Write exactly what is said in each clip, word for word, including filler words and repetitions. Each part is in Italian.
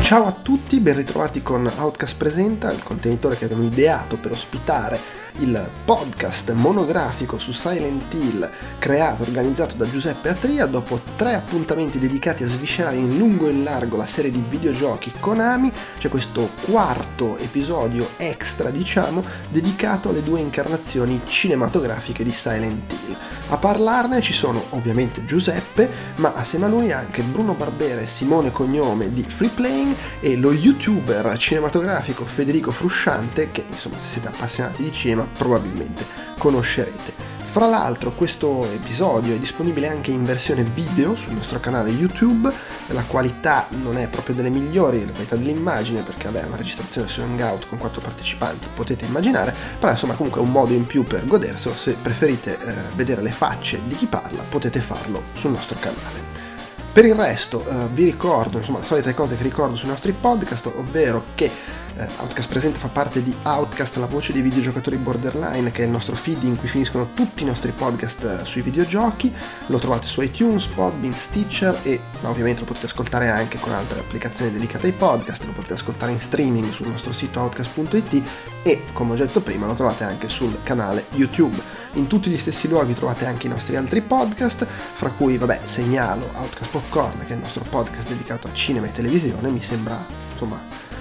Ciao a tutti, ben ritrovati con Outcast Presenta, il contenitore che abbiamo ideato per ospitare il podcast monografico su Silent Hill creato e organizzato da Giuseppe Atria. Dopo tre appuntamenti dedicati a sviscerare in lungo e in largo la serie di videogiochi Konami, c'è questo quarto episodio extra, diciamo, dedicato alle due incarnazioni cinematografiche di Silent Hill. A parlarne ci sono ovviamente Giuseppe, ma assieme a lui anche Bruno Barbera e Simone Cognome di Free Playing e lo youtuber cinematografico Federico Frusciante, che insomma, se siete appassionati di cinema probabilmente conoscerete. Fra l'altro questo episodio è disponibile anche in versione video sul nostro canale YouTube. La qualità non è proprio delle migliori, la qualità dell'immagine, perché vabbè, è una registrazione su Hangout con quattro partecipanti, potete immaginare, però insomma comunque è un modo in più per goderselo. Se preferite eh, vedere le facce di chi parla, potete farlo sul nostro canale. Per il resto eh, vi ricordo, insomma, le solite cose che ricordo sui nostri podcast, ovvero che eh, Outcast Presenta fa parte di Outcast, la voce dei videogiocatori borderline, che è il nostro feed in cui finiscono tutti i nostri podcast eh, sui videogiochi. Lo trovate su iTunes, Podbean, Stitcher e ovviamente lo potete ascoltare anche con altre applicazioni dedicate ai podcast. Lo potete ascoltare in streaming sul nostro sito outcast punto it e, come ho detto prima, lo trovate anche sul canale YouTube. In tutti gli stessi luoghi trovate anche i nostri altri podcast, fra cui, vabbè, segnalo Outcast Popcorn, che è il nostro podcast dedicato a cinema e televisione. Mi sembra, insomma,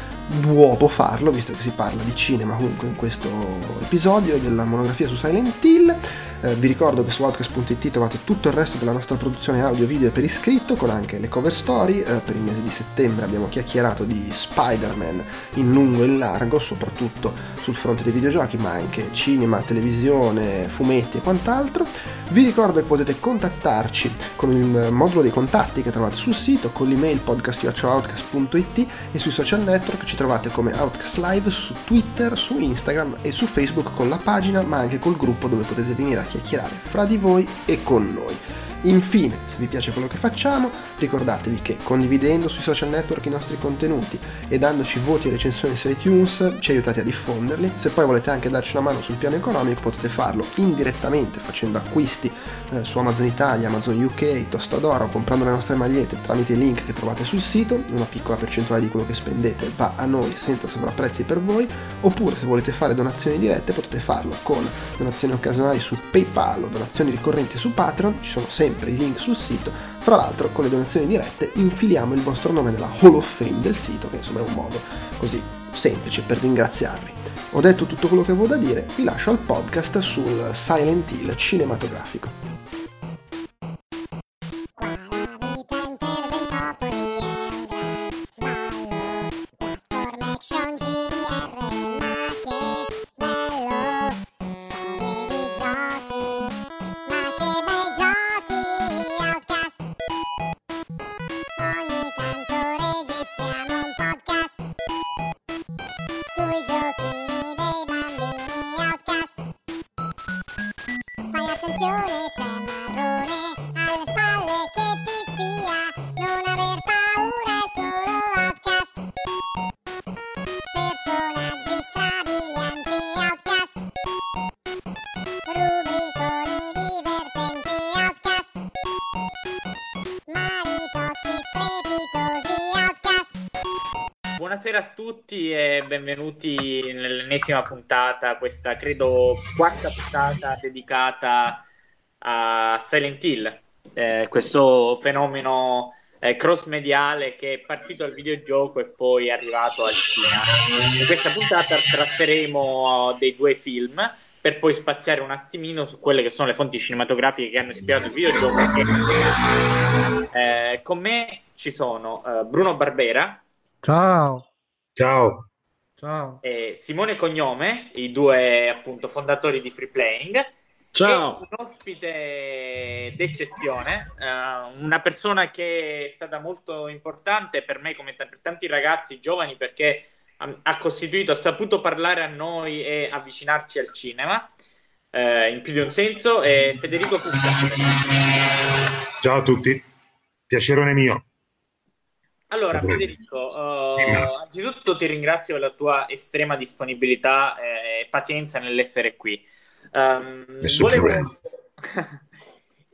d'uopo farlo, visto che si parla di cinema comunque in questo episodio della monografia su Silent Hill. Eh, vi ricordo che su outcast punto it trovate tutto il resto della nostra produzione audio video per iscritto, con anche le cover story. Eh, per il mese di settembre abbiamo chiacchierato di Spider-Man in lungo e in largo, soprattutto sul fronte dei videogiochi, ma anche cinema, televisione, fumetti e quant'altro. Vi ricordo che potete contattarci con il modulo dei contatti che trovate sul sito, con l'email podcast chiocciola outcast punto it, e sui social network ci trovate come Outcast Live su Twitter, su Instagram e su Facebook, con la pagina ma anche col gruppo dove potete venire a chiacchierare fra di voi e con noi. Infine, se vi piace quello che facciamo, ricordatevi che condividendo sui social network i nostri contenuti e dandoci voti e recensioni su iTunes ci aiutate a diffonderli. Se poi volete anche darci una mano sul piano economico, potete farlo indirettamente facendo acquisti eh, su Amazon Italia, Amazon U K, Tostadora, o comprando le nostre magliette tramite i link che trovate sul sito. Una piccola percentuale di quello che spendete va a noi senza sovrapprezzi per voi. Oppure, se volete fare donazioni dirette, potete farlo con donazioni occasionali su PayPal o donazioni ricorrenti su Patreon. Ci sono sempre i link sul sito. Fra l'altro, con le donazioni dirette infiliamo il vostro nome nella Hall of Fame del sito, che insomma è un modo così semplice per ringraziarvi. Ho detto tutto quello che avevo da dire, vi lascio al podcast sul Silent Hill cinematografico. Buonasera a tutti e benvenuti nell'ennesima puntata, questa credo quarta puntata dedicata a Silent Hill, eh, questo fenomeno eh, cross-mediale che è partito dal videogioco e poi è arrivato al cinema. In questa puntata tratteremo dei due film, per poi spaziare un attimino su quelle che sono le fonti cinematografiche che hanno ispirato il videogioco. E, eh, con me ci sono uh, Bruno Barbera. Ciao. Ciao. Ciao. E Simone Cognome, i due appunto fondatori di Free Playing. Ciao. E un ospite d'eccezione, uh, una persona che è stata molto importante per me, come t- per tanti ragazzi giovani, perché ha, ha costituito, ha saputo parlare a noi e avvicinarci al cinema, uh, in più di un senso, è Federico Frusciante. Ciao a tutti, piacerone mio. Allora, Federico, uh, anzitutto ti ringrazio per la tua estrema disponibilità e pazienza nell'essere qui. Um, Nessun volevo... problema.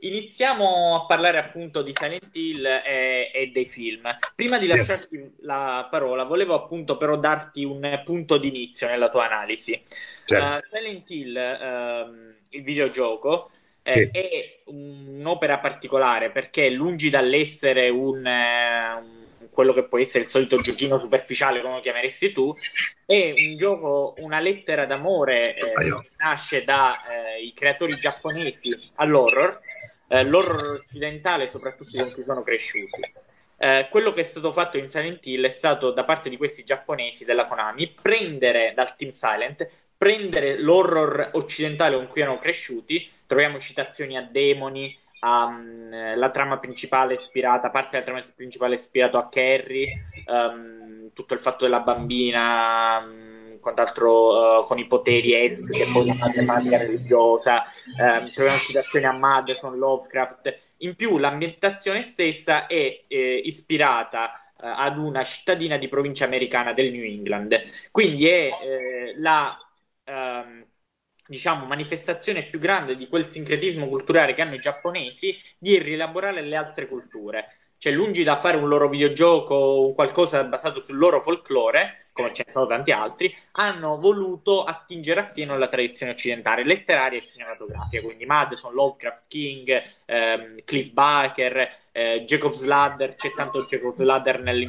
iniziamo a parlare appunto di Silent Hill e, e dei film. Prima di Yes. lasciarti la parola, volevo appunto però darti un punto d'inizio nella tua analisi. Certo. Uh, Silent Hill, ehm, il videogioco, Sì. eh, è un'opera particolare perché lungi dall'essere un, eh, un- quello che può essere il solito giochino superficiale, come lo chiameresti tu, è un gioco, una lettera d'amore eh, Ah, io. che nasce dai creatori giapponesi all'horror, eh, l'horror occidentale, soprattutto con cui sono cresciuti. Eh, quello che è stato fatto in Silent Hill è stato da parte di questi giapponesi della Konami prendere dal Team Silent, prendere l'horror occidentale con cui erano cresciuti. Troviamo citazioni a demoni, a, um, la trama principale ispirata, parte della trama principale ispirato a Carrie, um, tutto il fatto della bambina, um, quant'altro uh, con i poteri est, che poi una tematica religiosa. Um, troviamo citazioni a Madison, Lovecraft. In più, l'ambientazione stessa è eh, ispirata eh, ad una cittadina di provincia americana del New England. Quindi è eh, la ehm, diciamo manifestazione più grande di quel sincretismo culturale che hanno i giapponesi di rielaborare le altre culture. Cioè, lungi da fare un loro videogioco o un qualcosa basato sul loro folklore, come ce ne sono tanti altri, hanno voluto attingere appieno alla tradizione occidentale, letteraria e cinematografica. Quindi Madison, Lovecraft, King, ehm, Cliff Barker, eh, Jacob's Ladder, c'è tanto Jacob's Ladder nel,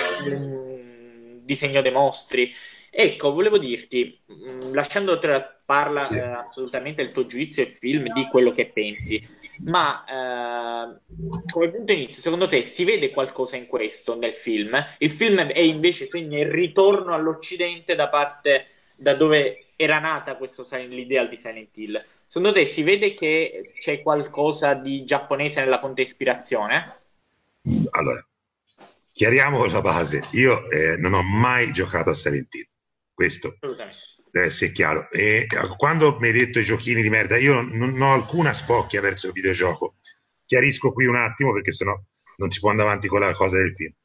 nel disegno dei mostri. Ecco, volevo dirti, mh, lasciandoti parla Sì. eh, assolutamente il tuo giudizio e film di quello che pensi. Ma eh, come punto inizio, secondo te si vede qualcosa in questo nel film? Il film è invece segna il ritorno all'Occidente da parte da dove era nata questo, l'idea di Silent Hill. Secondo te si vede che c'è qualcosa di giapponese nella fonte ispirazione? Allora, chiariamo la base. Io eh, non ho mai giocato a Silent Hill. Questo Assolutamente. deve essere chiaro. E quando mi hai detto i giochini di merda, io non, non ho alcuna spocchia verso il videogioco. Chiarisco qui un attimo perché sennò non si può andare avanti con la cosa del film.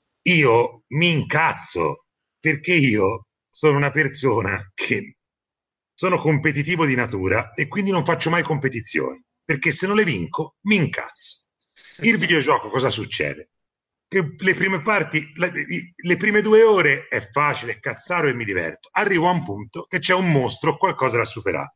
Io mi incazzo perché io sono una persona che sono competitivo di natura e quindi non faccio mai competizioni, perché se non le vinco mi incazzo. Il videogioco cosa succede? Che le prime parti, le, le prime due ore è facile, cazzaro e mi diverto. Arrivo a un punto che c'è un mostro o qualcosa da superare.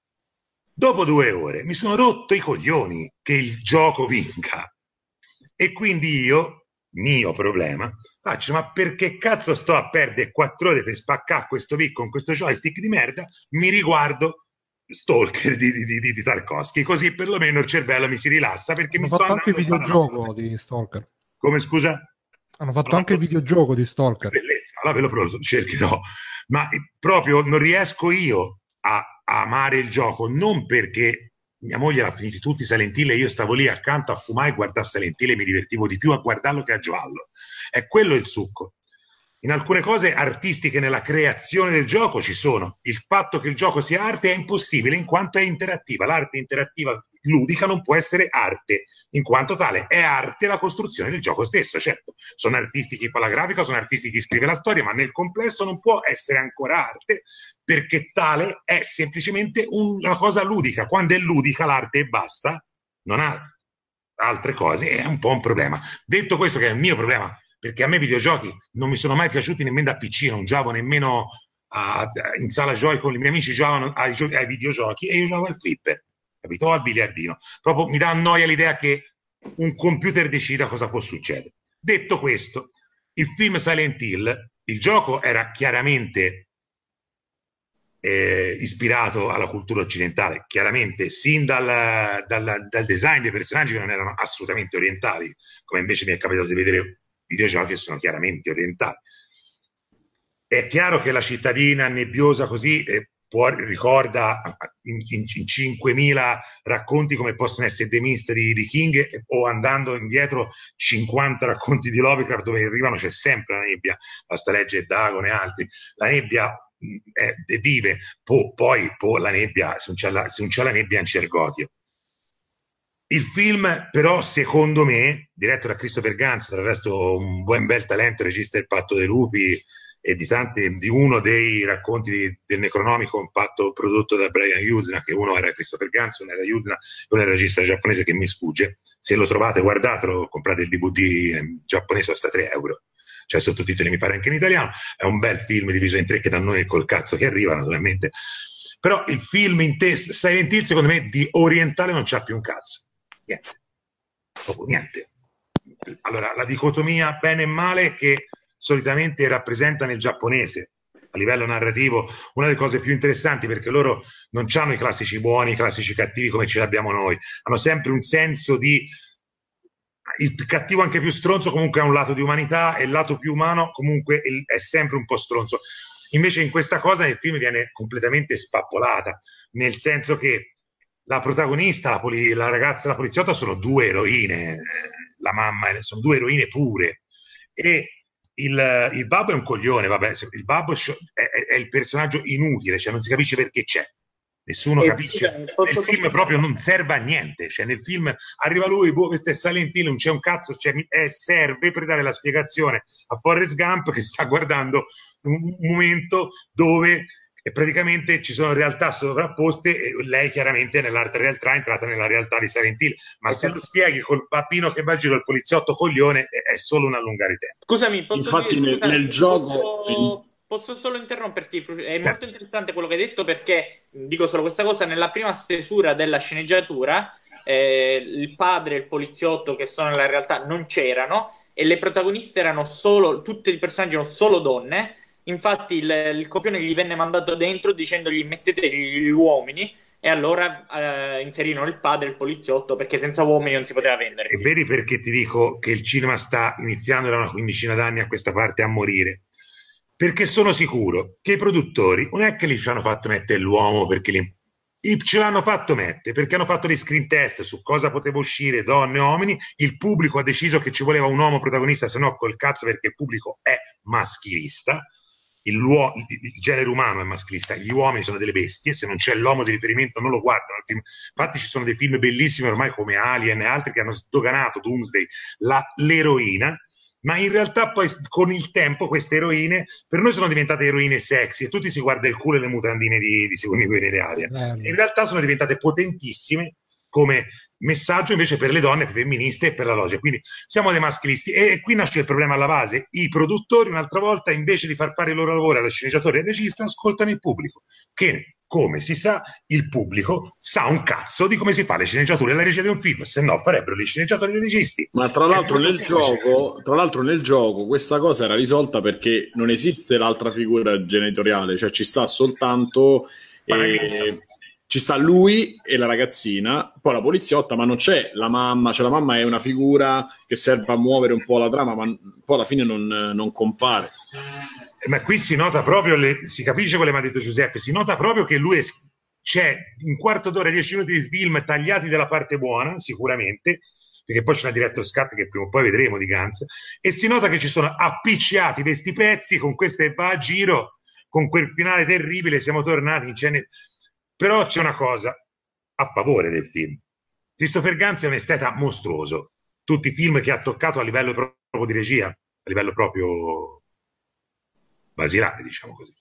Dopo due ore mi sono rotto i coglioni che il gioco vinca. E quindi io, mio problema, faccio, ma perché cazzo sto a perdere quattro ore per spaccare questo pic con questo joystick di merda? Mi riguardo Stalker di, di, di, di Tarkovsky, così perlomeno il cervello mi si rilassa perché Hanno mi sto fatto anche il andando a fare una videogioco di Stalker. Come scusa? Hanno fatto Hanno anche il fatto videogioco di Stalker. bellezza, allora ve lo cercherò, ma proprio non riesco io a, a amare il gioco, non perché mia moglie l'ha finiti tutti Silent Hill e io stavo lì accanto a fumare e guardare Silent Hill e mi divertivo di più a guardarlo che a giocarlo. È quello il succo. In alcune cose artistiche nella creazione del gioco ci sono. Il fatto che il gioco sia arte è impossibile in quanto è interattiva. L'arte interattiva ludica non può essere arte, in quanto tale è arte la costruzione del gioco stesso. Certo, sono artisti chi fa la grafica, sono artisti chi scrive la storia, ma nel complesso non può essere ancora arte perché tale è semplicemente una cosa ludica. Quando è ludica l'arte e basta, non ha altre cose, è un po' un problema. Detto questo, che è il mio problema, perché a me i videogiochi non mi sono mai piaciuti nemmeno da piccino, non giocavo nemmeno a, in sala giochi con i miei amici, giocavano ai, ai videogiochi e io giocavo al flipper, capito? O al biliardino. Proprio mi dà noia l'idea che un computer decida cosa può succedere. Detto questo, il film Silent Hill, il gioco era chiaramente eh, ispirato alla cultura occidentale, chiaramente sin dal, dal, dal design dei personaggi che non erano assolutamente orientali, come invece mi è capitato di vedere videogiochi che sono chiaramente orientali. È chiaro che la cittadina nebbiosa così eh, può, ricorda in, in, in cinquemila racconti come possono essere The Mist di, di King eh, o andando indietro cinquanta racconti di Lovecraft dove arrivano c'è sempre la nebbia, basta leggere Dagon e altri. La nebbia è, è vive, po, poi po, la nebbia, se non c'è la, se non c'è la nebbia è un cergotio. Il film, però, secondo me, diretto da Christopher Gans, tra il resto un buon bel talento, regista del Patto dei Lupi, e di, tante, di uno dei racconti di, del Necronomicon fatto, prodotto da Brian Yuzna, che uno era Christopher Gans, uno era Yuzna, uno era il regista giapponese che mi sfugge. Se lo trovate, guardatelo, comprate il D V D giapponese, costa tre euro. C'è sottotitoli, mi pare, anche in italiano. È un bel film diviso in tre che da noi col cazzo che arriva, naturalmente. Però il film in te, Silent Hill, secondo me, di orientale non c'ha più un cazzo. Niente. Proprio niente. Allora, la dicotomia bene e male che solitamente rappresenta nel giapponese a livello narrativo una delle cose più interessanti, perché loro non hanno i classici buoni, i classici cattivi come ce l'abbiamo noi, hanno sempre un senso di il cattivo anche più stronzo comunque ha un lato di umanità e il lato più umano comunque è sempre un po' stronzo. Invece in questa cosa nel film viene completamente spappolata, nel senso che la protagonista, la, poli- la ragazza, la poliziotta sono due eroine, la mamma, sono due eroine pure, e il, il babbo è un coglione, vabbè, il babbo è, è il personaggio inutile, cioè non si capisce perché c'è, nessuno e capisce, scusa, nel film proprio non serve a niente, cioè nel film arriva lui, boh, questo è Silent Hill, non c'è un cazzo, cioè, eh, serve per dare la spiegazione a Forrest Gump che sta guardando un, un momento dove e praticamente ci sono realtà sovrapposte e lei chiaramente nell'altra realtà è entrata nella realtà di Silent Hill, ma se lo spieghi col bambino che va a giro il poliziotto coglione è solo un allungare i tempi. Scusami, posso Infatti dire, nel, scusami, nel gioco posso, posso solo interromperti? È molto interessante quello che hai detto, perché dico solo questa cosa: nella prima stesura della sceneggiatura eh, il padre e il poliziotto che sono nella realtà non c'erano e le protagoniste erano solo, tutti i personaggi erano solo donne. Infatti il, il copione gli venne mandato dentro dicendogli mettete gli uomini, e allora eh, inserirono il padre e il poliziotto, perché senza uomini non si poteva vendere. E vedi perché ti dico che il cinema sta iniziando da una quindicina d'anni a questa parte a morire, perché sono sicuro che i produttori non è che li ci hanno fatto mettere l'uomo perché li... ce l'hanno fatto mettere perché hanno fatto dei screen test su cosa poteva uscire, donne o uomini, il pubblico ha deciso che ci voleva un uomo protagonista, se no col cazzo, perché il pubblico è maschilista. Il, il genere umano è maschilista, gli uomini sono delle bestie, se non c'è l'uomo di riferimento non lo guardano. Infatti ci sono dei film bellissimi ormai come Alien e altri che hanno sdoganato Doomsday, la, l'eroina, ma in realtà poi con il tempo queste eroine per noi sono diventate eroine sexy e tutti si guarda il culo e le mutandine di, di Sigourney Weaver e Alien. In realtà sono diventate potentissime come messaggio invece per le donne, per le femministe e per la logica. Quindi siamo dei maschilisti e qui nasce il problema alla base. I produttori un'altra volta, invece di far fare il loro lavoro allo sceneggiatore e al regista, ascoltano il pubblico, che come si sa il pubblico sa un cazzo di come si fa le sceneggiature e la regia di un film, se no farebbero gli sceneggiatori e i registi. Ma tra l'altro nel gioco, tra l'altro nel gioco questa cosa era risolta perché non esiste l'altra figura genitoriale, cioè ci sta soltanto eh, ci sta lui e la ragazzina, poi la poliziotta, ma non c'è la mamma, cioè la mamma è una figura che serve a muovere un po' la trama, ma poi alla fine non, non compare. Ma qui si nota proprio, le, si capisce quello che mi ha detto Giuseppe, si nota proprio che lui è, c'è un quarto d'ora, dieci minuti di film tagliati dalla parte buona, sicuramente, perché poi c'è una director's cut che prima o poi vedremo di Gans, e si nota che ci sono appicciati questi pezzi con questo e va a giro, con quel finale terribile, siamo tornati in scene. Però c'è una cosa a favore del film. Christopher Gans è un esteta mostruoso. Tutti i film che ha toccato a livello proprio di regia, a livello proprio basilare, diciamo così.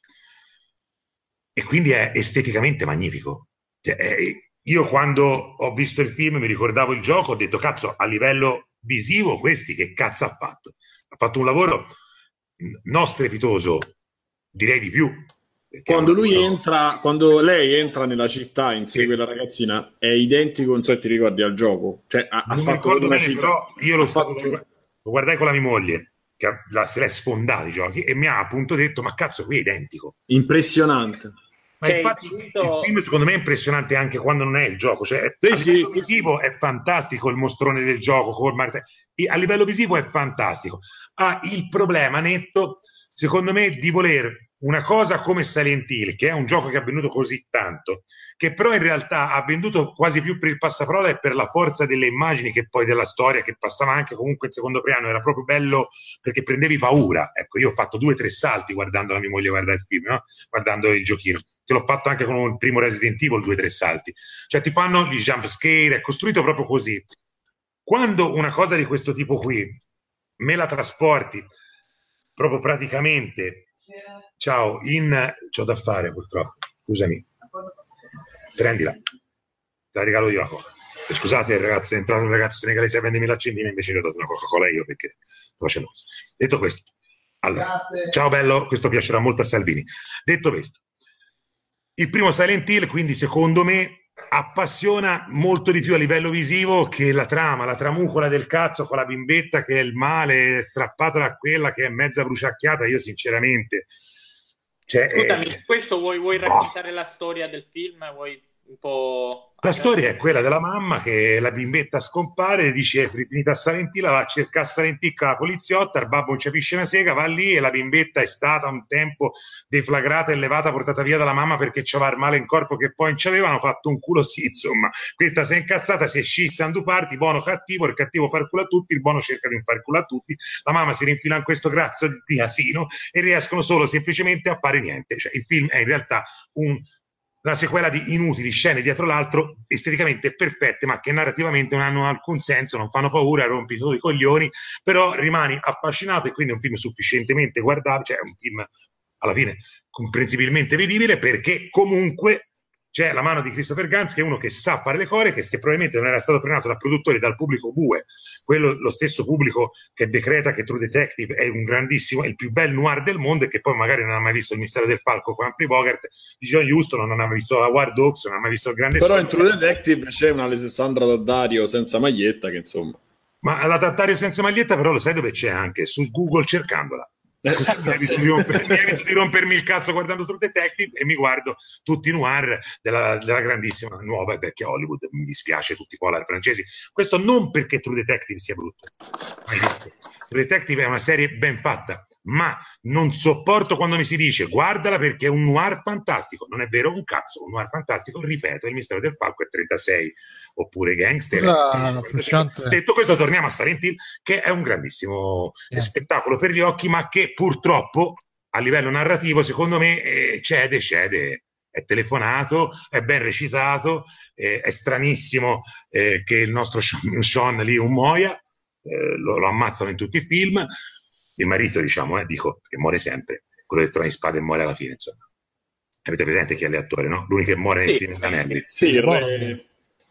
E quindi è esteticamente magnifico. Cioè, è, io quando ho visto il film mi ricordavo il gioco, ho detto cazzo, a livello visivo questi che cazzo ha fatto? Ha fatto un lavoro non strepitoso, direi di più. Quando lui entra, quando lei entra nella città, insegue sì. la ragazzina, è identico, non so se ti ricordi, al gioco. Cioè, ha, non ha mi fatto ricordo bene, città. però io lo, fatto... stato, lo guardai con la mia moglie, che la, se l'è sfondato i giochi, e mi ha appunto detto, ma cazzo, qui è identico. Impressionante. Ma cioè, infatti il, il film secondo me è impressionante anche quando non è il gioco, cioè sì, a sì. livello visivo è fantastico il mostrone del gioco, col mart- a livello visivo è fantastico. Ha il problema netto, secondo me, di voler una cosa come Silent Hill, che è un gioco che ha venduto così tanto, che però in realtà ha venduto quasi più per il passaparola e per la forza delle immagini che poi della storia, che passava anche comunque in secondo piano, era proprio bello perché prendevi paura. Ecco, io ho fatto due o tre salti guardando la mia moglie guardare il film, no? Guardando il giochino, che l'ho fatto anche con il primo Resident Evil, due o tre salti. Cioè ti fanno gli jump scare, è costruito proprio così. Quando una cosa di questo tipo qui me la trasporti proprio praticamente Ciao, in... c'ho da fare purtroppo, scusami. Prendila, te la regalo io la coca. Scusate, ragazzi, è entrato un ragazzo senegalese a vendermi l'accendino, invece che ho dato una Coca-Cola io perché sto facendo così. Detto questo, allora, ciao bello, questo piacerà molto a Salvini. Detto questo, il primo Silent Hill, quindi secondo me appassiona molto di più a livello visivo che la trama, la tramucola del cazzo con la bimbetta che è il male, strappata da quella che è mezza bruciacchiata. Io sinceramente, cioè, scusami, eh, questo vuoi, vuoi raccontare oh. la storia del film? Vuoi un po'... La storia è quella della mamma che la bimbetta scompare, dice è finita a Salentino, va a cercare a Salentino con la poliziotta, il babbo non capisce una sega, va lì e la bimbetta è stata un tempo deflagrata e levata, portata via dalla mamma perché c'aveva il male in corpo che poi non c'aveva, hanno fatto un culo sì, insomma. Questa si è incazzata, si è scissa in due parti, buono cattivo, il cattivo fa il culo a tutti, il buono cerca di non fare il culo a tutti, la mamma si rinfila in questo grazzo di asino e riescono solo semplicemente a fare niente. Cioè, il film è in realtà un... una sequela di inutili scene dietro l'altro, esteticamente perfette, ma che narrativamente non hanno alcun senso, non fanno paura, rompi solo i coglioni, però rimani affascinato e quindi è un film sufficientemente guardabile, cioè è un film alla fine comprensibilmente vedibile, perché comunque c'è la mano di Christopher Gans, che è uno che sa fare le cose, che se probabilmente non era stato frenato da produttori, dal pubblico bue, quello lo stesso pubblico che decreta che True Detective è un grandissimo, è il più bel noir del mondo e che poi magari non ha mai visto Il mistero del falco con Humphrey Bogart, di John Huston, non ha mai visto la War Dogs, non ha mai visto il grande però sogno. in True Detective c'è una Alessandra Daddario senza maglietta che insomma, ma la Daddario senza maglietta però lo sai dove c'è anche? Su Google cercandola. Eh, mi, evito di romper, mi evito di rompermi il cazzo guardando True Detective e mi guardo tutti i noir della, della grandissima nuova e vecchia Hollywood. Mi dispiace tutti i polar francesi, questo non perché True Detective sia brutto, True Detective è una serie ben fatta, ma non sopporto quando mi si dice guardala perché è un noir fantastico. Non è vero un cazzo, un noir fantastico, ripeto, Il mistero del falco è trentasei, oppure Gangster. Scusa, detto questo, torniamo a Silent Hill, che è un grandissimo eh. spettacolo per gli occhi, ma che purtroppo a livello narrativo secondo me eh, cede, cede, è telefonato, è ben recitato, eh, è stranissimo eh, che il nostro Sean, Sean lì un muoia, eh, lo, lo ammazzano in tutti i film, il marito diciamo, eh, dico, che muore sempre, quello che trova in spada e muore alla fine, insomma. Avete presente chi è l'attore, no? L'unico che muore nel sì, Signore degli Anelli. Sì, il re...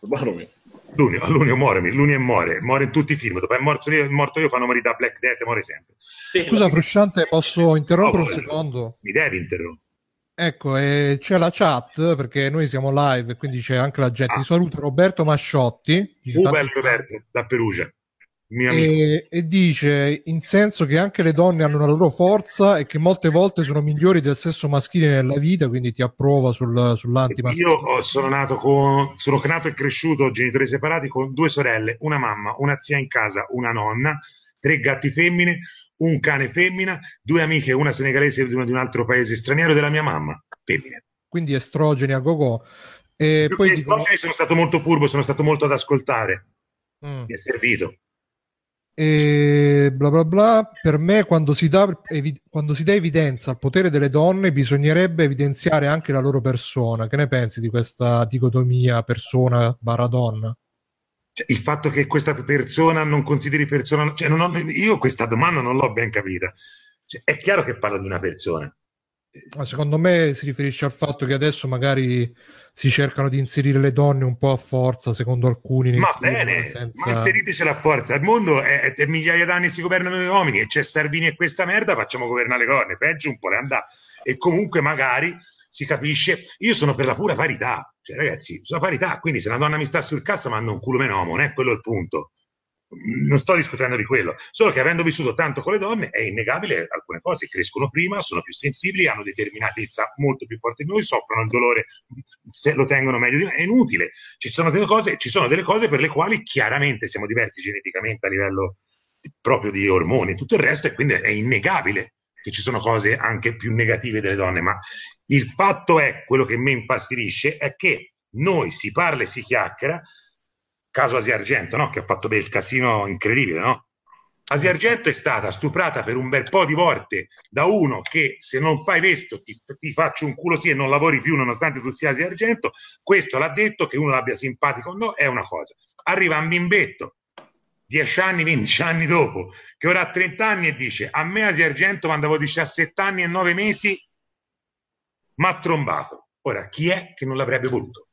L'unico, l'unico muore, l'unico muore, muore in tutti i film. Dopo è morto io, è morto io fanno morire da Black Death, muore sempre. Scusa Frusciante, posso interrompere oh, un secondo? Mi devi interrompere. Ecco, e c'è la chat, perché noi siamo live, quindi c'è anche la gente. Ah. Ti saluta Roberto Masciotti. Uh, bello Roberto, da Perugia. Mio e, e dice in senso che anche le donne hanno la loro forza e che molte volte sono migliori del sesso maschile nella vita, quindi ti approva sul, sull'antimaschilismo. Io sono nato con sono nato e cresciuto genitori separati con due sorelle, una mamma, una zia in casa, una nonna, tre gatti femmine, un cane femmina, due amiche, una senegalese e una di un altro paese straniero della mia mamma, femmine. Quindi estrogeni a go-go. E Più poi che dicono... estrogeni sono stato molto furbo, sono stato molto ad ascoltare. Mm. Mi è servito. E bla bla bla. Per me quando si dà evi- quando si dà evidenza al potere delle donne bisognerebbe evidenziare anche la loro persona. Che ne pensi di questa dicotomia persona barra donna? Cioè, il fatto che questa persona non consideri persona, cioè, non ho, io questa domanda non l'ho ben capita. Cioè, è chiaro che parla di una persona. Ma secondo me si riferisce al fatto che adesso magari si cercano di inserire le donne un po' a forza, secondo alcuni. Ma bene, senza... ma inseritecela a forza. Il mondo è, è migliaia d'anni si governano gli uomini e c'è Salvini e questa merda, facciamo governare le donne. Peggio un po' le andà. E comunque magari si capisce. Io sono per la pura parità. Cioè, ragazzi, sulla parità. Quindi se una donna mi sta sul cazzo, mando un culo menomo, non è quello il punto. Non sto discutendo di quello, solo che avendo vissuto tanto con le donne è innegabile alcune cose crescono prima, sono più sensibili, hanno determinatezza molto più forti di noi, soffrono il dolore se lo tengono meglio di noi, è inutile, ci sono delle cose, ci sono delle cose per le quali chiaramente siamo diversi geneticamente a livello proprio di ormoni e tutto il resto, e quindi è innegabile che ci sono cose anche più negative delle donne, ma il fatto è, quello che mi infastidisce è che noi si parla e si chiacchiera. Caso Asia Argento, no? Che ha fatto del casino incredibile, no? Asia Argento è stata stuprata per un bel po' di volte da uno che se non fai questo ti, ti faccio un culo sì e non lavori più nonostante tu sia Asia Argento. Questo l'ha detto, che uno l'abbia simpatico o no è una cosa. Arriva un bimbetto dieci anni, quindici anni dopo, che ora ha trenta anni e dice: a me Asia Argento quando avevo diciassette anni e nove mesi mi ha trombato. Ora, chi è che non l'avrebbe voluto?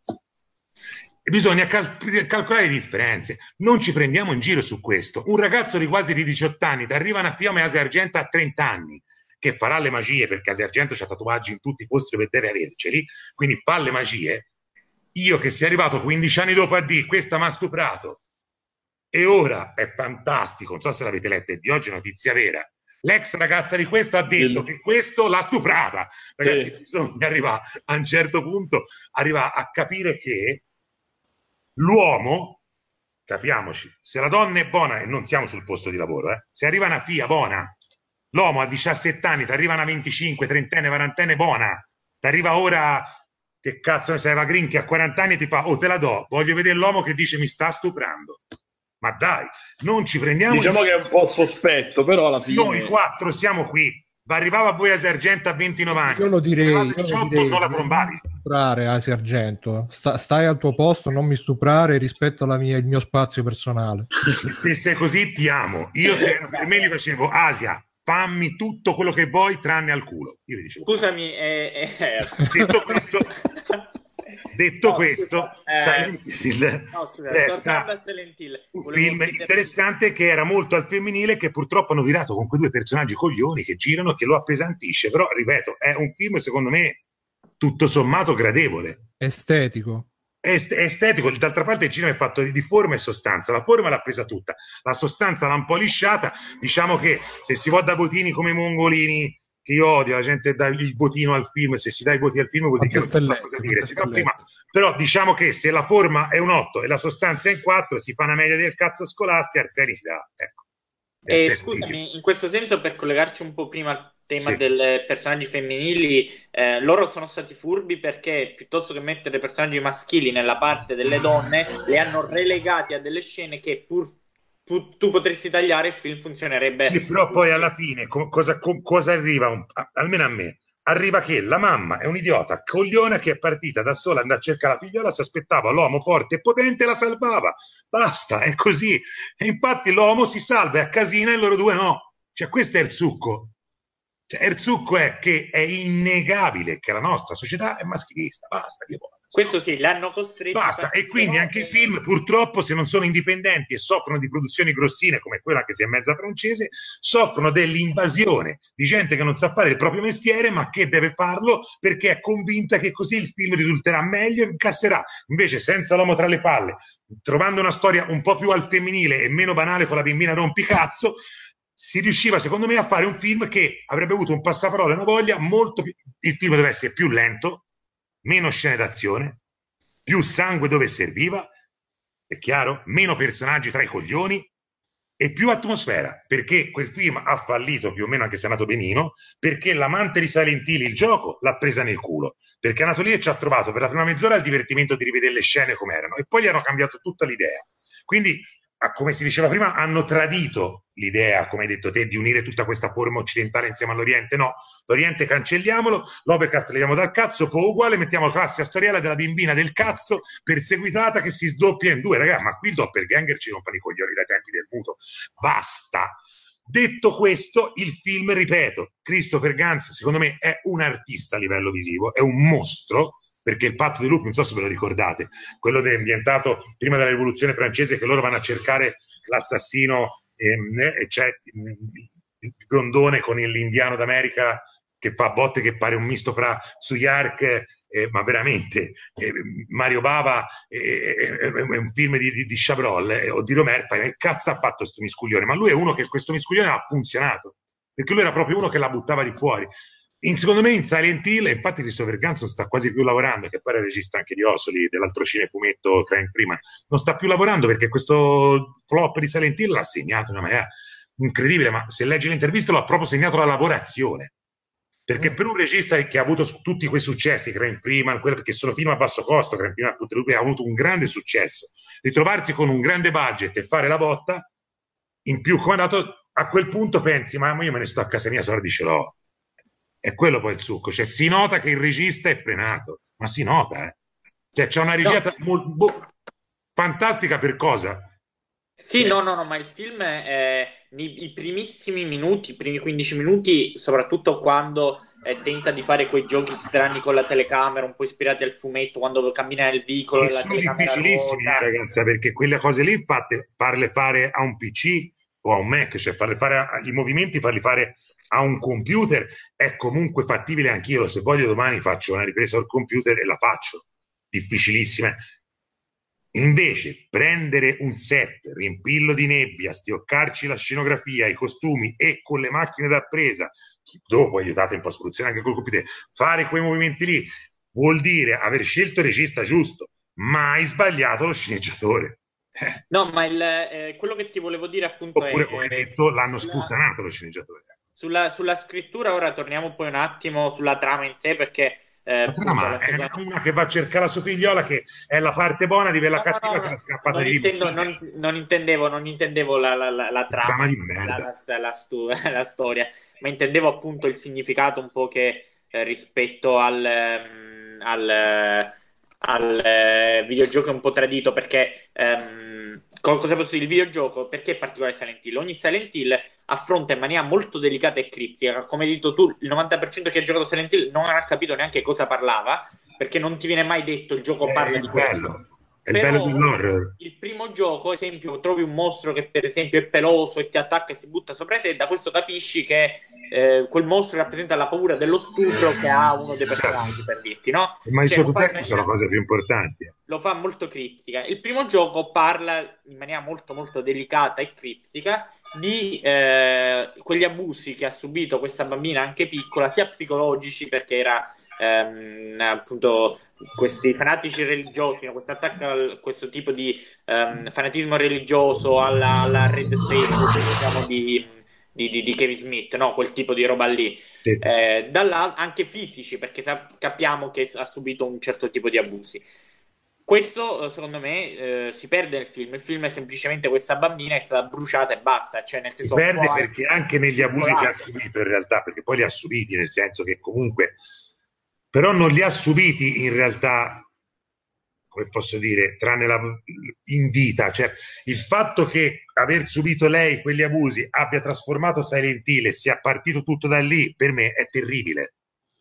E bisogna cal- calcolare le differenze, non ci prendiamo in giro su questo. Un ragazzo di quasi di diciotto anni ti arriva una fiamme Asia Argento a trenta anni, che farà le magie, perché Asia Argento c'ha tatuaggi in tutti i posti dove deve averceli, quindi fa le magie. Io che sei arrivato quindici anni dopo a dire questa mi ha stuprato, e ora è fantastico, non so se l'avete letta, è di oggi, notizia vera, l'ex ragazza di questo ha detto Il... che questo l'ha stuprata. Ragazzi, sì. Bisogna arrivare a un certo punto, arriva a capire che l'uomo, capiamoci, se la donna è buona, e non siamo sul posto di lavoro, eh, se arriva una figlia buona, l'uomo a diciassette anni, ti arriva una venticinque, trentenne, quarantenne buona, ti arriva ora, che cazzo ne sai, va Green che a quaranta anni ti fa, oh te la do, voglio vedere l'uomo che dice mi sta stuprando. Ma dai, non ci prendiamo... Diciamo che è un po' sospetto, però alla fine... Noi quattro siamo qui. Arrivava a voi Asia Argento a ventinove anni. Io lo direi, io diciotto, lo direi non la trombavi. Non stuprare Asia Argento. Sta, stai al tuo posto, non mi stuprare rispetto alla mia, il mio spazio personale. Se sei così ti amo. Io se per me gli facevo: Asia, fammi tutto quello che vuoi tranne al culo. Io gli dicevo, scusami, eh, eh. detto questo... Detto no, questo, eh, Silent Hill no, scusa, resta un film interessante che era molto al femminile, che purtroppo hanno virato con quei due personaggi coglioni che girano, che lo appesantisce, però ripeto, è un film secondo me tutto sommato gradevole. Estetico. Est- estetico, d'altra parte il cinema è fatto di forma e sostanza, la forma l'ha presa tutta, la sostanza l'ha un po' lisciata, diciamo che se si va da votini come i mongolini, che io odio, la gente dà il votino al film, se si dà i voti al film vuol dire che non si sa cosa dire, si fa prima. Però diciamo che se la forma è un otto e la sostanza è un quattro, si fa una media del cazzo scolasti, Arzeni si dà, ecco. E scusami, in questo senso, per collegarci un po' prima al tema sì. dei personaggi femminili, eh, loro sono stati furbi perché piuttosto che mettere personaggi maschili nella parte delle donne, le hanno relegati a delle scene che pur tu, tu potresti tagliare, il film funzionerebbe. Sì, però poi alla fine co- cosa, co- cosa arriva, un, almeno a me, arriva che la mamma è un'idiota cogliona che è partita da sola, andava a cercare la figliola, si aspettava l'uomo forte e potente e la salvava, basta, è così, e infatti l'uomo si salva e accasina e loro due no, cioè questo è il succo. Cioè, il succo è che è innegabile che la nostra società è maschilista, basta, che buona. Questo sì, l'hanno costretto. Basta, e quindi anche i film, purtroppo, se non sono indipendenti e soffrono di produzioni grossine come quella, anche se è mezza francese, soffrono dell'invasione di gente che non sa fare il proprio mestiere, ma che deve farlo perché è convinta che così il film risulterà meglio e incasserà. Invece, senza l'uomo tra le palle, trovando una storia un po' più al femminile e meno banale con la bambina rompicazzo, si riusciva secondo me a fare un film che avrebbe avuto un passaparola e una voglia molto più... Il film deve essere più lento, meno scene d'azione, più sangue dove serviva, è chiaro, meno personaggi tra i coglioni e più atmosfera, perché quel film ha fallito più o meno, anche se è nato benino, perché l'amante di Silent Hill, il gioco, l'ha presa nel culo, perché è nato lì e ci ha trovato per la prima mezz'ora il divertimento di rivedere le scene come erano e poi gli hanno cambiato tutta l'idea. Quindi, come si diceva prima, hanno tradito l'idea, come hai detto te, di unire tutta questa forma occidentale insieme all'Oriente. No, l'Oriente cancelliamolo, l'Overcraft leviamo dal cazzo, poi uguale mettiamo la classica storiella della bimbina del cazzo perseguitata che si sdoppia in due. Ragazzi, ma qui il doppelganger ci rompono i coglioni dai tempi del muto. Basta. Detto questo, il film, ripeto, Christopher Gans secondo me è un artista a livello visivo, è un mostro, perché il Patto di Lupi, non so se ve lo ricordate, quello è ambientato prima della rivoluzione francese, che loro vanno a cercare l'assassino ehm, e c'è il biondone con l'indiano d'America che fa botte, che pare un misto fra Suyark eh, ma veramente eh, Mario Bava eh, è un film di, di, di Chabrol eh, o di Romer. Che cazzo ha fatto sto miscuglione? Ma lui è uno che questo miscuglione ha funzionato, perché lui era proprio uno che la buttava di fuori. In, secondo me in Silent Hill, e infatti Christopher Gans non sta quasi più lavorando, che poi era regista anche di Osoli, dell'altro cinefumetto Crime Prima, non sta più lavorando perché questo flop di Silent Hill l'ha segnato in una maniera incredibile, ma se leggi l'intervista lo ha proprio segnato la lavorazione, perché per un regista che ha avuto tutti quei successi, Crime Prima, perché sono film a basso costo, Crime Prima ha avuto un grande successo, ritrovarsi con un grande budget e fare la botta, in più come è andato, a quel punto pensi, ma io me ne sto a casa mia, soldi ce l'ho. È quello poi il succo, cioè si nota che il regista è frenato, ma si nota, eh. Cioè c'è una regia no. molto, boh, fantastica per cosa? Sì, no, no, no, ma il film è nei, i primissimi minuti, i primi quindici minuti, soprattutto quando eh, tenta di fare quei giochi strani con la telecamera, un po' ispirati al fumetto, quando cammina nel vicolo Che e la sono telecamera difficilissimi, eh, ruota. ragazza, perché quelle cose lì fatte, farle fare a un P C o a un Mac, cioè farle fare a, i movimenti, farli fare a un computer è comunque fattibile anch'io. Se voglio domani faccio una ripresa al computer e la faccio. Difficilissima. Invece prendere un set, riempirlo di nebbia, stioccarci la scenografia, i costumi e con le macchine da presa, dopo aiutate in post-produzione anche col computer, fare quei movimenti lì vuol dire aver scelto il regista giusto, ma hai sbagliato lo sceneggiatore. Eh. No, ma il, eh, quello che ti volevo dire appunto è... Oppure, come eh, detto, l'hanno sulla, sputtanato lo sceneggiatore. sulla, sulla scrittura, ora torniamo poi un attimo sulla trama in sé, perché eh, La appunto trama la è seconda... una che va a cercare la sua figliola, che è la parte buona, di quella No, no, cattiva no, che è no, scappata non di lì. intendo, non, non intendevo, non intendevo la, la, la, la trama, Trama di la, merda. la, la stu- la storia, ma intendevo appunto il significato un po' che eh, rispetto al, ehm, al, eh, al eh, videogioco è un po' tradito, perché ehm, co- cosa posso dire? Il videogioco, perché è particolare Silent Hill? Ogni Silent Hill affronta in maniera molto delicata e criptica, come hai detto tu, il novanta per cento che ha giocato Silent Hill non ha capito neanche cosa parlava, perché non ti viene mai detto il gioco È parla di il bello, questo. è il bello Però dell'horror. il primo gioco, ad esempio, trovi un mostro che per esempio è peloso e ti attacca e si butta sopra te, e da questo capisci che eh, quel mostro rappresenta la paura dello stupro che ha uno dei personaggi, per dirti, no? Ma i Cioè lo fa in sottotesti sono maniera, la cosa più importante. lo fa molto criptica. Il primo gioco parla in maniera molto molto delicata e criptica di eh, quegli abusi che ha subito questa bambina anche piccola, sia psicologici, perché era ehm, appunto questi fanatici religiosi, no? Questo attacco a questo tipo di ehm, fanatismo religioso alla, alla Red State, diciamo, di, di, di, di Kevin Smith, no? Quel tipo di roba lì. Sì. Eh, dall'altro anche fisici, perché sap- capiamo che ha subito un certo tipo di abusi. Questo, eh, secondo me, eh, si perde nel film. Il film è semplicemente questa bambina è stata bruciata e basta, cioè nel Si senso un perde po' perché anche negli abusi che ha circolato. subito in realtà, perché poi li ha subiti, nel senso che comunque, però non li ha subiti in realtà, come posso dire, tranne la, in vita, cioè il fatto che aver subito lei quegli abusi abbia trasformato Silent Hill e sia partito tutto da lì, per me è terribile,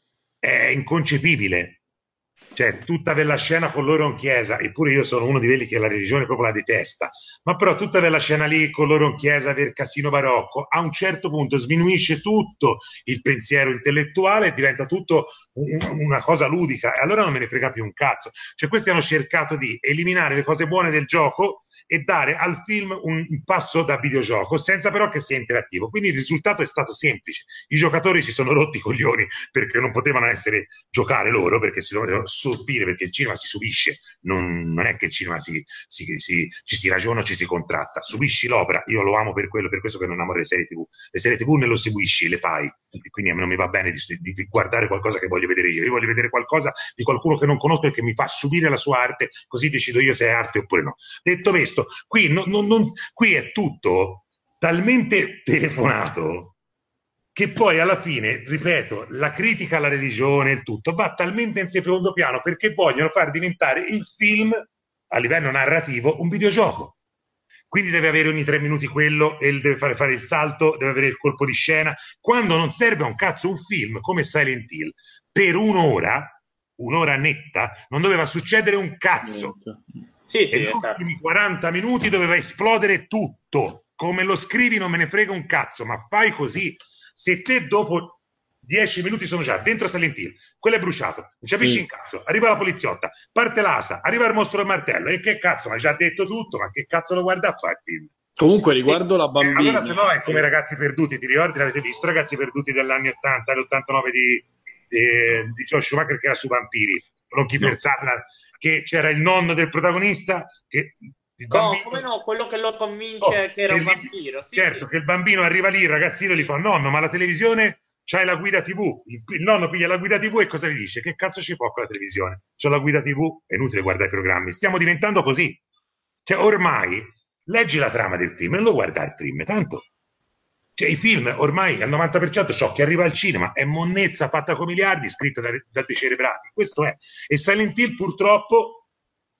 è inconcepibile. Cioè, tutta quella scena con loro in chiesa, eppure io sono uno di quelli che la religione proprio la detesta, ma però tutta quella scena lì con loro in chiesa per casino barocco, a un certo punto sminuisce tutto il pensiero intellettuale e diventa tutto un, una cosa ludica, e allora non me ne frega più un cazzo. Cioè, questi hanno cercato di eliminare le cose buone del gioco e dare al film un, un passo da videogioco, senza però che sia interattivo. Quindi il risultato è stato semplice. I giocatori si sono rotti i coglioni perché non potevano essere giocare loro, perché si dovevano subire, perché il cinema si subisce, non, non è che il cinema si, si, si, ci si ragiona o ci si contratta, subisci l'opera. Io lo amo per quello, per questo che non amo le serie tv. Le serie tv ne lo seguisci, le fai, e quindi a me non mi va bene di, di, di guardare qualcosa che voglio vedere io. Io voglio vedere qualcosa di qualcuno che non conosco e che mi fa subire la sua arte, così decido io se è arte oppure no. Detto questo, qui, non, non, non, qui è tutto talmente telefonato che poi alla fine, ripeto, la critica alla religione, il tutto, va talmente in secondo piano perché vogliono far diventare il film, a livello narrativo, un videogioco. Quindi deve avere ogni tre minuti quello e deve fare fare il salto, deve avere il colpo di scena, quando non serve a un cazzo. Un film come Silent Hill, per un'ora, un'ora netta, non doveva succedere un cazzo. Sì, E sì, gli esatto. ultimi quaranta minuti doveva esplodere tutto. Come lo scrivi non me ne frega un cazzo, ma fai così. Se te dopo dieci minuti sono già dentro Silent Hill, quello è bruciato, non ci capisci Sì. in cazzo, arriva la poliziotta, parte l'asa, arriva il mostro del martello, e che cazzo, ma hai già detto tutto, ma che cazzo lo guarda a fare il film? Comunque, riguardo la Cioè, bambina, allora se no è come Ragazzi Perduti, ti ricordi, l'avete visto, Ragazzi Perduti degli anni ottanta, l'ottantanove di, di, di Joe Schumacher, che era su vampiri, non chi No. Satana, che c'era il nonno del protagonista, che il Co- bambino, come no, quello che lo convince oh, che era che un lì- vampiro. Sì, certo, sì. che il bambino arriva lì, il ragazzino gli fa: nonno, ma la televisione c'hai la guida tivù. Il, il nonno piglia la guida tivù e cosa gli dice? Che cazzo ci può con la televisione? C'ho la guida tivù, è inutile guardare i programmi. Stiamo diventando così. Cioè, ormai leggi la trama del film e non lo guardare il film, tanto. Cioè, i film ormai al novanta per cento ciò che arriva al cinema è monnezza fatta con miliardi, scritta da, da decerebrati. Questo è. E Silent Hill purtroppo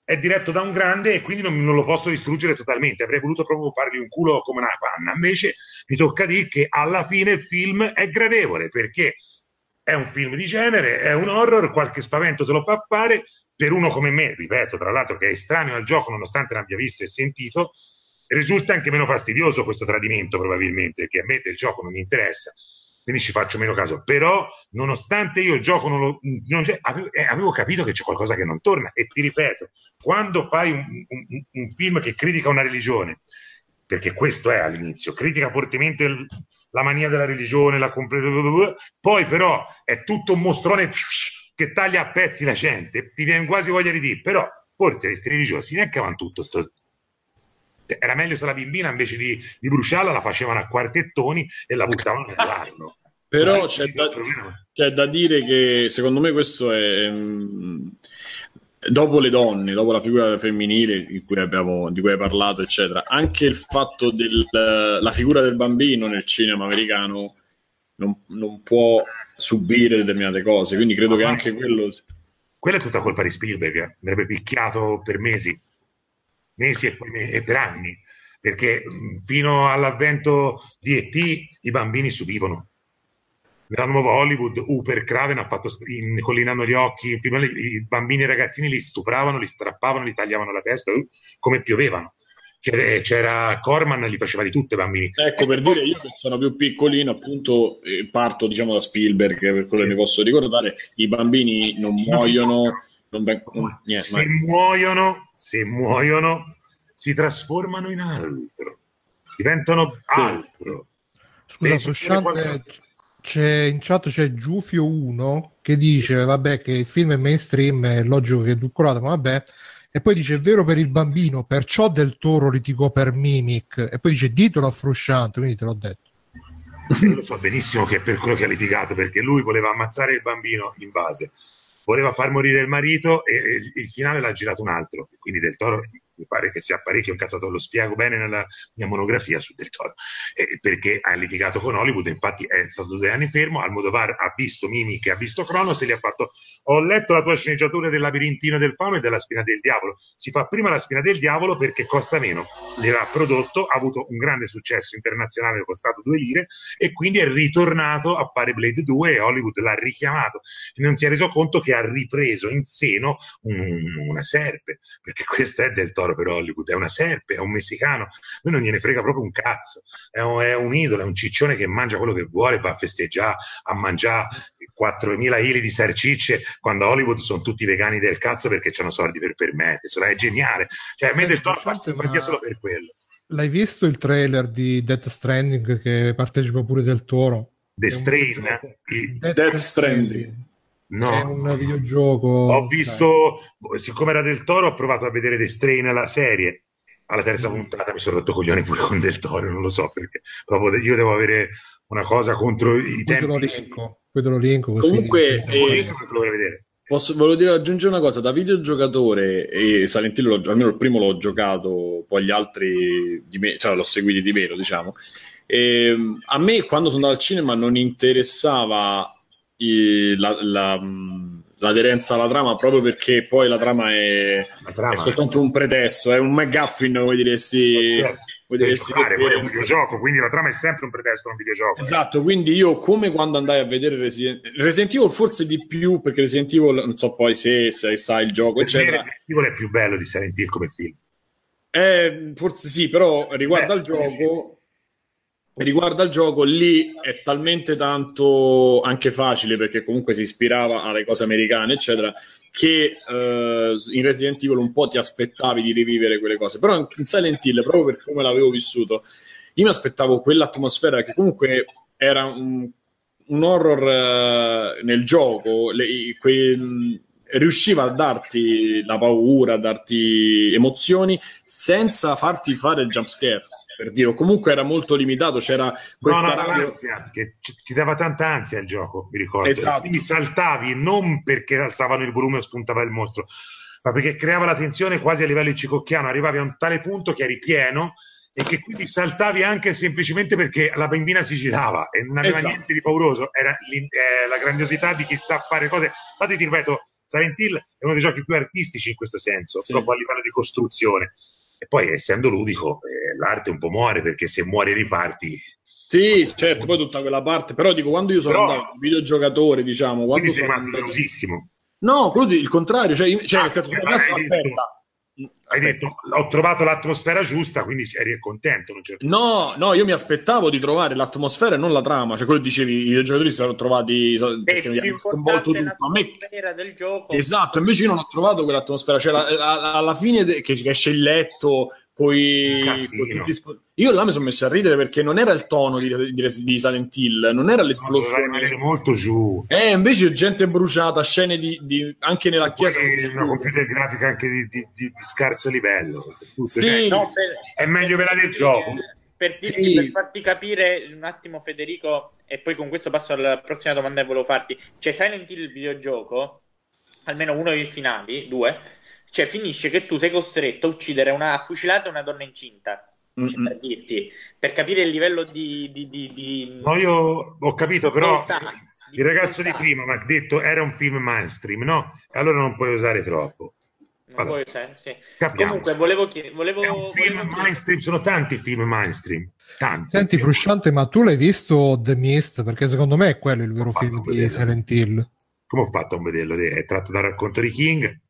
è diretto da un grande e quindi non, non lo posso distruggere totalmente, avrei voluto proprio fargli un culo come una panna, invece mi tocca dire che alla fine il film è gradevole, perché è un film di genere, è un horror, qualche spavento te lo fa fare, per uno come me, ripeto, tra l'altro che è estraneo al gioco nonostante l'abbia visto e sentito, risulta anche meno fastidioso questo tradimento probabilmente, perché a me del gioco non mi interessa, quindi ci faccio meno caso, però nonostante io il gioco non lo non avevo, eh, avevo capito che c'è qualcosa che non torna, e ti ripeto, quando fai un, un, un film che critica una religione, perché questo è all'inizio, critica fortemente il, la mania della religione, la compl- poi però è tutto un mostrone che taglia a pezzi la gente, ti viene quasi voglia di dire, però forse questi religiosi neanche vanno tutto sto... Era meglio se la bimbina invece di, di bruciarla la facevano a quartettoni e la buttavano nell'arno. Però c'è da, c'è da dire che secondo me questo è mh, dopo le donne, dopo la figura femminile di cui abbiamo di cui hai parlato, eccetera, anche il fatto della figura del bambino nel cinema americano non, non può subire determinate cose, quindi credo ma che anche quello quella è tutta colpa di Spielberg, andrebbe picchiato per mesi mesi e, poi, e per anni, perché fino all'avvento di E T i bambini subivano. Nella nuova Hollywood Hooper Craven ha fatto incollinando gli occhi, prima i bambini e i ragazzini li stupravano, li strappavano, li tagliavano la testa uh, come piovevano. C'era, c'era Corman, li faceva di tutte i bambini. Ecco, per dire, io che sono più piccolino, appunto, eh, parto diciamo da Spielberg, per quello sì. che mi posso ricordare, i bambini non muoiono, non ben... non, niente, se mai. muoiono, se muoiono, si trasformano in altro, diventano sì. altro. Scusa, Frusciante, c'è in chat c'è Giufio uno che dice vabbè che il film è mainstream, è logico che è edulcorato, ma vabbè, e poi dice è vero per il bambino, perciò Del Toro litigò per Mimic, e poi dice ditelo a Frusciante, quindi te l'ho detto. Io lo so benissimo che è per quello che ha litigato, perché lui voleva ammazzare il bambino in base, voleva far morire il marito e, e il finale l'ha girato un altro, quindi Del Toro mi pare che sia parecchio incazzato, lo spiego bene nella mia monografia su Del Toro, eh, perché ha litigato con Hollywood, infatti è stato due anni fermo, Almodovar ha visto Mimic e ha visto Cronos e gli ha fatto ho letto la tua sceneggiatura del Labirintino del Fauno e della Spina del Diavolo, si fa prima la Spina del Diavolo perché costa meno, l'ha prodotto, ha avuto un grande successo internazionale, è costato due lire e quindi è ritornato a fare Blade due e Hollywood l'ha richiamato e non si è reso conto che ha ripreso in seno un, una serpe, perché questa è Del Toro per Hollywood, è una serpe, è un messicano, lui non gliene frega proprio un cazzo, è un, è un idolo, è un ciccione che mangia quello che vuole, va a festeggiare, a mangiare quattromila chili di salsicce, quando a Hollywood sono tutti vegani del cazzo perché c'hanno soldi per permetterselo, è geniale, cioè a me Del Toro passa ma... solo per quello. L'hai visto il trailer di Death Stranding che partecipa pure Del Toro? The Strain? Death, Death Stranding. No, è un videogioco. Ho visto, cioè. Siccome era Del Toro, ho provato a vedere The Strain, la serie. Alla terza mm. puntata mi sono rotto coglioni pure con Del Toro, non lo so perché. Proprio io devo avere una cosa contro i poi tempi. Te lo linko, poi te lo linko così. Comunque, eh, lo vedere. Posso, volevo dire, aggiungere una cosa, da videogiocatore, e Silent Hill, almeno il primo l'ho giocato, poi gli altri di me, cioè l'ho seguito di meno, diciamo. E, a me quando sono andato al cinema non interessava La, la, l'aderenza alla trama proprio perché poi la trama è, la trama. è soltanto un pretesto, è un McGuffin, come diresti, certo. come diresti giocare, poi è un videogioco, quindi la trama è sempre un pretesto, un videogioco. Esatto, quindi io come quando andai a vedere Resident, Resident Evil forse di più, perché Resident Evil non so poi se, se sai il gioco, eccetera. Resident Evil è più bello di Silent Hill come film. Eh, forse sì, però riguardo al gioco riguardo al gioco lì è talmente tanto anche facile perché comunque si ispirava alle cose americane eccetera che eh, in Resident Evil un po' ti aspettavi di rivivere quelle cose, però in Silent Hill proprio per come l'avevo vissuto io mi aspettavo quell'atmosfera che comunque era un, un horror eh, nel gioco, le, quei, riusciva a darti la paura, a darti emozioni senza farti fare il jump scare, per dire, o comunque era molto limitato, c'era questa no, no, radio... l'ansia, che ti dava tanta ansia il gioco, mi ricordo, esatto. Quindi saltavi non perché alzavano il volume o spuntava il mostro, ma perché creava la tensione quasi a livello icicocchiano, arrivavi a un tale punto che eri pieno e che quindi saltavi anche semplicemente perché la bambina si girava e non aveva esatto. niente di pauroso, era eh, la grandiosità di chi sa fare cose. Infatti ti ripeto, Silent Hill è uno dei giochi più artistici in questo senso, sì. proprio a livello di costruzione. E poi, essendo ludico, eh, l'arte un po' muore, perché se muore riparti. Sì, certo, poi tutta quella parte, però dico, quando io sono Però, andato videogiocatore, diciamo, quindi quando sei sono rimasto andato... delosissimo. No, quello di, il contrario, cioè, cioè Ah, nel senso, eh, sono hai rimasto, detto, aspetta, hai aspetta. detto, ho trovato l'atmosfera giusta, quindi eri contento. Non certo No, no, io mi aspettavo di trovare l'atmosfera e non la trama, cioè quello dicevi, i videogiocatori si sono trovati, so- È perché mi più hanno sconvolto importante tutto. A me l'atmosfera del gioco. esatto, invece io non ho trovato quell'atmosfera, cioè la- la- alla fine de- che, che esce il letto, poi, poi casino. tutti sp- io là mi sono messo a ridere perché non era il tono di, di, di Silent Hill, non era No, doveva rimanere l'esplosione, molto giù. eh, invece gente bruciata, scene di, di- anche nella E poi chiesa con gli è una scudi. computer grafica anche di, di- di- di scarso livello, oltretutto. Cioè, Sì, No, per, è meglio per quella del dirti, gioco. eh, per dirti, per sì, farti capire un attimo, Federico, e poi con questo passo alla prossima domanda che volevo farti. C'è Silent Hill il videogioco, almeno uno dei finali, due, cioè finisce che tu sei costretto a uccidere una a fucilata una donna incinta. Cioè, per mm-mm. dirti, per capire il livello di, di, di, di, No, io ho capito, di però cruoltà, il ragazzo di cruoltà. prima mi ha detto era un film mainstream, no? E allora non puoi usare troppo. Non Allora, puoi usare, sì. capiamo. Comunque, volevo chiedere, volevo, È un film volevo chiedere. mainstream, sono tanti film mainstream. Tanti. Senti, Frusciante, ma tu l'hai visto The Mist? Perché secondo me è quello il vero Ho fatto film un di vederlo. Silent Hill. Come ho fatto a non vederlo? È tratto dal racconto di King,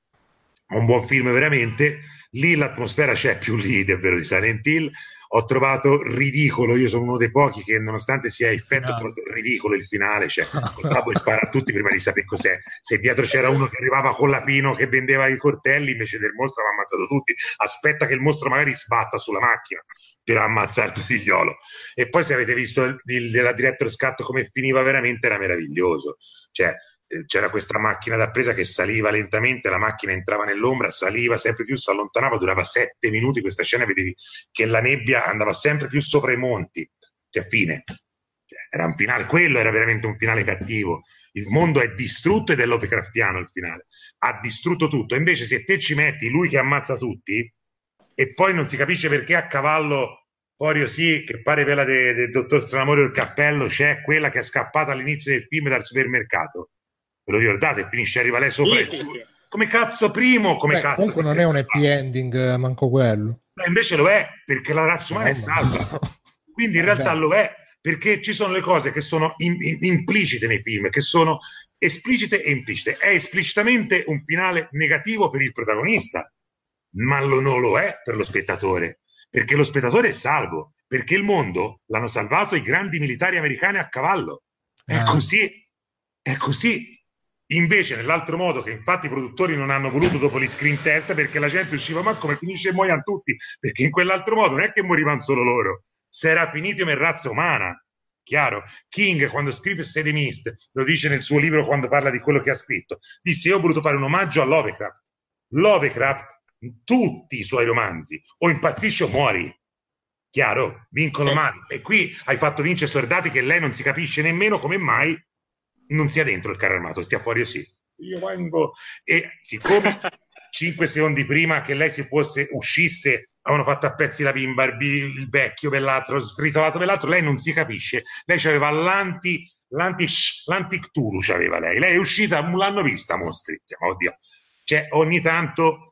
un buon film veramente. Lì l'atmosfera c'è più lì, è vero, di Silent Hill. Ho trovato ridicolo, io sono uno dei pochi che nonostante sia effetto, ho trovato ridicolo il finale, cioè il babbo spara a tutti prima di sapere cos'è. Se dietro c'era uno che arrivava con la Pino che vendeva i coltelli, invece del mostro aveva ammazzato tutti. Aspetta che il mostro magari sbatta sulla macchina per ammazzare il tuo figliolo. E poi se avete visto il, il, la director scatto come finiva veramente, era meraviglioso. Cioè c'era questa macchina da presa che saliva lentamente, la macchina entrava nell'ombra, saliva sempre più, si allontanava, durava sette minuti questa scena, vedevi che la nebbia andava sempre più sopra i monti, cioè fine. Era un finale, quello era veramente un finale cattivo. Il mondo è distrutto ed è Lovecraftiano il finale. Ha distrutto tutto. Invece se te ci metti lui che ammazza tutti e poi non si capisce perché a cavallo Porio sì, che pare quella del de dottor Stranamore il cappello, c'è quella che è scappata all'inizio del film dal supermercato. Ve lo ricordate? Finisce, arriva lei sopra Sì, il sì, suo. sì. Come cazzo primo? Come Beh, cazzo? comunque non è un happy ending, eh, manco quello. Beh, invece lo è, perché la razza umana No, è salva. ma... Quindi in Eh, realtà beh. lo è, perché ci sono le cose che sono in, in, implicite nei film, che sono esplicite e implicite. È esplicitamente un finale negativo per il protagonista, ma lo, non lo è per lo spettatore, perché lo spettatore è salvo, perché il mondo l'hanno salvato i grandi militari americani a cavallo. È Ah. così, è così. Invece nell'altro modo, che infatti i produttori non hanno voluto dopo gli screen test, perché la gente usciva, ma come finisce e muoiano tutti, perché in quell'altro modo non è che morivano solo loro, se era finito come razza umana. Chiaro? King, quando scrive The Mist, lo dice nel suo libro quando parla di quello che ha scritto, disse: io ho voluto fare un omaggio a Lovecraft. Lovecraft, tutti i suoi romanzi, o impazzisci o muori. Chiaro? Vincono Sì. male. E qui hai fatto vincere Soldati che lei non si capisce nemmeno come mai non sia dentro il carro armato, stia fuori sì. Io vengo. E siccome cinque secondi prima che lei si fosse uscisse, avevano fatto a pezzi la bimba, il vecchio per l'altro, ritolato per l'altro, lei non si capisce. Lei aveva l'anti, l'anti, l'anti Cthulhu c'aveva lei. Lei è uscita, l'hanno vista, mostri. Oddio. Cioè, ogni tanto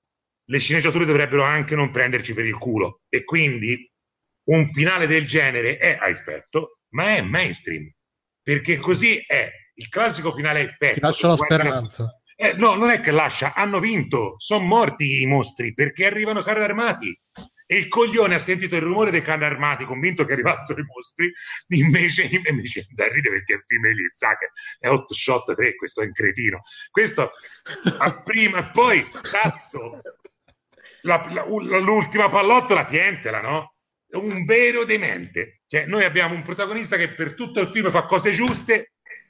le sceneggiature dovrebbero anche non prenderci per il culo. E quindi un finale del genere è a effetto, ma è mainstream. Perché così è il classico finale a effetto. Ti lascia la speranza. Eh, no, non è che lascia, hanno vinto, sono morti i mostri perché arrivano carri armati. E il coglione ha sentito il rumore dei carri armati, convinto che arrivassero i mostri, invece, invece da ridere perché il film di Lizzak è Hot Shot tre, questo è un cretino. Questo a prima e poi, cazzo, la, la, l'ultima pallottola tientela, no? Un vero demente. Cioè, noi abbiamo un protagonista che per tutto il film fa cose giuste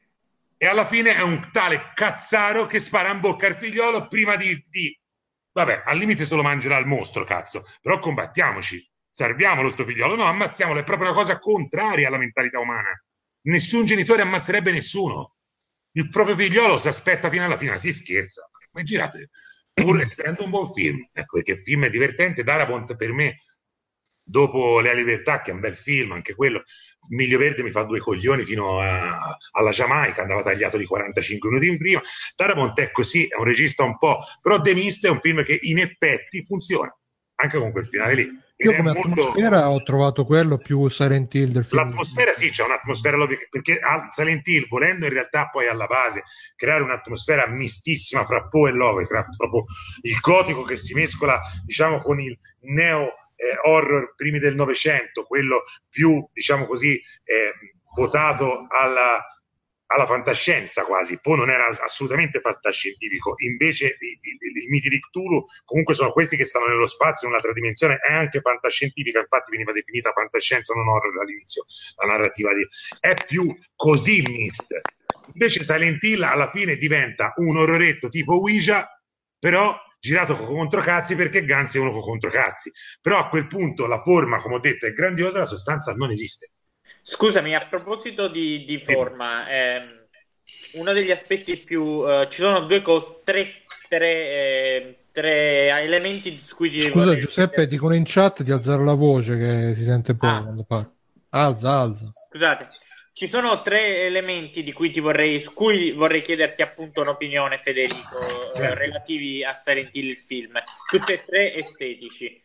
e alla fine è un tale cazzaro che spara in bocca al figliolo prima di, di... vabbè, al limite se lo mangerà il mostro, cazzo, però combattiamoci, salviamolo sto figliolo, no, ammazziamolo, è proprio una cosa contraria alla mentalità umana. Nessun genitore ammazzerebbe nessuno, il proprio figliolo si aspetta fino alla fine, si scherza, ma girate, pur essendo un buon film, ecco, perché il film è divertente. Darabont per me, dopo La Libertà, che è un bel film, anche quello, Miglio Verde mi fa due coglioni fino a, alla Giamaica, andava tagliato di quarantacinque minuti in prima. Darabont è così, è un regista un po', però The Mist è un film che in effetti funziona anche con quel finale lì. Io come molto... atmosfera ho trovato quello più Silent Hill del film. L'atmosfera sì, c'è un'atmosfera perché Silent Hill, volendo in realtà poi alla base creare un'atmosfera mistissima fra Poe e Lovecraft, proprio il gotico che si mescola diciamo con il neo eh, horror primi del Novecento, quello più diciamo così eh, votato alla alla fantascienza quasi, poi non era assolutamente fantascientifico, invece i, i, i miti di Cthulhu comunque sono questi che stanno nello spazio, in un'altra dimensione, è anche fantascientifica, infatti veniva definita fantascienza non horror all'inizio, la narrativa di... è più così Mist, invece Silent Hill alla fine diventa un orroretto tipo Ouija, però girato con controcazzi perché Gans è uno con controcazzi, però a quel punto la forma, come ho detto, è grandiosa, la sostanza non esiste. Scusami, a proposito di, di forma, ehm, uno degli aspetti più... Eh, ci sono due cose, tre, tre, eh, tre elementi su cui... Scusa vorrei... Giuseppe, dicono in chat di alzare la voce che si sente poco ah. quando parla. Alza, alza. Scusate, ci sono tre elementi di cui ti vorrei, su cui vorrei chiederti appunto un'opinione, Federico, eh, relativi a Silent Hill il film, tutti e tre estetici.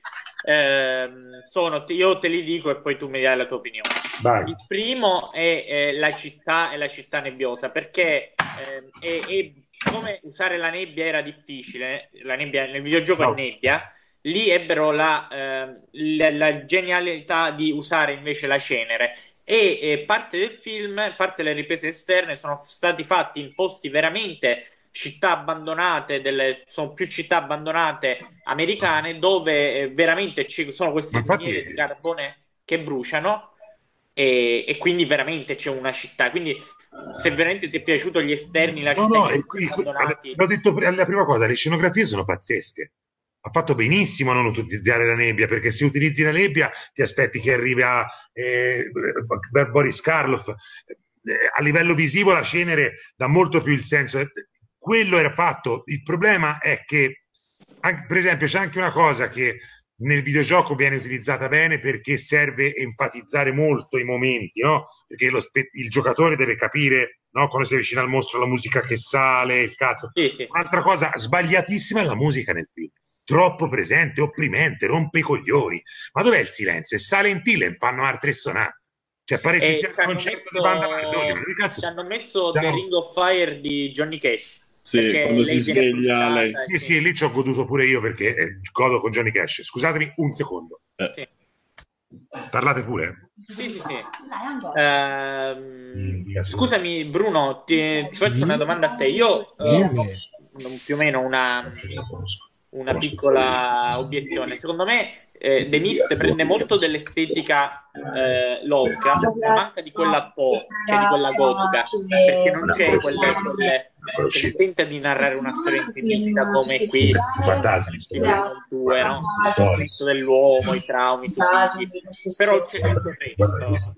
Eh, sono, io te li dico e poi tu mi dai la tua opinione. Vai. Il primo è, è la città e la città nebbiosa, perché eh, è, è, siccome usare la nebbia era difficile, la nebbia nel videogioco no. è nebbia, lì ebbero la, eh, la, la genialità di usare invece la cenere e eh, parte del film, parte delle riprese esterne sono stati fatti in posti veramente città abbandonate, delle, sono più città abbandonate americane dove eh, veramente ci sono queste infatti... miniere di carbone che bruciano e, e quindi veramente c'è una città, quindi se veramente ti è piaciuto gli esterni, la no, città no, e qui, l'ho detto la prima cosa, le scenografie sono pazzesche, ha fatto benissimo a non utilizzare la nebbia, perché se utilizzi la nebbia ti aspetti che arrivi a eh, Boris Karloff, eh, a livello visivo la cenere dà molto più il senso, quello era fatto. Il problema è che anche, per esempio c'è anche una cosa che nel videogioco viene utilizzata bene perché serve enfatizzare molto i momenti, no? Perché lo spe- il giocatore deve capire, no? Quando si avvicina al mostro la musica che sale, il cazzo. Sì, sì. Un'altra cosa sbagliatissima è la musica nel film, troppo presente, opprimente, rompe i coglioni. Ma dov'è il silenzio? E Silent Hill e fanno arte e sonare. Cioè pare ci sia il concetto di banda Bardoni, ma che cazzo? Ci hanno messo The Ring of Fire di Johnny Cash. Sì, quando si sveglia lei. Sì, sì, lì ci ho goduto pure io perché eh, godo con Johnny Cash. Scusatemi un secondo. Eh. Sì. Parlate pure. Sì, sì, sì. Uh, scusami Bruno, ti, ti faccio una domanda a te. Io uh, più o meno una, una piccola obiezione. Secondo me eh, The Mist prende molto dell'estetica eh, Lovecraft, ma manca di quella po', cioè di quella gotica, perché non c'è quelle, quelle che tenta di narrare una storia intimista come qui fantasmi due, no? Il senso dell'uomo, i traumi subiti, però c'è tutto il resto.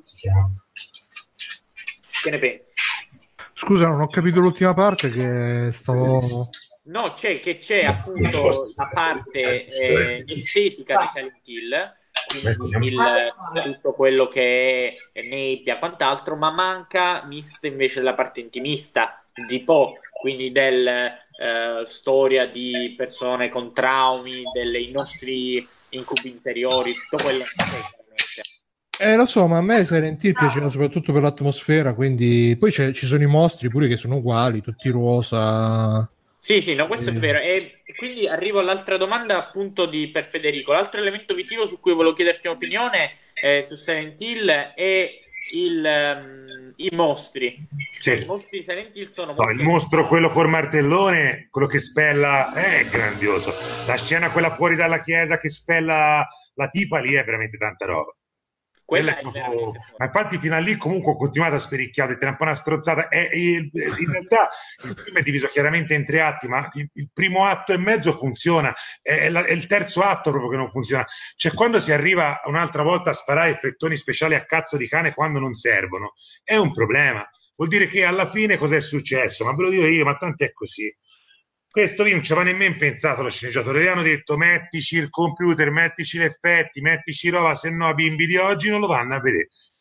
Che ne pensi? Scusa, non ho capito l'ultima parte che stavo... No, c'è che c'è appunto la parte eh, estetica di Silent Hill, quindi il, tutto quello che è nebbia, quant'altro, ma manca Mist invece della parte intimista di Poe, quindi del eh, storia di persone con traumi, dei nostri incubi interiori, tutto quello che c'è. Eh, lo so, ma a me Silent Hill piaceva soprattutto per l'atmosfera, quindi poi c'è, ci sono i mostri pure che sono uguali, tutti rosa. Sì, sì, no, questo eh. è vero. E quindi arrivo all'altra domanda appunto di, per Federico. L'altro elemento visivo su cui volevo chiederti un'opinione eh, su Silent Hill è il, um, i mostri. Sì. I mostri di Silent Hill sono no, il mostro, quello col martellone, quello che spella, è grandioso. La scena quella fuori dalla chiesa che spella la tipa, lì è veramente tanta roba. Quella è proprio... Ma infatti fino a lì comunque ho continuato a spericchiare, te ne un po' una strozzata. È, è, in realtà il film è diviso chiaramente in tre atti, ma il, il primo atto e mezzo funziona, è, è, la, è il terzo atto proprio che non funziona. Cioè quando si arriva un'altra volta a sparare effettoni speciali a cazzo di cane quando non servono, è un problema. Vuol dire che alla fine cosa è successo? Ma ve lo dico io, ma tanto è così. Questo lì non ci aveva nemmeno pensato lo sceneggiatore, gli hanno detto mettici il computer, mettici gli effetti, mettici roba, se no i bimbi di oggi non lo vanno a vedere.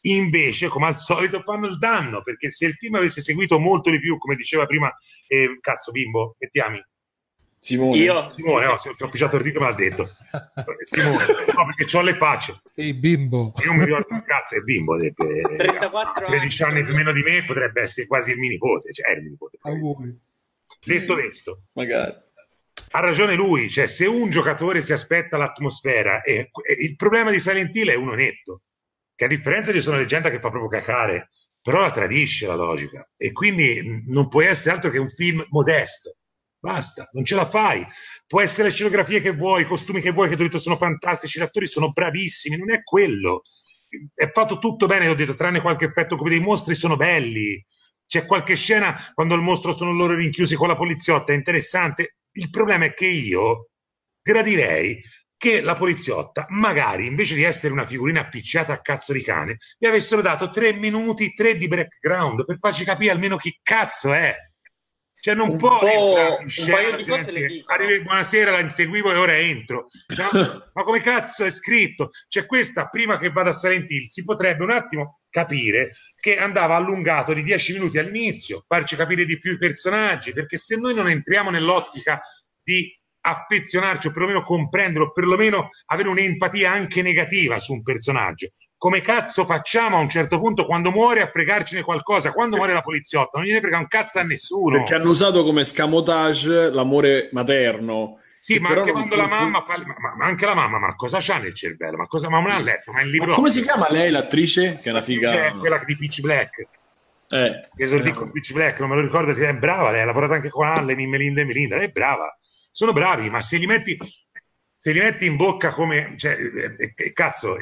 invece, come al solito, fanno il danno, perché se il film avesse seguito molto di più, come diceva prima, eh, cazzo Bimbo, mettiami. Simone. Io? Simone, no, se ho picciato il dito me l'ha detto. Simone, no, perché ho le facce. Ehi Bimbo. Io mi ricordo un cazzo, è Bimbo, trentaquattro tredici anni più o meno di me, potrebbe essere quasi il mio nipote, cioè è il mio nipote. Auguri. Detto questo, Magari. ha ragione lui, cioè se un giocatore si aspetta l'atmosfera, e, e il problema di Silent Hill è uno netto, che a differenza di Sono Leggenda che fa proprio cacare, però la tradisce la logica, e quindi non può essere altro che un film modesto. Basta, non ce la fai. Può essere le scenografie che vuoi, i costumi che vuoi, che ti ho detto sono fantastici, gli attori sono bravissimi, non è quello. È fatto tutto bene, ho detto, tranne qualche effetto come dei mostri sono belli. C'è qualche scena quando il mostro sono loro rinchiusi con la poliziotta, è interessante. Il problema è che io gradirei che la poliziotta, magari invece di essere una figurina appicciata a cazzo di cane, gli avessero dato tre minuti, tre di background per farci capire almeno chi cazzo è. Cioè non un può po', entrare in un paio di scena, cose le senti, dicono. arrivi, buonasera, la inseguivo e ora entro. Cioè, ma come cazzo è scritto? Cioè questa, prima che vada a Silent Hill, si potrebbe un attimo capire che andava allungato di dieci minuti all'inizio, farci capire di più i personaggi, perché se noi non entriamo nell'ottica di affezionarci o perlomeno comprendere o perlomeno avere un'empatia anche negativa su un personaggio, come cazzo facciamo a un certo punto quando muore a fregarcene qualcosa? Quando muore la poliziotta non gliene frega un cazzo a nessuno, perché hanno usato come scamotage l'amore materno. sì, ma però anche non quando la mamma parla, ma, ma anche la mamma, ma cosa c'ha nel cervello? Ma cosa, ma non ha letto? Ma è il libro. Ma come si chiama lei, l'attrice? Che è una figa. È quella di Pitch Black. Eh. Che esordì con Pitch Black, non me lo ricordo, è brava, lei ha lavorato anche con Allen in Melinda e Melinda, lei è brava. Sono bravi, ma se li metti, se li metti in bocca come, cioè, eh, eh, cazzo,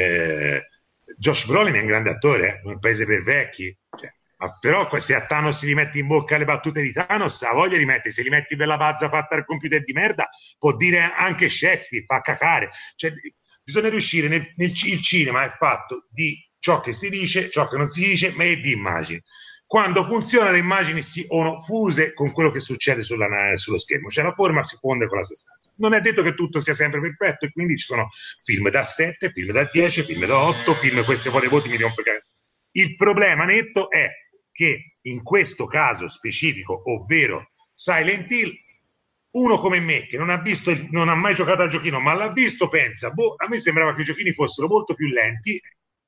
eh, Josh Brolin è un grande attore, eh, un paese per vecchi, cioè, ma però se a Thanos li metti in bocca le battute di Thanos, ha voglia di mettere, se li metti bella bazza fatta al computer di merda, può dire anche Shakespeare, fa cacare, cioè, bisogna riuscire, nel, nel il cinema è fatto di ciò che si dice, ciò che non si dice, ma è di immagini. Quando funziona le immagini si sono fuse con quello che succede sulla, sullo schermo, cioè la forma si fonde con la sostanza. Non è detto che tutto sia sempre perfetto e quindi ci sono film da sette, film da dieci, film da otto, film queste fuori voti mi rompe. Il problema netto è che in questo caso specifico, ovvero Silent Hill, uno come me che non ha visto, non ha mai giocato al giochino, ma l'ha visto, pensa, boh, a me sembrava che i giochini fossero molto più lenti,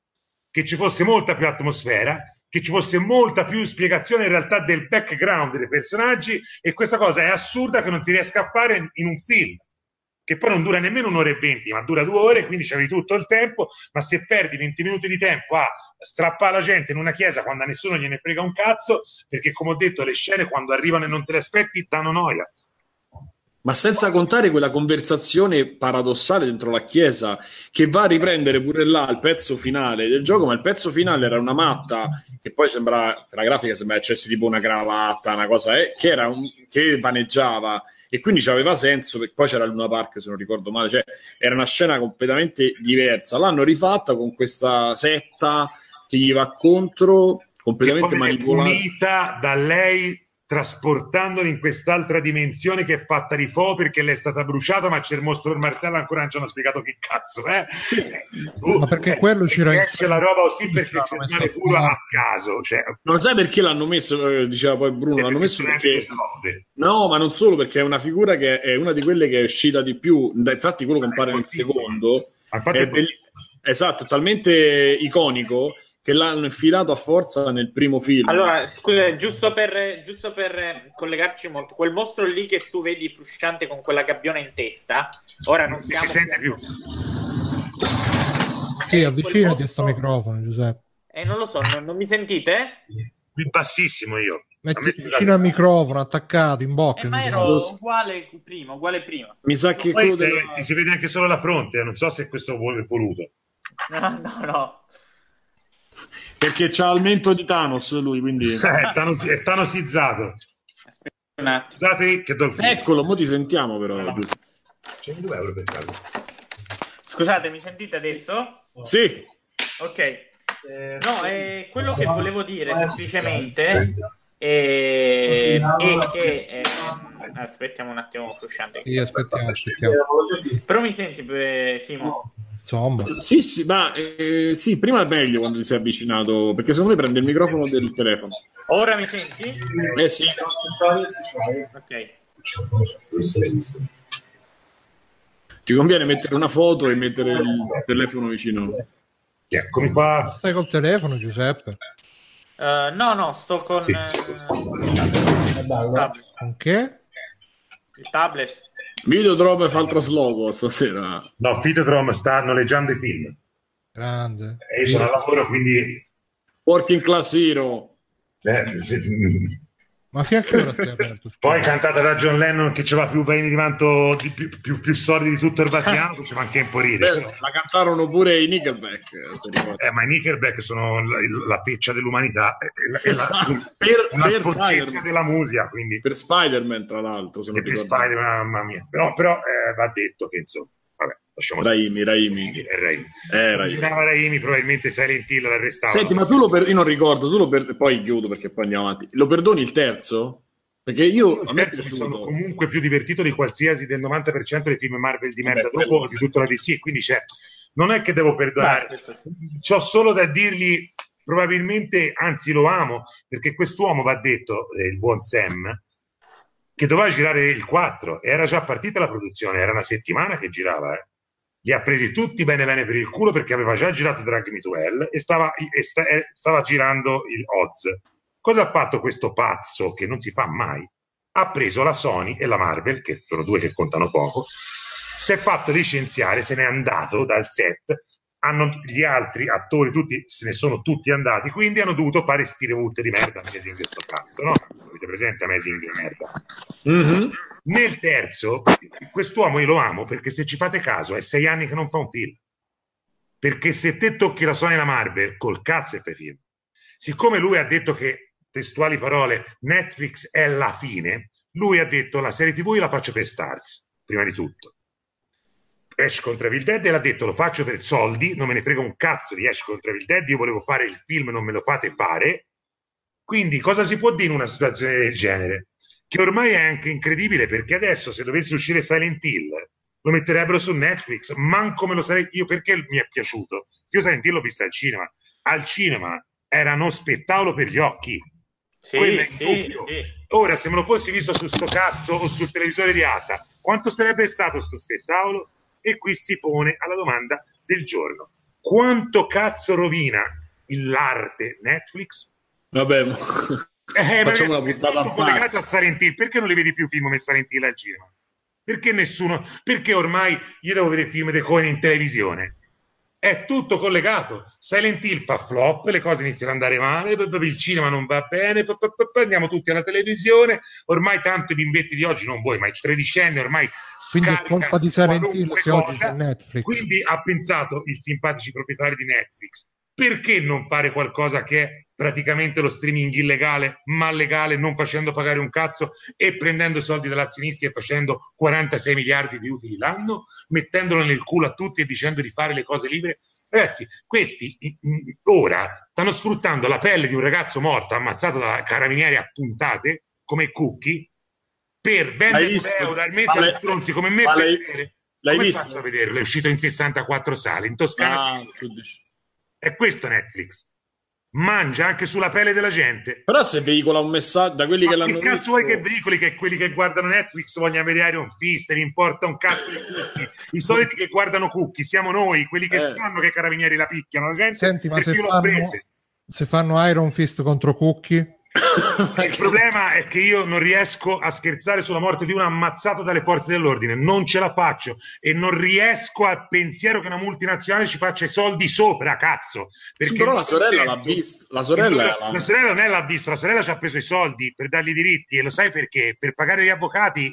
che ci fosse molta più atmosfera, che ci fosse molta più spiegazione in realtà del background dei personaggi, e questa cosa è assurda che non si riesca a fare in un film che poi non dura nemmeno un'ora e venti, ma dura due ore, quindi c'avevi tutto il tempo, ma se perdi venti minuti di tempo a strappare la gente in una chiesa quando a nessuno gliene frega un cazzo, perché come ho detto le scene quando arrivano e non te le aspetti danno noia. Ma senza contare quella conversazione paradossale dentro la chiesa che va a riprendere pure là il pezzo finale del gioco, ma il pezzo finale era una matta che poi sembra, la grafica sembra accessi tipo una cravatta, una cosa, eh, che era un, che vaneggiava, e quindi c'aveva senso, perché poi c'era il Luna Park se non ricordo male, cioè era una scena completamente diversa. L'hanno rifatta con questa setta che gli va contro, completamente manipolata, punita da lei, trasportandoli in quest'altra dimensione che è fatta di fo perché lei è stata bruciata, ma c'è il mostro del martello, ancora non ci hanno spiegato che cazzo è. Sì. Uh, ma perché eh, quello ci esce la roba così perché c'è il male puro a caso, cioè, non sai perché l'hanno messo, diceva poi Bruno, l'hanno messo perché no, ma non solo, perché è una figura che è una di quelle che è uscita di più, infatti quello compare nel secondo, infatti è belli- esatto, è talmente iconico che l'hanno infilato a forza nel primo film. Allora, scusa, giusto per, giusto per collegarci molto, quel mostro lì che tu vedi frusciante con quella gabbiona in testa, ora non si siamo sente più. Sì, avvicinati mostro... a sto microfono, Giuseppe. Eh, non lo so, non, non mi sentite? Qui bassissimo io. Metti vicino al microfono, attaccato, in bocca. Eh, ma ero uguale prima, uguale prima. Mi sa che poi se, della... ti si vede anche solo la fronte, non so se questo è voluto. No, no, no. Perché c'ha il mento di Thanos lui, quindi è, tanos- è tanosizzato. Aspetta un attimo. Scusate che do il film. Eccolo, mo ti sentiamo però. No. C'è due euro per farlo. Scusate, mi sentite adesso? Sì. Ok. No, è quello che volevo dire semplicemente è, è che eh, aspettiamo un attimo frusciante. Sì, aspettiamo, aspettiamo. Però mi senti, eh, Simo? Insomma. Sì, sì, ma eh, sì, prima è meglio quando ti sei avvicinato, perché secondo me prende il microfono del telefono. Ora mi senti? Eh sì. Ok. Ti conviene mettere una foto e mettere il telefono vicino. Eccomi qua. Stai col telefono, Giuseppe? Uh, no, no, sto con Sì. uh, il tablet. Con che? Il tablet. Videodrome fa il trasloco stasera. No, Fitodrome sta noleggiando i film. Grande. E io sono al lavoro, quindi... Working Class Hero. eh, se- Ma fino a che ora stai aperto? scusa? Poi cantata da John Lennon che c'aveva più veni di vanto di più, più, più soldi di tutto il Vaticano, che ci fa anche un po' ridere. Beh, Però- la cantarono pure i Nickelback, se ricordi. eh, ma i Nickelback sono la, la feccia dell'umanità e la, e la, Esatto. Per- una per sporcezza Spider-Man. della musica, quindi Per Spider-Man, tra l'altro, se non e per ricordo. Spider-Man, mamma mia. Però, però eh, va detto che insomma, vabbè, lasciamo Raimi, Raimi. Eh, Raimi. Eh, Se Raimi. girava Raimi, probabilmente Silent Hill l'arrestava. Senti, ma tu lo per... io non ricordo, tu lo per... poi chiudo perché poi andiamo avanti. Lo perdoni il terzo? Perché io Il a me è terzo mi sono piaciuto. comunque più divertito di qualsiasi del novanta per cento dei film Marvel di merda Vabbè, dopo quello- di tutta la D C, quindi c'è, non è che devo perdonare, Beh, questo sì. c'ho solo da dirgli probabilmente, anzi lo amo, perché quest'uomo va detto, eh, il buon Sam, che doveva girare il quattro, era già partita la produzione, era una settimana che girava, eh. Li ha presi tutti bene bene per il culo perché aveva già girato Drag Me to Hell e stava, e sta- e stava girando il Oz. Cosa ha fatto questo pazzo che non si fa mai? Ha preso la Sony e la Marvel, che sono due che contano poco, si è fatto licenziare, se n'è andato dal set, hanno, gli altri attori tutti se ne sono tutti andati, quindi hanno dovuto fare sti reboot di merda, Amazing sto cazzo, no? Avete presente Amazing di merda? Mhm. Nel terzo, quest'uomo io lo amo perché se ci fate caso è sei anni che non fa un film. Perché se te tocchi la Sony e la Marvel, col cazzo e fai film. Siccome lui ha detto che, testuali parole, Netflix è la fine, lui ha detto la serie tivù io la faccio per Stars, prima di tutto. Ash contro Evil Dead e l'ha detto lo faccio per soldi, non me ne frega un cazzo di Ash contro Evil Dead, io volevo fare il film, non me lo fate fare. Quindi cosa si può dire in una situazione del genere? Che ormai è anche incredibile perché adesso se dovesse uscire Silent Hill lo metterebbero su Netflix, manco me lo sarei io perché mi è piaciuto. Io Silent Hill l'ho vista al cinema, al cinema era uno spettacolo per gli occhi. Sì, Quello è sì, indubbio. sì. Ora se me lo fossi visto su sto cazzo o sul televisore di Asa, quanto sarebbe stato sto spettacolo? E qui si pone alla domanda del giorno: quanto cazzo rovina l'arte Netflix? Vabbè, ma- Eh, facciamo ma una è puntata a tutto collegato parte. a Silent Hill. Perché non li vedi più film come Silent Hill al cinema? Perché nessuno? Perché ormai io devo vedere film dei Coen in televisione. È tutto collegato. Silent Hill fa flop, le cose iniziano ad andare male, p- p- il cinema non va bene, p- p- p- andiamo tutti alla televisione. Ormai tanto i bimbetti di oggi, non voi, ma i tredicenni ormai Quindi è scaricano colpa di Silent Hill qualunque se oggi cosa. c'è Netflix. Quindi ha pensato il simpatici proprietari di Netflix, perché non fare qualcosa che è praticamente lo streaming illegale, ma legale, non facendo pagare un cazzo e prendendo i soldi dagli azionisti e facendo quarantasei miliardi di utili l'anno, mettendolo nel culo a tutti e dicendo di fare le cose libere? Ragazzi, questi i- i- ora stanno sfruttando la pelle di un ragazzo morto ammazzato da carabinieri a puntate come Cucchi per L'hai vendere visto? un euro al mese Ma a l'hai- stronzi come me ma per l'hai- vedere. l'hai Come visto? faccio a vederlo? È uscito in sessantaquattro sale in Toscana. Ah, tu dici. È questo Netflix. Mangia anche sulla pelle della gente. Però se veicola un messaggio da quelli Ma che che l'hanno cazzo visto, vuoi che veicoli che quelli che guardano Netflix vogliono vedere Iron Fist? Gli importa un cazzo di Cucchi. I soliti che guardano Cucchi siamo noi, quelli che Eh. sanno che i carabinieri la picchiano la gente. Senti, ma perché se io l'ho fanno, prese. se fanno Iron Fist contro Cookie, Il problema è che io non riesco a scherzare sulla morte di uno ammazzato dalle forze dell'ordine, non ce la faccio e non riesco al pensiero che una multinazionale ci faccia i soldi sopra, cazzo. Perché però la sorella penso- l'ha visto. La sorella, la, l'ha- la sorella non è l'ha visto, la sorella ci ha preso i soldi per dargli i diritti e lo sai perché? Per pagare gli avvocati.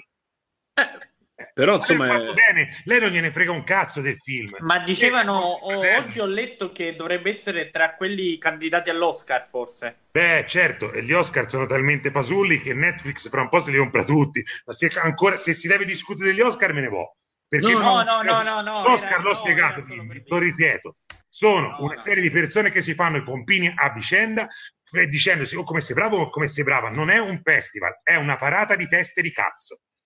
Eh, però insomma Lei ha è- fatto bene, lei non gliene frega un cazzo del film. Ma dicevano, Eh, oh, bene. oggi ho letto che dovrebbe essere tra quelli candidati all'Oscar, forse. Beh, certo, e gli Oscar sono talmente fasulli che Netflix fra un po' se li compra tutti. Ma se, ancora, se si deve discutere degli Oscar me ne vo. Perché No, no, no, no, no, no, L'Oscar era- l'ho no, spiegato, era solo quindi, per lo dire. ripeto. Sono No, una no. serie di persone che si fanno i pompini a vicenda e dicendosi o come sei bravo o come sei brava. Non è un festival, è una parata di teste di cazzo.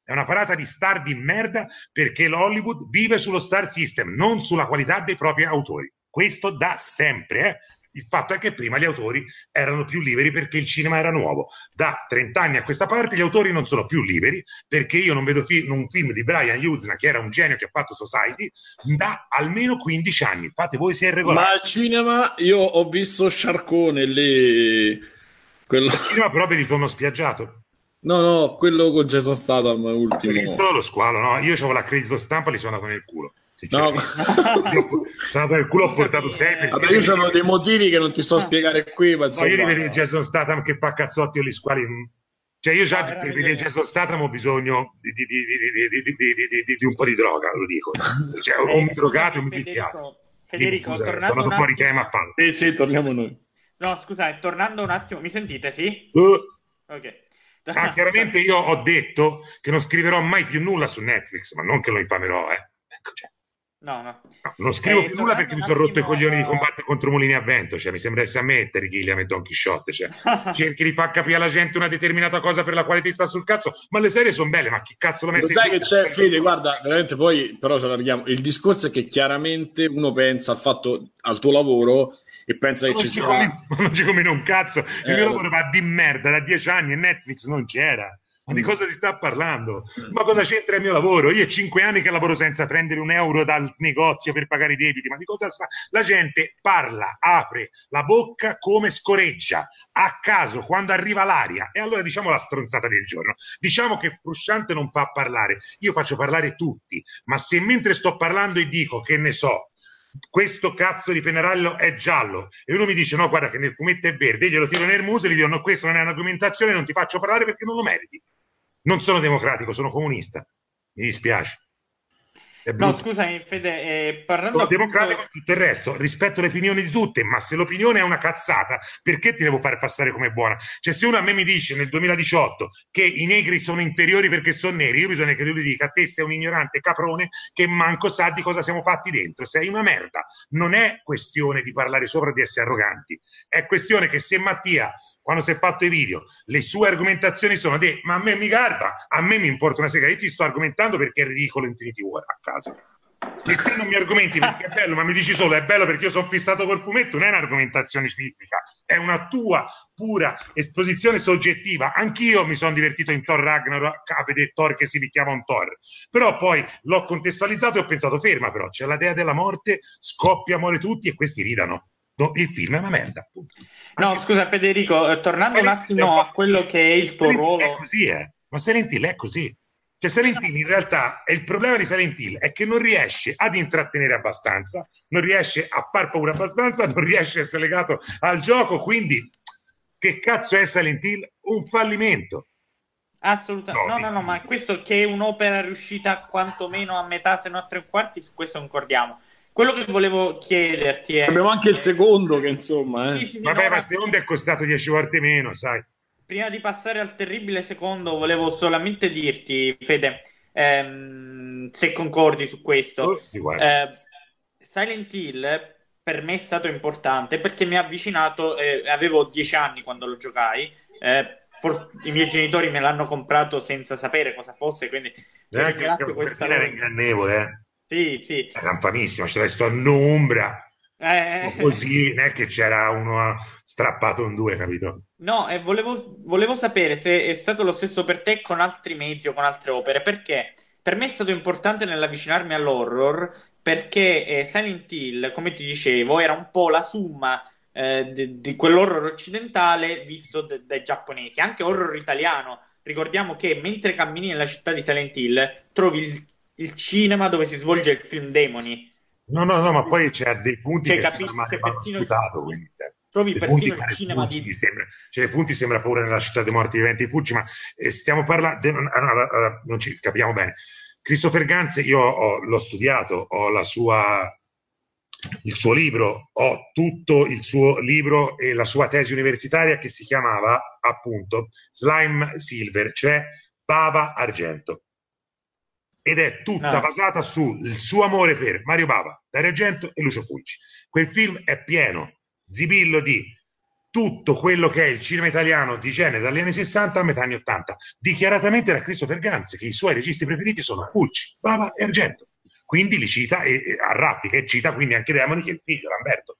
è una parata di star di merda, perché l'Hollywood vive sullo star system, non sulla qualità dei propri autori. Questo da sempre, eh? Il fatto è che prima gli autori erano più liberi perché il cinema era nuovo. Da trent'anni a questa parte gli autori non sono più liberi, perché io non vedo fi- un film di Brian Yuzna, che era un genio che ha fatto Society, da almeno quindici anni. Fate voi se è regolare. Ma al cinema io ho visto Sciarcone lì. Quello... Al cinema però vedi Tonno Spiaggiato. No, no, quello con Jason Statham ultimo. Hai visto lo squalo? No, io avevo l'accredito stampa, li sono andato nel culo. No. Sono andato nel culo, ho portato sei. Vabbè, io avevo dei motivi che non ti sto a spiegare qui. Ma no, io li vedo Jason Statham che fa cazzotti o gli squali. Cioè, io già no, per vedere Jason Statham ho bisogno di, di, di, di, di, di, di, di un po' di droga, lo dico. Cioè, o mi drogato o mi picchiato. Federico, Dimmi, scusa, sono andato fuori tema a palla. Sì, sì, torniamo noi. No, scusa, tornando un attimo, mi sentite, sì? Uh. Ok. Ah, chiaramente io ho detto che non scriverò mai più nulla su Netflix, ma non che lo infamerò, eh. Ecco, cioè. No, no. No, non scrivo eh, più nulla perché mi sono rotto i coglioni di combattere contro mulini a vento, cioè mi sembra essere a me Terry Gilliam e Don Chisciotte, cioè cerchi di far capire alla gente una determinata cosa per la quale ti sta sul cazzo, ma le serie sono belle, ma chi cazzo lo mette? Lo sai che c'è, Fede, guarda, veramente poi però ce l'allarghiamo. Il discorso è che chiaramente uno pensa al fatto, al tuo lavoro, e pensa che non ci ci sarà... non ci come un cazzo, il eh, mio lavoro va di merda da dieci anni e Netflix non c'era. Ma di cosa si sta parlando? Ma cosa c'entra il mio lavoro? Io è cinque anni che lavoro senza prendere un euro dal negozio per pagare i debiti. Ma di cosa sta? La gente parla, apre la bocca come scoreggia, a caso, quando arriva l'aria. E allora diciamo la stronzata del giorno. Diciamo che Frusciante non fa parlare. Io faccio parlare tutti. Ma se mentre sto parlando e dico, che ne so, questo cazzo di Penarello è giallo e uno mi dice no guarda che nel fumetto è verde, io glielo tiro nel muso e gli dico no, questo non è un'argomentazione, non ti faccio parlare perché non lo meriti. Non sono democratico, sono comunista, mi dispiace. No, scusami Fede, eh, parlando sono democratico e tutto il resto, rispetto le opinioni di tutte, ma se l'opinione è una cazzata, perché ti devo fare passare come buona? Cioè se uno a me mi dice nel duemiladiciotto che i negri sono inferiori perché sono neri, io bisogna che lui dica a te sei un ignorante caprone che manco sa di cosa siamo fatti dentro, sei una merda. Non è questione di parlare sopra, di essere arroganti, è questione che se Mattia, quando si è fatto i video, le sue argomentazioni sono de, ma a me mi garba, a me mi importa una sega, io ti sto argomentando perché è ridicolo Infinity War a casa. Se te non mi argomenti perché è bello, ma mi dici solo è bello perché io sono fissato col fumetto, non è un'argomentazione civica, è una tua pura esposizione soggettiva. Anch'io mi sono divertito in Thor Ragnarok a vedere Thor che si picchiava un Thor, però poi l'ho contestualizzato e ho pensato ferma, però c'è la dea della morte, scoppia, muore tutti e questi ridano. No, il film è una merda. No, anche scusa Federico, eh, tornando un attimo a quello che è il tuo ruolo. È così, eh. Ma Silent Hill è così. Cioè Silent Hill in realtà, è il problema di Silent Hill è che non riesce ad intrattenere abbastanza, non riesce a far paura abbastanza, non riesce a essere legato al gioco, quindi che cazzo è Silent Hill? Un fallimento. Assolutamente. No, no, no, ma questo che è un'opera riuscita quantomeno a metà, se no a tre quarti, su questo concordiamo. Quello che volevo chiederti è... Abbiamo anche il secondo che insomma... Eh. Sì, sì, sì, Vabbè, no, ma il secondo è costato dieci volte meno, sai. Prima di passare al terribile secondo, volevo solamente dirti, Fede, ehm, se concordi su questo. Oh, sì, eh, Silent Hill per me è stato importante perché mi ha avvicinato, eh, avevo dieci anni quando lo giocai, eh, for- i miei genitori me l'hanno comprato senza sapere cosa fosse, quindi eh, ringrazio questa era ingannevole, eh. Sì, sì. Era famissimo, c'era sto Ombra. Eh, così non è che c'era uno strappato in due, capito? No, e volevo, volevo sapere se è stato lo stesso per te con altri mezzi o con altre opere, perché per me è stato importante nell'avvicinarmi all'horror, perché eh, Silent Hill, come ti dicevo, era un po' la summa eh, di, di quell'horror occidentale visto d- dai giapponesi, anche horror italiano. Ricordiamo che mentre cammini nella città di Silent Hill trovi il, il cinema dove si svolge il film Demoni. No, no, no, ma poi c'è dei punti cioè, che capisci, sembra che male persino sputato, quindi trovi dei persino punti il cinema Fuggi, di... mi sembra, cioè dei punti sembra paura nella città dei morti viventi di Fuggi, ma eh, stiamo parlando, non ci capiamo bene. Christopher Gans, io ho, l'ho studiato, ho la sua, il suo libro, ho tutto il suo libro e la sua tesi universitaria che si chiamava appunto Slime Silver, cioè Bava Argento. Ed è tutta ah. basata sul suo amore per Mario Bava, Dario Argento e Lucio Fulci. Quel film è pieno, zibillo di tutto quello che è il cinema italiano di genere dagli anni sessanta a metà anni ottanta. Dichiaratamente da Christopher Gans, che i suoi registi preferiti sono Fulci, Bava e Argento. Quindi li cita e, e a ratti, che cita quindi anche Demoni, che è il figlio Lamberto,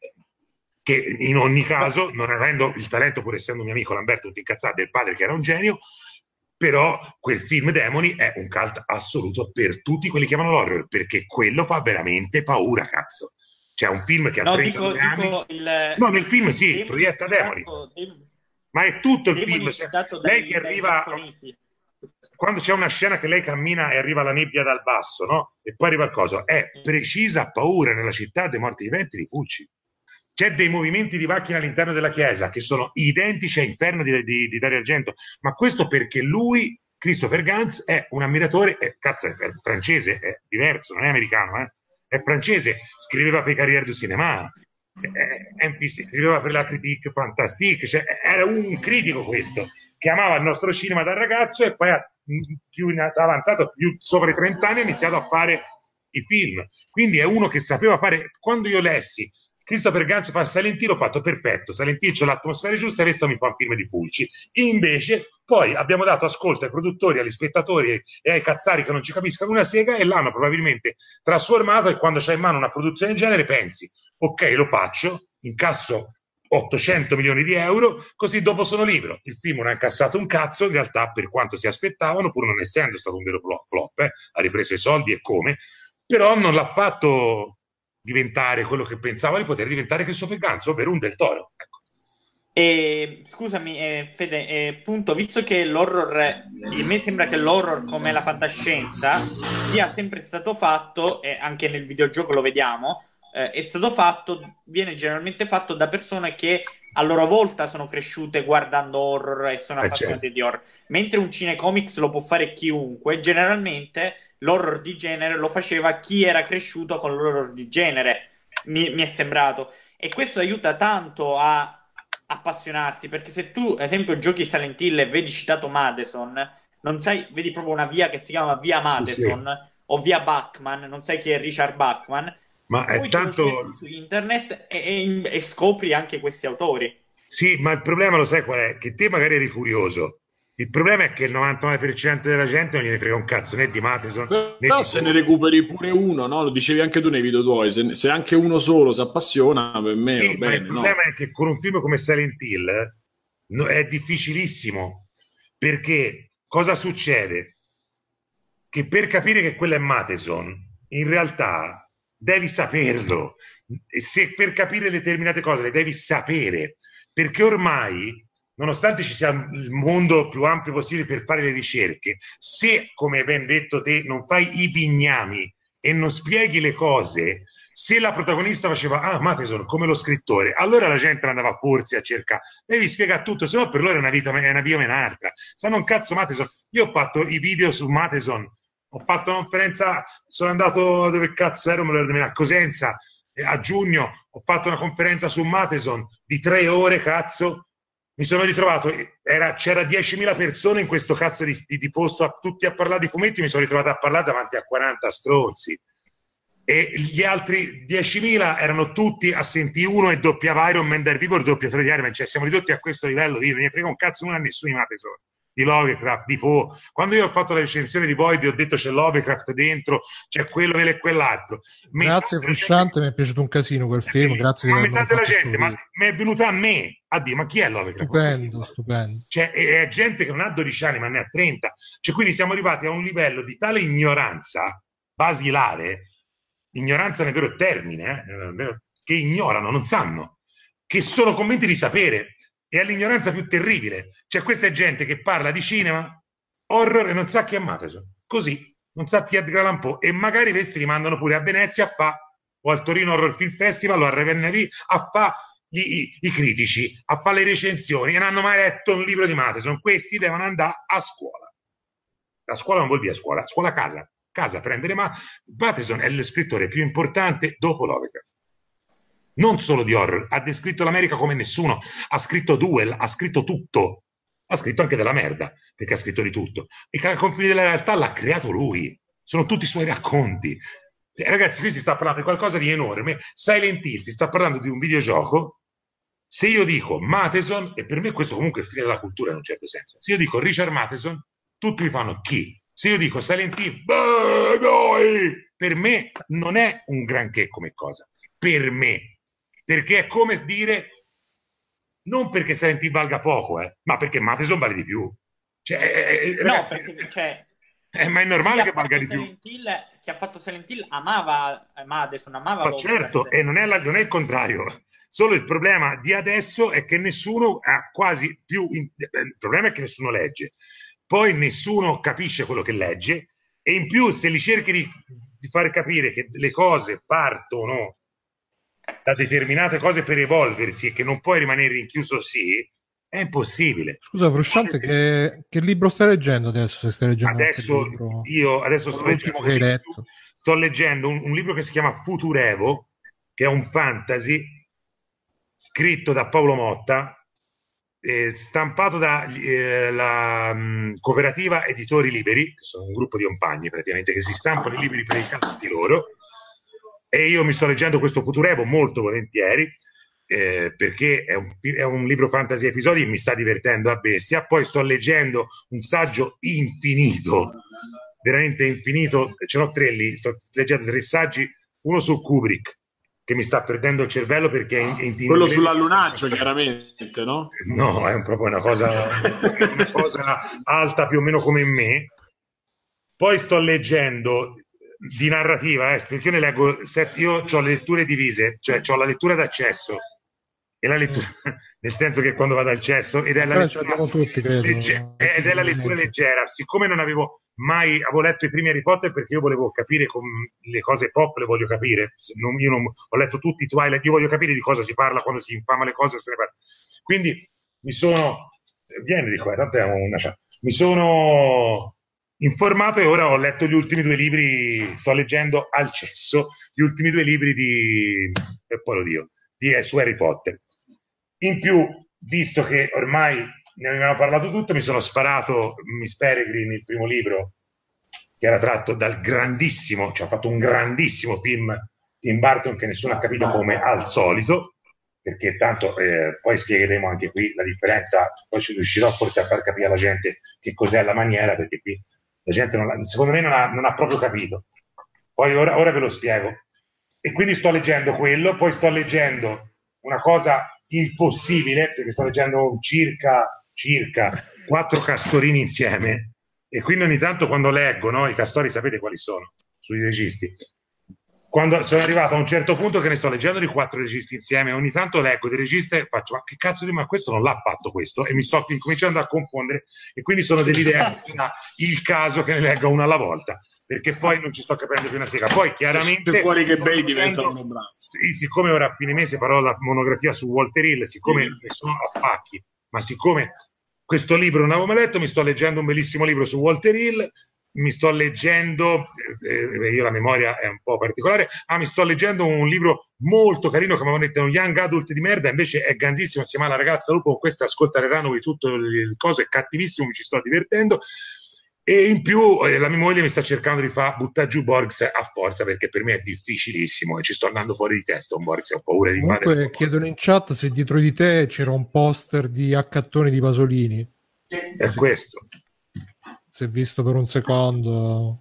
che in ogni caso, non avendo il talento, pur essendo mio amico Lamberto tutti incazzati del padre che era un genio, però quel film Demoni è un cult assoluto per tutti quelli che amano l'horror, perché quello fa veramente paura, cazzo. C'è un film che ha No, trentadue dico, anni. dico il, No, nel film sì, Demoni proietta Demoni. citato- Dem- Ma è tutto il Demoni film. Cioè, citato lei dai- che dai arriva, giapponesi. quando c'è una scena che lei cammina e arriva la nebbia dal basso, no? E poi arriva il coso, è precisa paura nella città dei morti viventi di Fulci. C'è dei movimenti di macchina all'interno della chiesa che sono identici a Inferno di, di, di Dario Argento, ma questo perché lui, Christopher Gans, è un ammiratore, è, cazzo, è, è francese, è diverso, non è americano, eh? È francese, scriveva per Carrière du Cinéma, è, è, scriveva per la Critique Fantastique, cioè era un critico questo, che amava il nostro cinema da ragazzo e poi ha più in, avanzato, più sopra i trenta anni, ha iniziato a fare i film. Quindi è uno che sapeva fare. Quando io lessi Christopher Gans fa Silent Hill, ho fatto perfetto, Silent Hill c'è l'atmosfera giusta, adesso mi fa un film di Fulci. Invece poi abbiamo dato ascolto ai produttori, agli spettatori e ai cazzari che non ci capiscono una sega e l'hanno probabilmente trasformato, e quando c'hai in mano una produzione del genere pensi, ok, lo faccio, incasso ottocento milioni di euro, così dopo sono libero. Il film non ha incassato un cazzo, in realtà, per quanto si aspettavano, pur non essendo stato un vero flop, eh, ha ripreso i soldi e come, però non l'ha fatto diventare quello che pensava di poter diventare Christopher Gans, ovvero un Del Toro. Ecco. E scusami, eh, Fede, eh, appunto, visto che l'horror, a me sembra che l'horror come la fantascienza sia sempre stato fatto, e anche nel videogioco lo vediamo, eh, è stato fatto, viene generalmente fatto da persone che a loro volta sono cresciute guardando horror e sono Eh, appassionate certo. di horror, mentre un cinecomics lo può fare chiunque, generalmente l'horror di genere lo faceva chi era cresciuto con l'horror di genere, mi, mi è sembrato, e questo aiuta tanto a appassionarsi, perché se tu, ad esempio, giochi Silent Hill e vedi citato Madison, non sai, vedi proprio una via che si chiama via Madison, Sì, sì. o via Bachman, non sai chi è Richard Bachman, Ma è poi te lo cerchi tanto. su internet e, e- e scopri anche questi autori. Sì, ma il problema lo sai qual è? Che te magari eri curioso. Il problema è che il novantanove per cento della gente non gliene frega un cazzo né di Matheson né Però di se ne Fulci. recuperi pure uno, no? Lo dicevi anche tu nei video tuoi, se, se anche uno solo si appassiona, per me va Sì, ma il bene, problema no? è che con un film come Silent Hill eh, no- è difficilissimo, perché cosa succede? Che per capire che quello è Matheson, in realtà devi saperlo. E se per capire determinate cose le devi sapere, perché ormai, nonostante ci sia il mondo più ampio possibile per fare le ricerche, se, come hai ben detto te, non fai i bignami e non spieghi le cose, se la protagonista faceva ah Matheson come lo scrittore, allora la gente andava forse a cercare, devi spiegare tutto, se no per loro è una vita, è una via menarca. Sanno un cazzo Matheson. Io ho fatto i video su Matheson, ho fatto una conferenza, sono andato dove cazzo ero, me lo ricordo, a Cosenza, eh, a giugno, ho fatto una conferenza su Matheson di tre ore, cazzo, mi sono ritrovato, era, c'era diecimila persone in questo cazzo di, di, di posto, a, tutti a parlare di fumetti, mi sono ritrovato a parlare davanti a quaranta stronzi. E gli altri diecimila erano tutti a sentire uno e doppiava Iron Man dal vivo e il doppiatore di Iron Man, cioè siamo ridotti a questo livello, io non ne frega un cazzo uno a nessuno di Matheson, di Lovecraft, di Poe. Quando io ho fatto la recensione di Void ho detto c'è Lovecraft dentro, c'è quello e quell'altro. Grazie Frusciante, mi è piaciuto un casino quel film, grazie. Ma metà della gente, ma mi è venuta a me a dire ma chi è Lovecraft? Stupendo, stupendo. Cioè è, è gente che non ha dodici anni ma ne ha trenta, cioè quindi siamo arrivati a un livello di tale ignoranza basilare, ignoranza nel vero termine, eh, che ignorano, non sanno, che sono convinti di sapere, e è l'ignoranza più terribile. Cioè questa è gente che parla di cinema, horror e non sa chi è Matheson, così, non sa chi è Edgar Allan Poe, e magari questi li mandano pure a Venezia a fa, o al Torino Horror Film Festival o a Revennevi a fa gli, i, i critici, a fare le recensioni, e non hanno mai letto un libro di Matheson. Questi devono andare a scuola. La scuola non vuol dire scuola, scuola a casa, casa prendere, ma Matheson è lo scrittore più importante dopo Lovecraft. Non solo di horror, ha descritto l'America come nessuno, ha scritto Duel, ha scritto tutto, ha scritto anche della merda, perché ha scritto di tutto. E che ai confini della realtà l'ha creato lui, sono tutti i suoi racconti. Ragazzi, qui si sta parlando di qualcosa di enorme. Silent Hill, si sta parlando di un videogioco Se io dico Matheson, e per me questo comunque è fine della cultura in un certo senso, se io dico Richard Matheson, tutti mi fanno chi? Se io dico Silent Hill, beh, noi! Per me non è un granché come cosa, per me, perché è come dire, non perché Silent Hill valga poco, eh, ma perché Matheson vale di più. Cioè, eh, No, ragazzi, perché cioè, eh, ma è normale chi che ha valga fatto di più. Silent Hill, chi ha fatto Silent Hill amava eh, Madison, amava Ma Lovecraft. certo, e non è, la- non è il contrario. Solo il problema di adesso è che nessuno ha quasi più. in- Il problema è che nessuno legge, poi nessuno capisce quello che legge, e in più, se li cerchi di, di far capire che le cose partono da determinate cose per evolversi e che non puoi rimanere rinchiuso sì, è impossibile. Scusa, Frusciante, che, che libro stai leggendo adesso? Se stai leggendo qualche Adesso libro, io adesso sto l'ultimo leggendo, che hai un libro, letto. sto leggendo un, un libro che si chiama Futurevo, che è un fantasy scritto da Paolo Motta, eh, stampato dalla cooperativa Editori Liberi, che sono un gruppo di compagni praticamente che si stampano i libri per i cazzi loro, e io mi sto leggendo questo Futurevo molto volentieri, eh, perché è un, è un libro fantasy episodi e mi sta divertendo a bestia. Poi sto leggendo un saggio infinito, veramente infinito, ce n'ho tre lì, sto leggendo tre saggi, uno su Kubrick, che mi sta perdendo il cervello perché è in, in Quello inglese. sull'allunaggio, chiaramente, no? No, è proprio una cosa, una cosa alta più o meno come me. Poi sto leggendo di narrativa, eh, perché io ne leggo, set, io ho le letture divise, cioè ho la lettura d'accesso e la lettura, nel senso che quando vado al cesso, ed è la Quella ce lettura, l'abbiamo tutti, credo. legge- ed è la lettura leggera. Siccome non avevo mai, avevo letto i primi Harry Potter perché io volevo capire com- le cose pop, le voglio capire. Se non- io non, ho letto tutti i Twilight, io voglio capire di cosa si parla quando si infama le cose, se ne parla. Quindi mi sono, vieni di qua, tanto è una chat. Mi sono informato e ora ho letto gli ultimi due libri, sto leggendo al cesso gli ultimi due libri di, e poi lo dico, di, eh, su Harry Potter. In più, visto che ormai ne avevamo parlato tutto, mi sono sparato Miss Peregrine, il primo libro, che era tratto dal grandissimo, cioè ha fatto un grandissimo film Tim Burton che nessuno ha capito come al solito, perché tanto eh, poi spiegheremo anche qui la differenza, poi ci riuscirò forse a far capire alla gente che cos'è la maniera, perché qui la gente non ha, secondo me non ha, non ha proprio capito. Poi ora, ora ve lo spiego. E quindi sto leggendo quello, poi sto leggendo una cosa impossibile, perché sto leggendo circa, circa quattro castorini insieme, e quindi ogni tanto quando leggo, no, i castori sapete quali sono, sui registi. Quando sono arrivato a un certo punto che ne sto leggendo di quattro registi insieme, ogni tanto leggo dei registi e faccio, ma che cazzo di, ma questo non l'ha fatto questo, e mi sto incominciando a confondere, e quindi sono dell'idea che sarà il caso che ne legga una alla volta, perché poi non ci sto capendo più una sega. Poi chiaramente fuori che sto bei leggendo- diventano bravo. siccome ora a fine mese farò la monografia su Walter Hill, siccome Sì. ne sono a spacchi, ma siccome questo libro non avevo mai letto, mi sto leggendo un bellissimo libro su Walter Hill, mi sto leggendo, eh, io la memoria è un po' particolare, ah, mi sto leggendo un libro molto carino che mi avevano detto, un young adult di merda, invece è ganzissimo, si chiama La ragazza lupo, con questa ascolteranno di tutto il coso, è cattivissimo, mi ci sto divertendo. E in più eh, la mia moglie mi sta cercando di far buttare giù Borgs a forza, perché per me è difficilissimo e ci sto andando fuori di testa un Borgs, ho paura di Comunque invadere. chiedono in chat se dietro di te c'era un poster di accattoni di Pasolini. È questo. Si è visto per un secondo.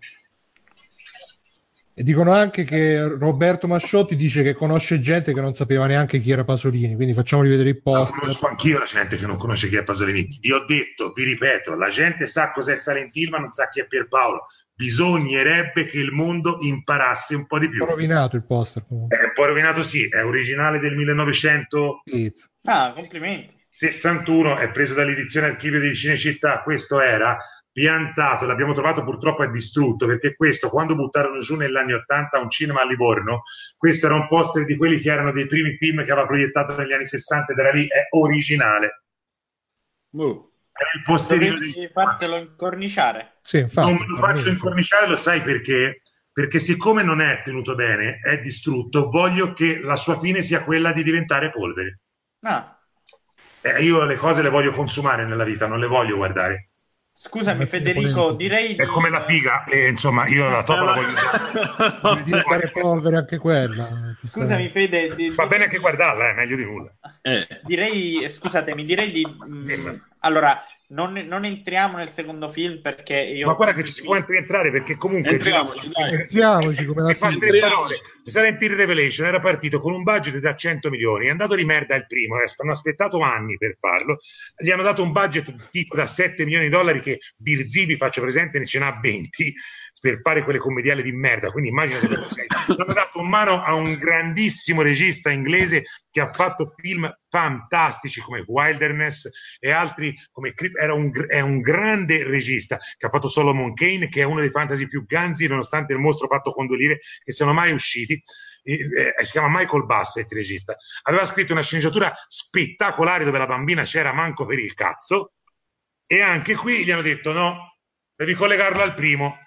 E dicono anche che Roberto Masciotti dice che conosce gente che non sapeva neanche chi era Pasolini, quindi facciamoli vedere il Ma poster. conosco anch'io la gente che non conosce chi è Pasolini. Vi ho detto, vi ripeto, la gente sa cos'è Silent Hill ma non sa chi è Pierpaolo. Bisognerebbe che il mondo imparasse un po' di più. Ho rovinato il poster comunque. È un po' rovinato, sì, è originale del millenovecentosessantuno, Ah, complimenti. è preso dall'edizione Archivio di Cinecittà. Questo era piantato, l'abbiamo trovato, purtroppo è distrutto, perché questo, quando buttarono giù negli anni ottanta un cinema a Livorno, questo era un poster di quelli che erano dei primi film che aveva proiettato negli anni sessanta ed era lì, è originale. Oh. Era il posterino Dovresti dei... fartelo incorniciare. Sì, infatti, Non me lo faccio incorniciare, lo sai perché? Perché siccome non è tenuto bene, è distrutto, voglio che la sua fine sia quella di diventare polvere. Ah, Eh, io le cose le voglio consumare nella vita, non le voglio guardare. Scusami Federico, direi di... È come la figa, e insomma io la topo la voglio usare. Vuol diventare polvere anche quella. Scusami Fede, di... va bene anche guardarla, è meglio di nulla. Eh. Direi, scusatemi, direi di... Mh, allora, non, non entriamo nel secondo film perché io... Ma guarda che ci si può entrare perché comunque... Entriamoci, dai. Entriamoci come la si fa tre parole. Silent Hill Revelation era partito con un budget da cento milioni, è andato di merda il primo, hanno aspettato anni per farlo, gli hanno dato un budget tipo da sette milioni di dollari che Birzi, vi faccio presente, ne ce n'ha venti per fare quelle commediali di merda, quindi immaginate cosa sei. Hanno dato in mano a un grandissimo regista inglese che ha fatto film fantastici come Wilderness e altri come Creep. Era un, è un grande regista che ha fatto Solomon Kane, che è uno dei fantasy più ganzi nonostante il mostro fatto con due lire, che sono mai usciti. Eh, si chiama Michael Bassett, il regista. Aveva scritto una sceneggiatura spettacolare dove la bambina c'era manco per il cazzo, e anche qui gli hanno detto no, devi collegarlo al primo.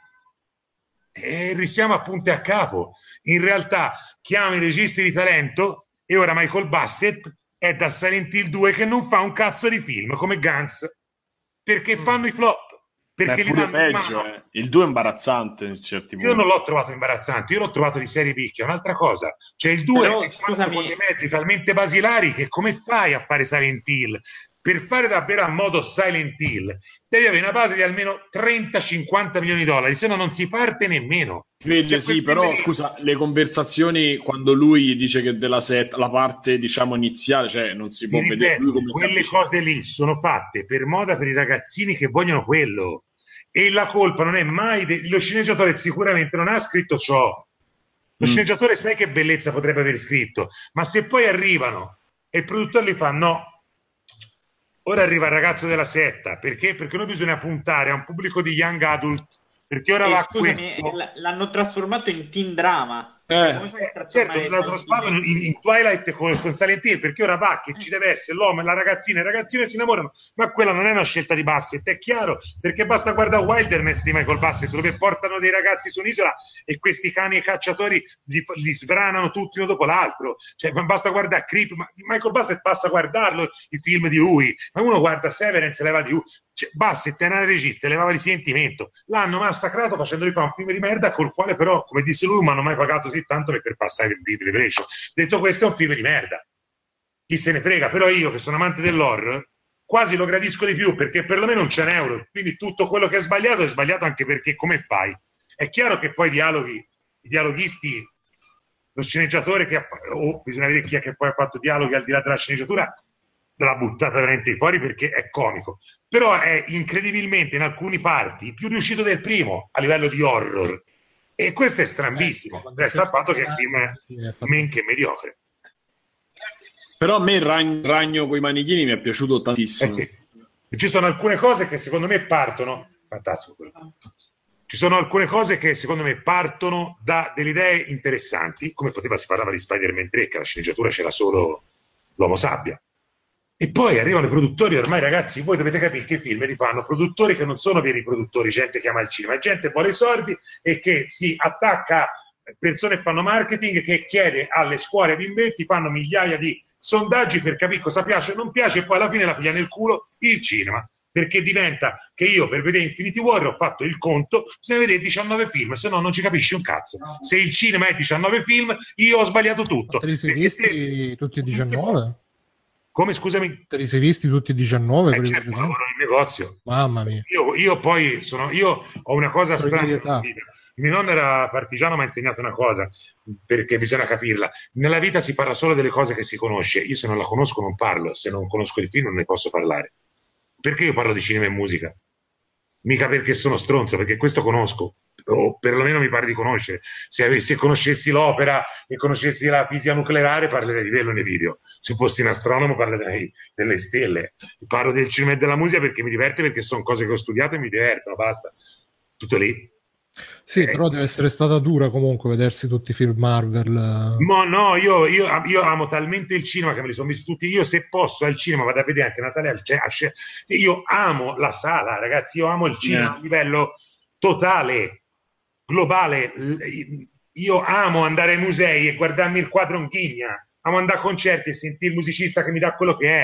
E risiamo a punte a capo. In realtà chiama i registi di talento e ora Michael Bassett è da Silent Hill due che non fa un cazzo di film come Guns, perché mm. fanno i flop, perché li danno in mano. Eh. Il due è imbarazzante in certi io punti. Non l'ho trovato imbarazzante, io l'ho trovato di serie picchia, un'altra cosa, cioè il due Però, è fatto con dei mezzi talmente basilari che come fai a fare Silent Hill? Per fare davvero a modo Silent Hill devi avere una base di almeno trenta cinquanta milioni di dollari, se no non si parte nemmeno. Vede, cioè, sì, però film... scusa, le conversazioni quando lui dice che della set, la parte diciamo iniziale, cioè non si Ti può ripeto, vedere lui come quelle cose lì sono fatte per moda per i ragazzini che vogliono quello, e la colpa non è mai de... lo sceneggiatore sicuramente non ha scritto ciò, lo mm. sceneggiatore sai che bellezza potrebbe aver scritto, ma se poi arrivano e il produttore li fa no, ora arriva il ragazzo della setta, perché? Perché noi bisogna puntare a un pubblico di young adult, perché ora eh, va scusami, questo. L'hanno trasformato in teen drama. Eh. Certo, l'ha trasformato in, in Twilight con, con Silent Hill, perché ora va che ci deve essere l'uomo e la ragazzina, e le ragazzine si innamorano, ma quella non è una scelta di Bassett, è chiaro, perché basta guardare Wilderness di Michael Bassett, dove portano dei ragazzi su un'isola e questi cani e cacciatori li, li sbranano tutti uno dopo l'altro, cioè basta guardare Creep, ma Michael Bassett basta guardarlo i film di lui, ma uno guarda Severance e leva di lui. Cioè, Bassett era un regista, levava di sentimento, l'hanno massacrato facendogli fare un film di merda col quale però, come disse lui, non mi hanno mai pagato così tanto per passare il Revelation. Detto questo, è un film di merda, chi se ne frega, però io che sono amante dell'horror quasi lo gradisco di più, perché perlomeno non c'è un euro, quindi tutto quello che è sbagliato è sbagliato anche perché come fai? È chiaro che poi i dialoghi, i dialoghisti, lo sceneggiatore che ha, oh, bisogna vedere chi è che poi ha fatto dialoghi al di là della sceneggiatura, l'ha buttata veramente fuori perché è comico, però è incredibilmente in alcune parti più riuscito del primo a livello di horror, e questo è strambissimo, eh, resta il fatto che il film è men che mediocre. Però a me il ragno, ragno con i manichini mi è piaciuto tantissimo. Eh sì. Ci sono alcune cose che secondo me partono fantastico quello. Ci sono alcune cose che secondo me partono da delle idee interessanti, come poteva, si parlava di Spider-Man tre, che la sceneggiatura c'era solo l'uomo sabbia. E poi arrivano i produttori, ormai ragazzi, voi dovete capire che film li fanno produttori che non sono veri produttori, gente che ama il cinema, è gente che vuole i soldi e che si attacca a persone che fanno marketing, che chiede alle scuole bimbetti, fanno migliaia di sondaggi per capire cosa piace e non piace, e poi alla fine la piglia nel culo il cinema, perché diventa che io per vedere Infinity War ho fatto il conto, se ne vede diciannove film, se no non ci capisci un cazzo. Se il cinema è diciannove film, io ho sbagliato tutto. Te li sei visti te... tutti e diciannove? Come, scusami? Te li sei visti tutti e diciannove? Eh, certo, lavoro in negozio. Mamma mia. Io, io poi sono, io ho una cosa strana. Mio nonno era partigiano, mi ha insegnato una cosa, perché bisogna capirla. Nella vita si parla solo delle cose che si conosce. Io se non la conosco non parlo, se non conosco il film non ne posso parlare. Perché io parlo di cinema e musica? Mica perché sono stronzo, perché questo conosco, o perlomeno mi pare di conoscere. Se, avessi, se conoscessi l'opera e conoscessi la fisica nucleare, parlerei di quello nei video. Se fossi un astronomo parlerei delle stelle. Parlo del cinema e della musica perché mi diverte, perché sono cose che ho studiato e mi divertono, basta. Tutto lì. Sì, eh, però deve essere stata dura comunque vedersi tutti i film Marvel. No, no, io, io, io amo talmente il cinema che me li sono visti tutti. Io se posso al cinema vado a vedere anche Natale al C- io amo la sala, ragazzi, io amo il cinema yeah. a livello totale, globale. Io amo andare ai musei e guardarmi il quadro in ghigna, amo andare a concerti e sentire il musicista che mi dà quello che è.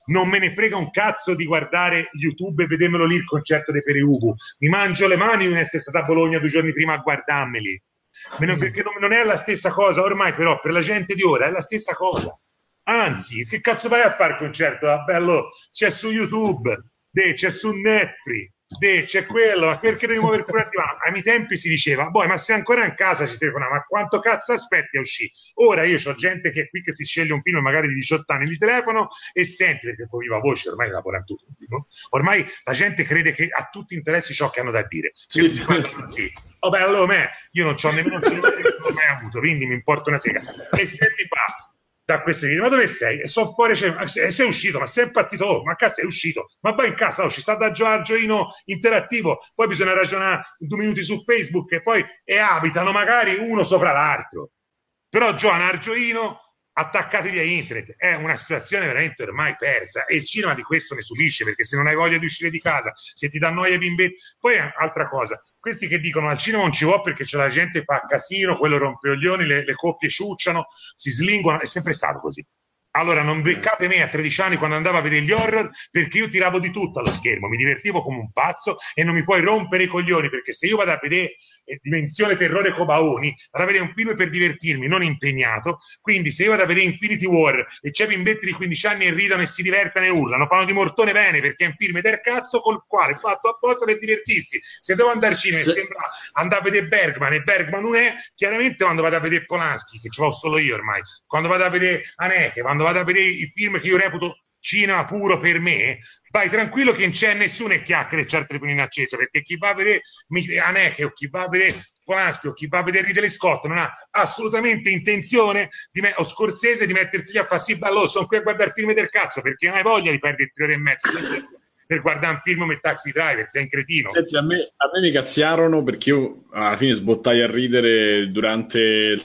non me ne frega un cazzo di guardare YouTube e vedermelo lì il concerto dei Periubu, mi mangio le mani di non essere stata a Bologna due giorni prima a guardarmeli, perché non è la stessa cosa ormai, però per la gente di ora è la stessa cosa. Anzi, che cazzo vai a fare il concerto? Ah, bello, c'è su YouTube, de, c'è su Netflix, de, c'è quello, ma perché devi muovere pure il divano? Ai miei tempi si diceva, boh, ma se ancora in casa ci telefonava, ma quanto cazzo aspetti a uscire? Ora io ho gente che è qui che si sceglie un film magari di diciotto anni, gli telefono e senti, perché con viva voce ormai lavora tutti, no? Ormai la gente crede che a tutti interessi ciò che hanno da dire. Sì, sì. Sì. Oh, beh, allora me, io non c'ho nemmeno un cellulare che non ho mai avuto, quindi mi importa una sega. E senti qua, da questo video, ma dove sei? E so fuori, cioè, sei uscito, ma sei impazzito, oh, ma cazzo sei uscito, ma vai in casa, oh, ci sta da giocare al gioino interattivo, poi bisogna ragionare due minuti su Facebook e poi e abitano magari uno sopra l'altro, però giocano al gioino attaccati via internet, è una situazione veramente ormai persa e il cinema di questo ne subisce, perché se non hai voglia di uscire di casa, se ti dà noia i bimbetti, poi è altra cosa, questi che dicono al cinema non ci va perché c'è la gente fa casino, quello rompe oglioni, le, le coppie ciucciano, si slinguano, è sempre stato così. Allora non beccate me a tredici anni quando andavo a vedere gli horror, perché io tiravo di tutto allo schermo, mi divertivo come un pazzo e non mi puoi rompere i coglioni, perché se io vado a vedere eh, Dimensione Terrore Cobaoni, vado a vedere un film per divertirmi, non impegnato, quindi se io vado a vedere Infinity War e c'è bimbetti di quindici anni e ridono e si divertono e urlano, fanno di mortone bene perché è un film del cazzo col quale è fatto apposta per divertirsi. Se devo andare al cinema Se... e sembra andare a vedere Bergman e Bergman non è, chiaramente quando vado a vedere Polanski, che ci vado solo io ormai, quando vado a vedere Haneke, quando vado a vedere i film che io reputo cinema puro per me, vai tranquillo che non c'è nessuno e chiacchiere e c'è il telefonino acceso, perché chi va a vedere Haneke o chi va a vedere Polanski o chi va a vedere Ridley Scott non ha assolutamente intenzione di me- o Scorsese di mettersi lì a fare sì bello, sono qui a guardare film del cazzo perché non hai voglia di perdere tre ore e mezzo per guardare un film come Taxi Driver, sei un cretino. Senti, a me, a me mi cazziarono perché io alla fine sbottai a ridere durante il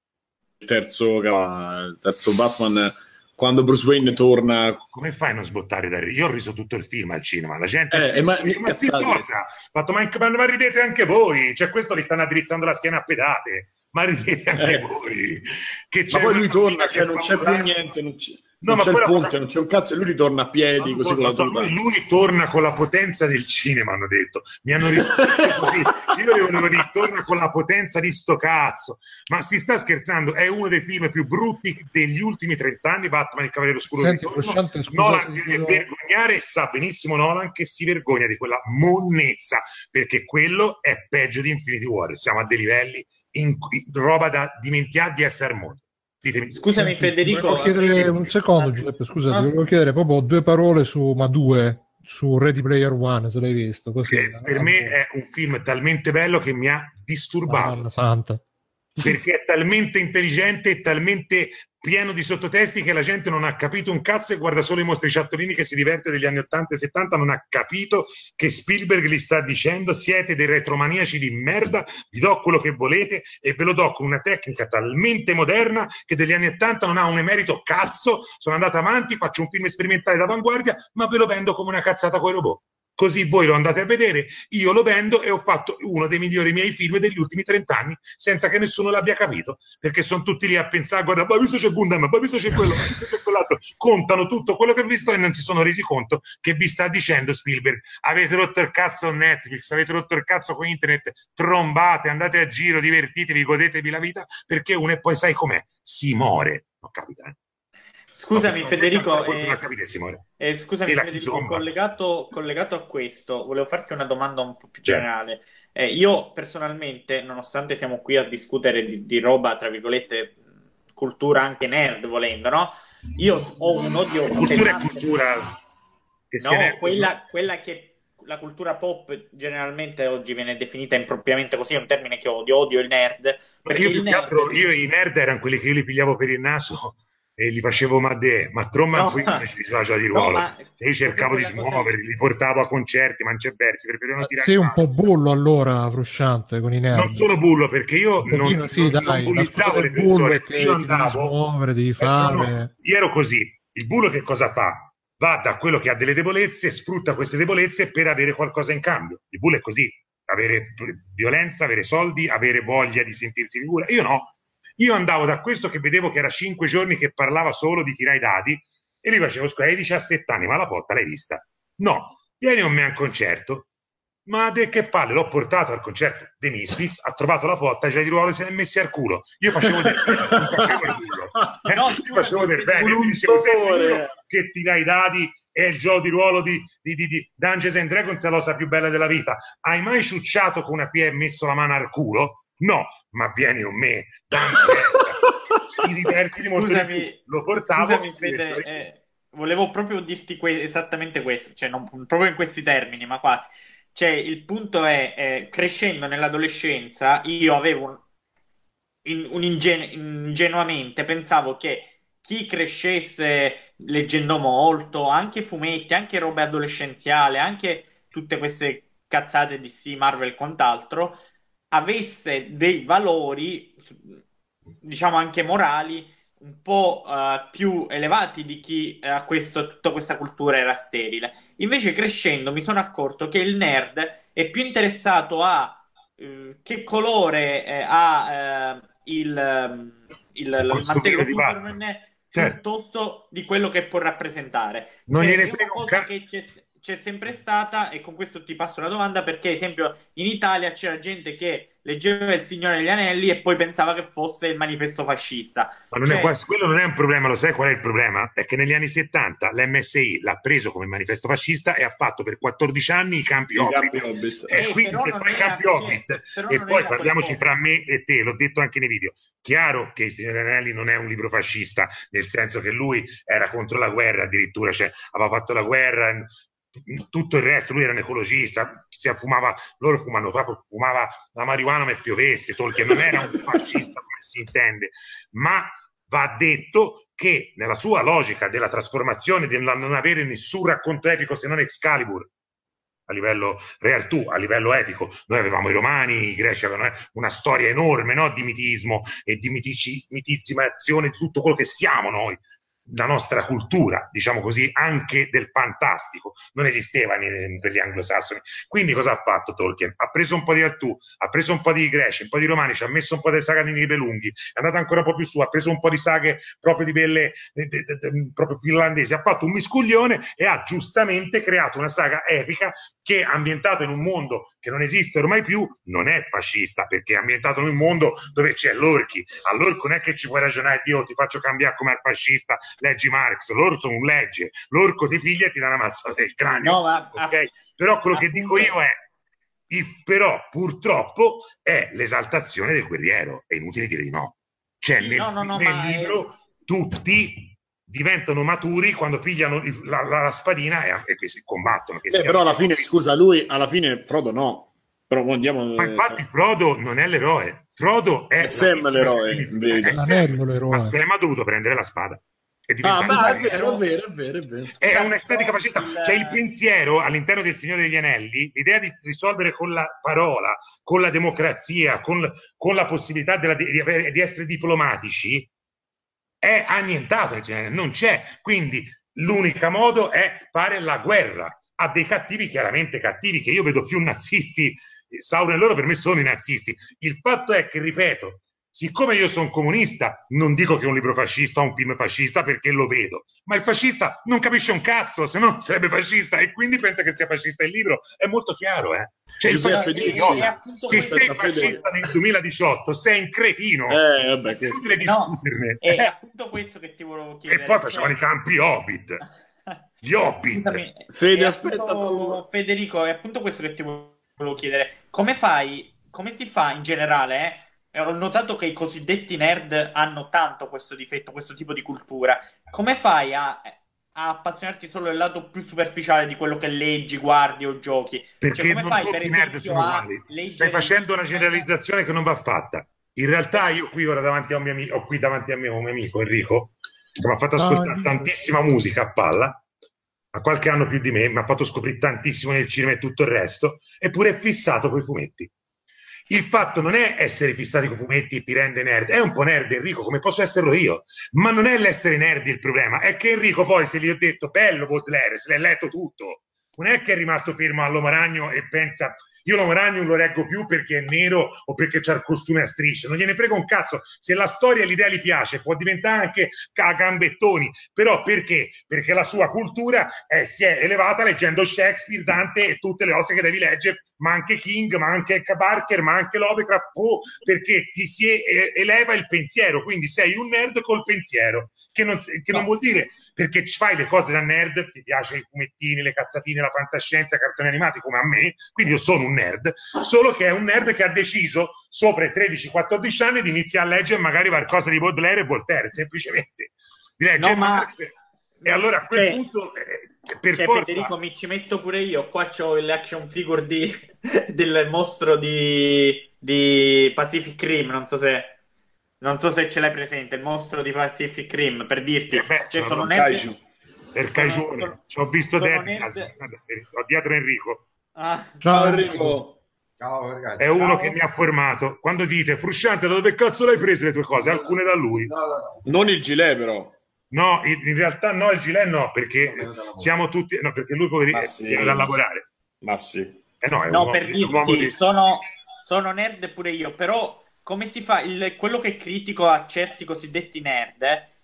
terzo, il terzo Batman, quando Bruce Wayne torna. Come fai a non sbottare da ridere? Io ho riso tutto il film al cinema, la gente eh, zitto, ma, dice, ma che cosa? Fatto, ma, ma ridete anche voi, cioè questo li stanno addrizzando la schiena a pedate, ma ridete anche eh. voi. Che ma poi lui torna, cioè non c'è più niente, non c'è, no, non c'è il ponte, cosa... non c'è un cazzo e lui ritorna a piedi, no, così con la tromba. Lui, lui torna con la potenza del cinema, hanno detto, mi hanno risposto così. Io gli volevo dire, torna con la potenza di sto cazzo, ma si sta scherzando, è uno dei film più brutti degli ultimi trent'anni, Batman il Cavaliere Oscuro. Senti, Frusciante, Nolan si deve vergognare e sa benissimo Nolan che si vergogna di quella monnezza, perché quello è peggio di Infinity War, siamo a dei livelli in, in roba da dimenticare di essere al mondo. Ditemi. Scusami Federico, volevo chiedere un secondo Giuseppe, scusa, ti volevo chiedere proprio due parole su, ma due, su Ready Player One, se l'hai visto. Così, per ah, me è un film talmente bello che mi ha disturbato. Santa. Perché è talmente intelligente e talmente pieno di sottotesti che la gente non ha capito un cazzo e guarda solo i mostriciattolini che si diverte degli anni ottanta e settanta, non ha capito che Spielberg gli sta dicendo siete dei retromaniaci di merda, vi do quello che volete e ve lo do con una tecnica talmente moderna che degli anni ottanta non ha un emerito cazzo, sono andato avanti, faccio un film sperimentale d'avanguardia ma ve lo vendo come una cazzata coi robot. Così voi lo andate a vedere, io lo vendo e ho fatto uno dei migliori miei film degli ultimi trent'anni senza che nessuno l'abbia capito, perché sono tutti lì a pensare, guarda, ma visto c'è Gundam, ma visto c'è quello, ma visto c'è quell'altro, contano tutto quello che ho visto e non si sono resi conto che vi sta dicendo Spielberg, avete rotto il cazzo con Netflix, avete rotto il cazzo con internet, trombate, andate a giro, divertitevi, godetevi la vita, perché uno e poi sai com'è, si muore, non capita, eh? Scusami, no, Federico, eh, eh, scusami Federico, collegato, collegato a questo, volevo farti una domanda un po' più generale. Eh, io personalmente, nonostante siamo qui a discutere di, di roba, tra virgolette, cultura anche nerd, volendo, no? Io ho un odio... Cultura e cultura... Che no, nerd, quella, no? quella che la cultura pop generalmente oggi viene definita impropriamente così, è un termine che odio, odio il nerd. Perché io, il nerd... Altro, io i nerd erano quelli che io li pigliavo per il naso... e li facevo Madde, ma Tromba no, qui non ci faceva di ruolo, no, e io cercavo di smuoverli, li portavo a concerti, mancebersi, preferivano tirare. Sei un po' bullo allora, Frusciante, con i nerd. Non sono bullo, perché io non, non, sì, non, dai, non bullizzavo le persone, io andavo, devi smuovere, devi fare... Eh, no, no, io ero così, il bullo che cosa fa? Va da quello che ha delle debolezze, sfrutta queste debolezze per avere qualcosa in cambio, il bullo è così, avere violenza, avere soldi, avere voglia di sentirsi figura, io no. Io andavo da questo che vedevo che era cinque giorni che parlava solo di tirare i dadi E gli facevo, scusa, hai diciassette anni, ma la Potta l'hai vista? No, vieni con me a un concerto. Ma de che palle, l'ho portato al concerto dei Misfits, ha trovato la Potta, cioè di ruolo se l'è messi al culo. Io facevo del bene, non facevo il culo. Eh, No, io facevo del bene, un ti dicevo, sei untore. sicuro che ti dai i dati e il gioco di ruolo di, di, di, di Dungeons and Dragons è la cosa più bella della vita. Hai mai ciucciato con una P e messo la mano al culo? No, ma vieni con me, dammi merda. Ti diverti di molto Scusami, di più. Lo portavo scusami, e si Fede, divertiva di più. eh, volevo proprio dirti que- esattamente questo, cioè non proprio in questi termini, ma quasi. Cioè, il punto è, eh, crescendo nell'adolescenza, io avevo un, in- un ingen- ingenuamente pensavo che chi crescesse leggendo molto, anche fumetti, anche robe adolescenziali, anche tutte queste cazzate di sì, Marvel e quant'altro, avesse dei valori, diciamo anche morali, un po' eh, più elevati di chi eh, a questo, tutta questa cultura era sterile. Invece crescendo mi sono accorto che il nerd è più interessato a eh, che colore eh, ha eh, il, ehm, il, Il il costumino mantello di Superman Batman. Certo. piuttosto di quello che può rappresentare. Non Cioè, gliene è una frega un cosa cazzo. che c'è, c'è sempre stata, e con questo ti passo la domanda, perché, ad esempio, in Italia c'era gente che leggeva Il Signore degli Anelli e poi pensava che fosse il manifesto fascista. Ma non è, Cioè, quasi- quello non è un problema, lo sai qual è il problema? È che negli anni settanta l'M S I l'ha preso come manifesto fascista e ha fatto per quattordici anni i campi I campi Hobbit. Hobbit. E eh, quindi però se non fai i era, campi cioè, Hobbit però e non poi era parliamoci qualcosa. fra me e te, l'ho detto anche nei video, chiaro che Il Signore degli Anelli non è un libro fascista, nel senso che lui era contro la guerra addirittura, cioè aveva fatto la guerra, tutto il resto, lui era un ecologista, si fumava, loro fumano, fumava la marijuana ma piovesse, Tolkien non era un fascista come si intende, ma va detto che nella sua logica della trasformazione, di non avere nessun racconto epico se non Excalibur, a livello Re Artù, a livello epico, noi avevamo i romani, i greci avevano una storia enorme, no? Di mitismo e di mitici, mitizzimazione di tutto quello che siamo noi, la nostra cultura, diciamo così, anche del fantastico, non esisteva nei, per gli anglosassoni. Quindi cosa ha fatto Tolkien? Ha preso un po' di Artù, ha preso un po' di greci, un po' di romani, ci ha messo un po' delle saghe di Nibelunghi, è andato ancora un po' più su, ha preso un po' di saghe proprio di belle, de, de, de, de, proprio finlandesi, ha fatto un miscuglione e ha giustamente creato una saga epica che, ambientato in un mondo che non esiste ormai più, non è fascista, perché è ambientato in un mondo dove c'è l'orchi. All'orco non è che ci puoi ragionare, Dio ti faccio cambiare come al fascista, leggi Marx, l'orco non legge, l'orco ti piglia e ti dà una mazza del cranio, No, ma, okay? A, però quello appunto, che dico io è, il, però purtroppo è l'esaltazione del guerriero, è inutile dire di no. Cioè sì, nel, no, no, no, nel ma libro è... tutti diventano maturi quando pigliano la, la, la spadina e, e si combattono. Che Beh, però alla fine, scusa, lui alla fine Frodo no. Però andiamo. Ma infatti Frodo non è l'eroe, Frodo è, è Sam l'eroe, in verità. L'anello l'eroe. Ma Sam ha dovuto prendere la spada. Ah, beh, è vero, è vero, è vero, è vero. È un'estetica facilità. Il... Cioè il pensiero all'interno del Signore degli Anelli, l'idea di risolvere con la parola, con la democrazia, con, con la possibilità della, di, avere, di essere diplomatici, è annientato, non c'è. Quindi l'unico modo è fare la guerra a dei cattivi chiaramente cattivi, che io vedo più nazisti. Sauron e loro per me sono i nazisti. Il fatto è che, ripeto, siccome io sono comunista, non dico che è un libro fascista o un film fascista perché lo vedo, ma il fascista non capisce un cazzo, se no sarebbe fascista, e quindi pensa che sia fascista il libro. È molto chiaro, eh? Cioè, il fascista è idiota. Se sei fascista nel duemiladiciotto sei un cretino. Eh, vabbè, è inutile discuterne. No, è appunto questo che ti volevo chiedere. E poi facevano cioè... i campi Hobbit. Gli Hobbit. Scusami, Fede, aspetta. Appunto, Federico, è appunto questo che ti volevo chiedere. Come fai, come si fa in generale, eh? Ho notato che i cosiddetti nerd hanno tanto questo difetto, questo tipo di cultura. Come fai a, a appassionarti solo del lato più superficiale di quello che leggi, guardi o giochi? Perché cioè, come non fai, tutti per i nerd sono uguali. Stai facendo una generalizzazione che non va fatta. In realtà io qui ora davanti a un mio amico, ho qui davanti a me un mio amico Enrico, che mi ha fatto ascoltare oh, tantissima musica a palla, ha qualche anno più di me, mi ha fatto scoprire tantissimo nel cinema e tutto il resto, eppure è fissato con i fumetti. Il fatto non è essere fissati con i fumetti e ti rende nerd, è un po' nerd Enrico, come posso esserlo io, ma non è l'essere nerd il problema, è che Enrico poi, se gli ho detto bello Baudelaire, se l'è letto tutto, non è che è rimasto fermo all'Uomo Ragno e pensa io l'Uomo Ragno non lo reggo più perché è nero o perché c'ha il costume a strisce, non gliene frega un cazzo, se la storia e l'idea gli piace può diventare anche a gambettoni, però perché? Perché la sua cultura è, si è elevata leggendo Shakespeare, Dante e tutte le cose che devi leggere, ma anche King, ma anche Barker, ma anche Lovecraft, oh, perché ti si eleva il pensiero, quindi sei un nerd col pensiero, che non, che non vuol dire perché fai le cose da nerd, ti piace i fumettini, le cazzatine, la fantascienza, i cartoni animati come a me, quindi io sono un nerd, solo che è un nerd che ha deciso sopra i tredici quattordici anni di iniziare a leggere magari qualcosa di Baudelaire e Voltaire, semplicemente di leggere no, ma... Marx, e allora a quel cioè, punto eh, per cioè, forza... Federico, mi ci metto pure io, qua c'ho l'action figure di, del mostro di, di Pacific Rim, non so se... Non so se ce l'hai presente, il mostro di Pacific Rim, per dirti, eh beh, cioè, sono nerd... nerd... Per Caigione, ci ho visto Deadcast, ho dietro Enrico. Ah. Ciao Enrico. Ciao ragazzi. È uno Ciao. che mi ha formato. Quando dite, Frusciante, da dove cazzo l'hai prese le tue cose? Alcune da lui. No, no, no. Non il gilet, però. No, in, in realtà no, il gilet no, perché siamo tutti... No, perché lui poverino sì, viene da lavorare. Ma sì. Eh no, è No, un uomo, per è un uomo dirti, di... sono, sono nerd pure io, però come si fa? Il, quello che critico a certi cosiddetti nerd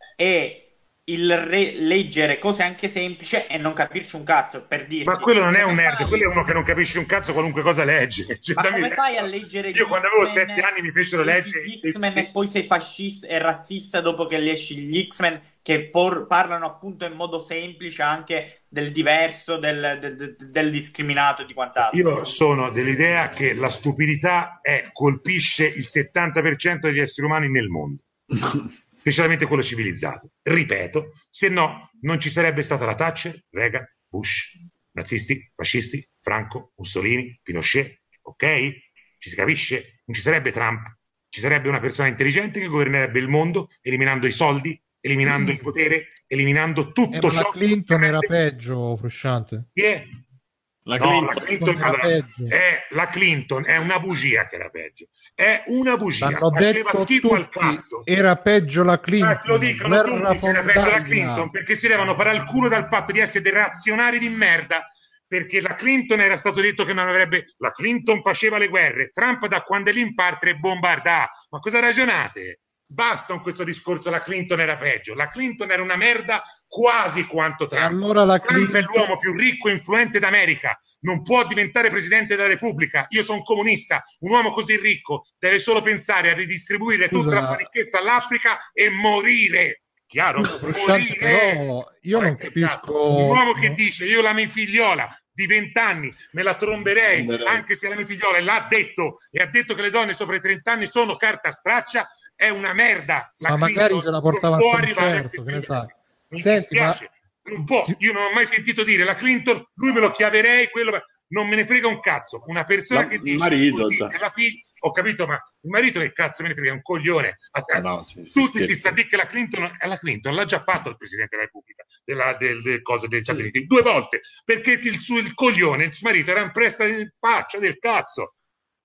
è il re- leggere cose anche semplici e non capirci un cazzo, per dirti. Ma quello non è un nerd, fai? quello è uno che non capisce un cazzo qualunque cosa legge. Cioè, Ma dammi come retta. fai a leggere Io quando avevo X-Men, sette anni mi fecero leggere... gli X-Men e poi sei fascista e razzista dopo che esci gli X-Men che for- parlano appunto in modo semplice anche del diverso, del, del, del, del discriminato e di quant'altro. Io sono dell'idea che la stupidità è, colpisce il settanta per cento degli esseri umani nel mondo, specialmente quello civilizzato. Ripeto, se no non ci sarebbe stata la Thatcher, Reagan, Bush, nazisti, fascisti, Franco, Mussolini, Pinochet, ok? Ci si capisce? Non ci sarebbe Trump, ci sarebbe una persona intelligente che governerebbe il mondo eliminando i soldi, eliminando il potere, eliminando tutto eh, ma ciò. la Clinton che... era peggio, Frusciante. Chi è? La No, Clinton, la Clinton, era allora, peggio. è, la Clinton è una bugia che era peggio. È una bugia. L'hanno Faceva detto schifo al tutti, cazzo. era peggio la Clinton. Eh, lo dicono guerra tutti che era peggio la fondaglia. Clinton perché si levano per al culo dal fatto di essere dei reazionari di merda. Perché la Clinton era stato detto che non avrebbe. La Clinton faceva le guerre. Trump da quando è lì in parte bombarda. Ma cosa ragionate? Basta con questo discorso, la Clinton era peggio. La Clinton era una merda quasi quanto Trump. Allora la Trump Clinton... è l'uomo più ricco e influente d'America. Non può diventare presidente della Repubblica. Io sono comunista. Un uomo così ricco deve solo pensare a ridistribuire Scusa, tutta la sua ricchezza all'Africa e morire. Chiaro? Frusciante, però io non capisco... Un uomo che dice io la mia figliola di vent'anni me la tromberei, Tromberei. anche se la mia figliola l'ha detto e ha detto che le donne sopra i trenta anni sono carta straccia, è una merda. La ma Clinton magari se la portava non può al arrivare a concerto, che ne questo sai. livello. Mi Senti, dispiace, ma... non può. Io non ho mai sentito dire la Clinton, lui me lo chiaverei, quello... non me ne frega un cazzo. Una persona La- che il dice marito, così, da- è la figlia, ho capito, ma il marito che cazzo me ne frega, è un coglione. Ah, no, si- si Tutti si scherza. sta di che la Clinton, la Clinton l'ha già fatto il Presidente della Repubblica della, del, del coso degli Stati Uniti due volte, perché il suo il coglione, il suo marito era in presta in faccia del cazzo.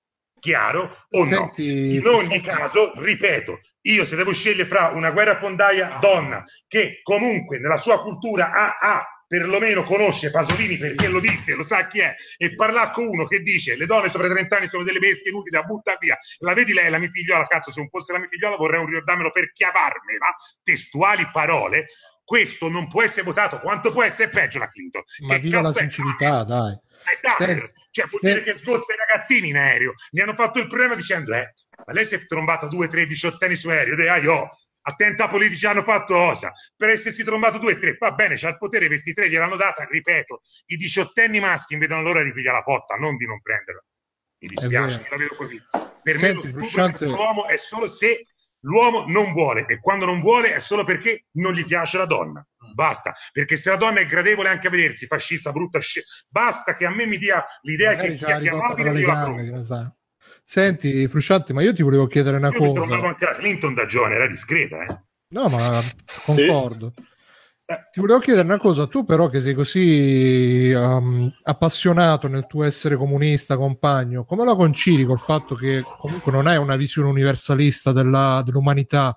Chiaro o Senti, no? In ogni caso, ripeto, io se devo scegliere fra una guerrafondaia donna che comunque nella sua cultura ha, ha perlomeno conosce Pasolini perché lo disse, lo sa chi è, e parlare con uno che dice le donne sopra i trenta anni sono delle bestie inutili da buttare via, la vedi lei, la mia figliola, cazzo, se non fosse la mia figliola vorrei un ricordarmelo per chiavarmela, testuali parole, questo non può essere votato, quanto può essere peggio la Clinton? Ma Che viva la cazzo è? sincerità, dai. È Dahmer, Senti, cioè vuol senti. dire che sgozza i ragazzini in aereo, gli hanno fatto il problema dicendo eh, ma lei si è trombata due, tre diciottenni su aereo, dai, ah, io attenta, politici hanno fatto osa per essersi trombato due, tre, va bene, c'ha il potere, questi tre gliel'hanno data, ripeto, i diciottenni maschi vedono l'ora di pigliare la potta, non di non prenderla, mi dispiace, vero. io la vedo così, per Senti, me lo stupro Frusciante- dell'uomo è solo se l'uomo non vuole, e quando non vuole è solo perché non gli piace la donna, basta, perché se la donna è gradevole anche a vedersi fascista, brutta, sc- basta che a me mi dia l'idea Magari che c'ha sia la ricotta chiamabile tra e le io la gambe, trovo. che ne sai. Senti, Frusciante, ma io ti volevo chiedere una Io mi trovavo cosa. anche la Clinton da giovane, era discreta, eh. No, ma concordo. Eh. Ti volevo chiedere una cosa, tu però che sei così um, appassionato nel tuo essere comunista, compagno, come la concili col fatto che comunque non hai una visione universalista della- dell'umanità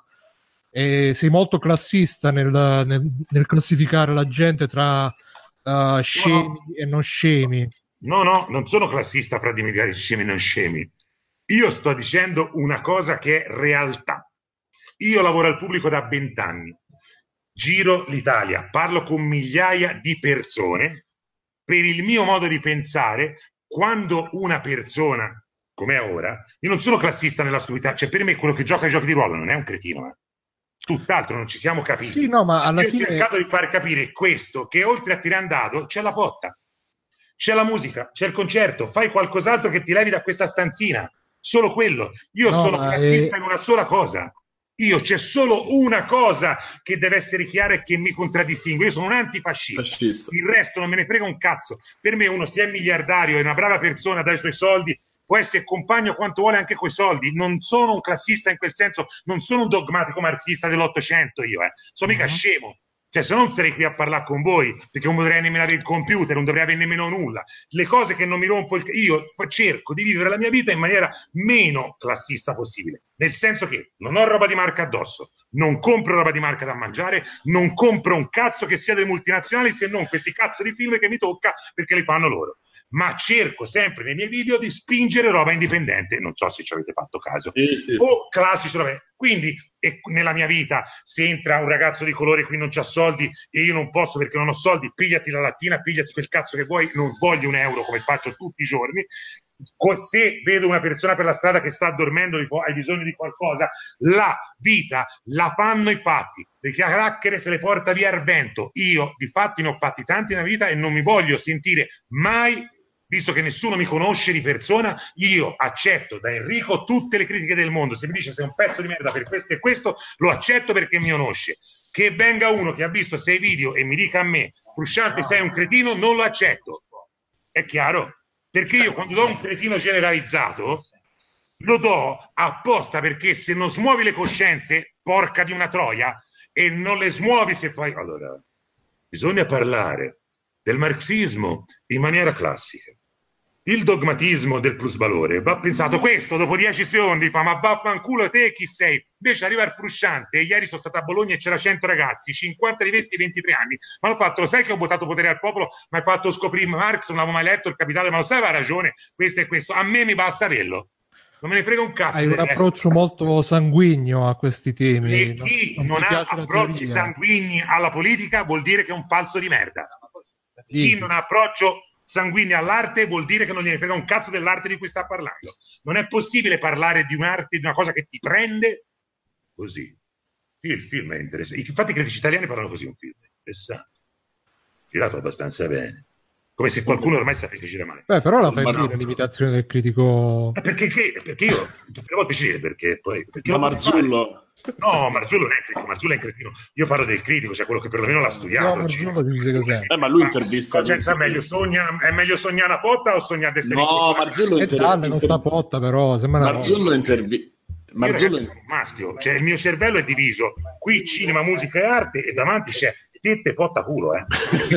e sei molto classista nel, nel- nel classificare la gente tra uh, scemi e non scemi? No, no, non sono classista fra dimenticare scemi e non scemi. Io sto dicendo una cosa che è realtà. Io lavoro al pubblico da vent'anni, giro l'Italia, parlo con migliaia di persone. Per il mio modo di pensare, quando una persona, come è ora, io non sono classista nella stupidità, cioè per me quello che gioca ai giochi di ruolo non è un cretino, eh. Tutt'altro, non ci siamo capiti. Sì, no, ma alla io fine... ho cercato di far capire questo, che oltre a tirandado c'è la botta, c'è la musica, c'è il concerto, fai qualcos'altro che ti levi da questa stanzina, solo quello. Io no, sono classista è... in una sola cosa. Io c'è solo una cosa che deve essere chiara e che mi contraddistingue. Io sono un antifascista. Fascista. Il resto non me ne frega un cazzo. Per me uno, se è miliardario e una brava persona, dà i suoi soldi, può essere compagno quanto vuole anche coi soldi. Non sono un classista in quel senso, non sono un dogmatico marxista dell'Ottocento io, eh. Sono mica uh-huh. scemo. Cioè, se non sarei qui a parlare con voi, perché non dovrei nemmeno avere il computer, non dovrei avere nemmeno nulla. Le cose che non mi rompo il... Io cerco di vivere la mia vita in maniera meno classista possibile. Nel senso che non ho roba di marca addosso, non compro roba di marca da mangiare, non compro un cazzo che sia delle multinazionali, se non questi cazzo di film che mi tocca perché li fanno loro. Ma cerco sempre nei miei video di spingere roba indipendente, non so se ci avete fatto caso, sì, sì, o classici. Vabbè. Quindi e nella mia vita, se entra un ragazzo di colore qui non c'ha soldi e io non posso perché non ho soldi, pigliati la lattina, pigliati quel cazzo che vuoi, non voglio un euro come faccio tutti i giorni. Se vedo una persona per la strada che sta dormendo, hai bisogno di qualcosa, la vita la fanno i fatti, le chiacchiere se le porta via il vento. Io di fatti ne ho fatti tanti nella vita e non mi voglio sentire mai, visto che nessuno mi conosce di persona, io accetto da Enrico tutte le critiche del mondo. Se mi dice sei un pezzo di merda per questo e questo, lo accetto perché mi conosce. Che venga uno che ha visto sei video e mi dica a me, Frusciante sei un cretino, non lo accetto. È chiaro? Perché io quando do un cretino generalizzato lo do apposta, perché se non smuovi le coscienze, porca di una troia, e non le smuovi se fai... Allora, bisogna parlare del marxismo in maniera classica. Il dogmatismo del plusvalore va pensato questo, dopo dieci secondi fa ma vaffanculo te chi sei? Invece arriva il Frusciante, e ieri sono stato a Bologna e c'era cento ragazzi, cinquanta rivesti, ventitré anni, ma hanno fatto, lo sai che ho votato potere al popolo, ma hai fatto scoprire Marx, non avevo mai letto il Capitale, ma lo sai, aveva ragione, questo e questo, a me mi basta averlo. Non me ne frega un cazzo. Hai un approccio molto sanguigno a questi temi. E chi non, non ha approcci sanguigni alla politica vuol dire che è un falso di merda. Chi non ha approccio sanguigno all'arte vuol dire che non gliene frega un cazzo dell'arte di cui sta parlando. Non è possibile parlare di un'arte, di una cosa che ti prende così. Il film è interessante. Infatti i critici italiani parlano così, un film interessante, girato abbastanza bene, come se qualcuno ormai sapesse girare male. Beh, però la fai bene l'imitazione del critico. Eh, perché, perché io tutte le volte ci dico perché poi perché ma Marzullo no, Marzullo non è critico, Marzullo è un cretino. Io parlo del critico, cioè quello che perlomeno l'ha studiato. No, cioè, eh, ma lui intervista. Cioè, è meglio sogna, è meglio sognare una potta o sognare di essere no, Marzullo inter... dalle, non sta potta, però Marzullo intervista. Marzullo è un maschio, cioè il mio cervello è diviso. Qui cinema, musica e arte, e davanti c'è tette, potta, culo, eh.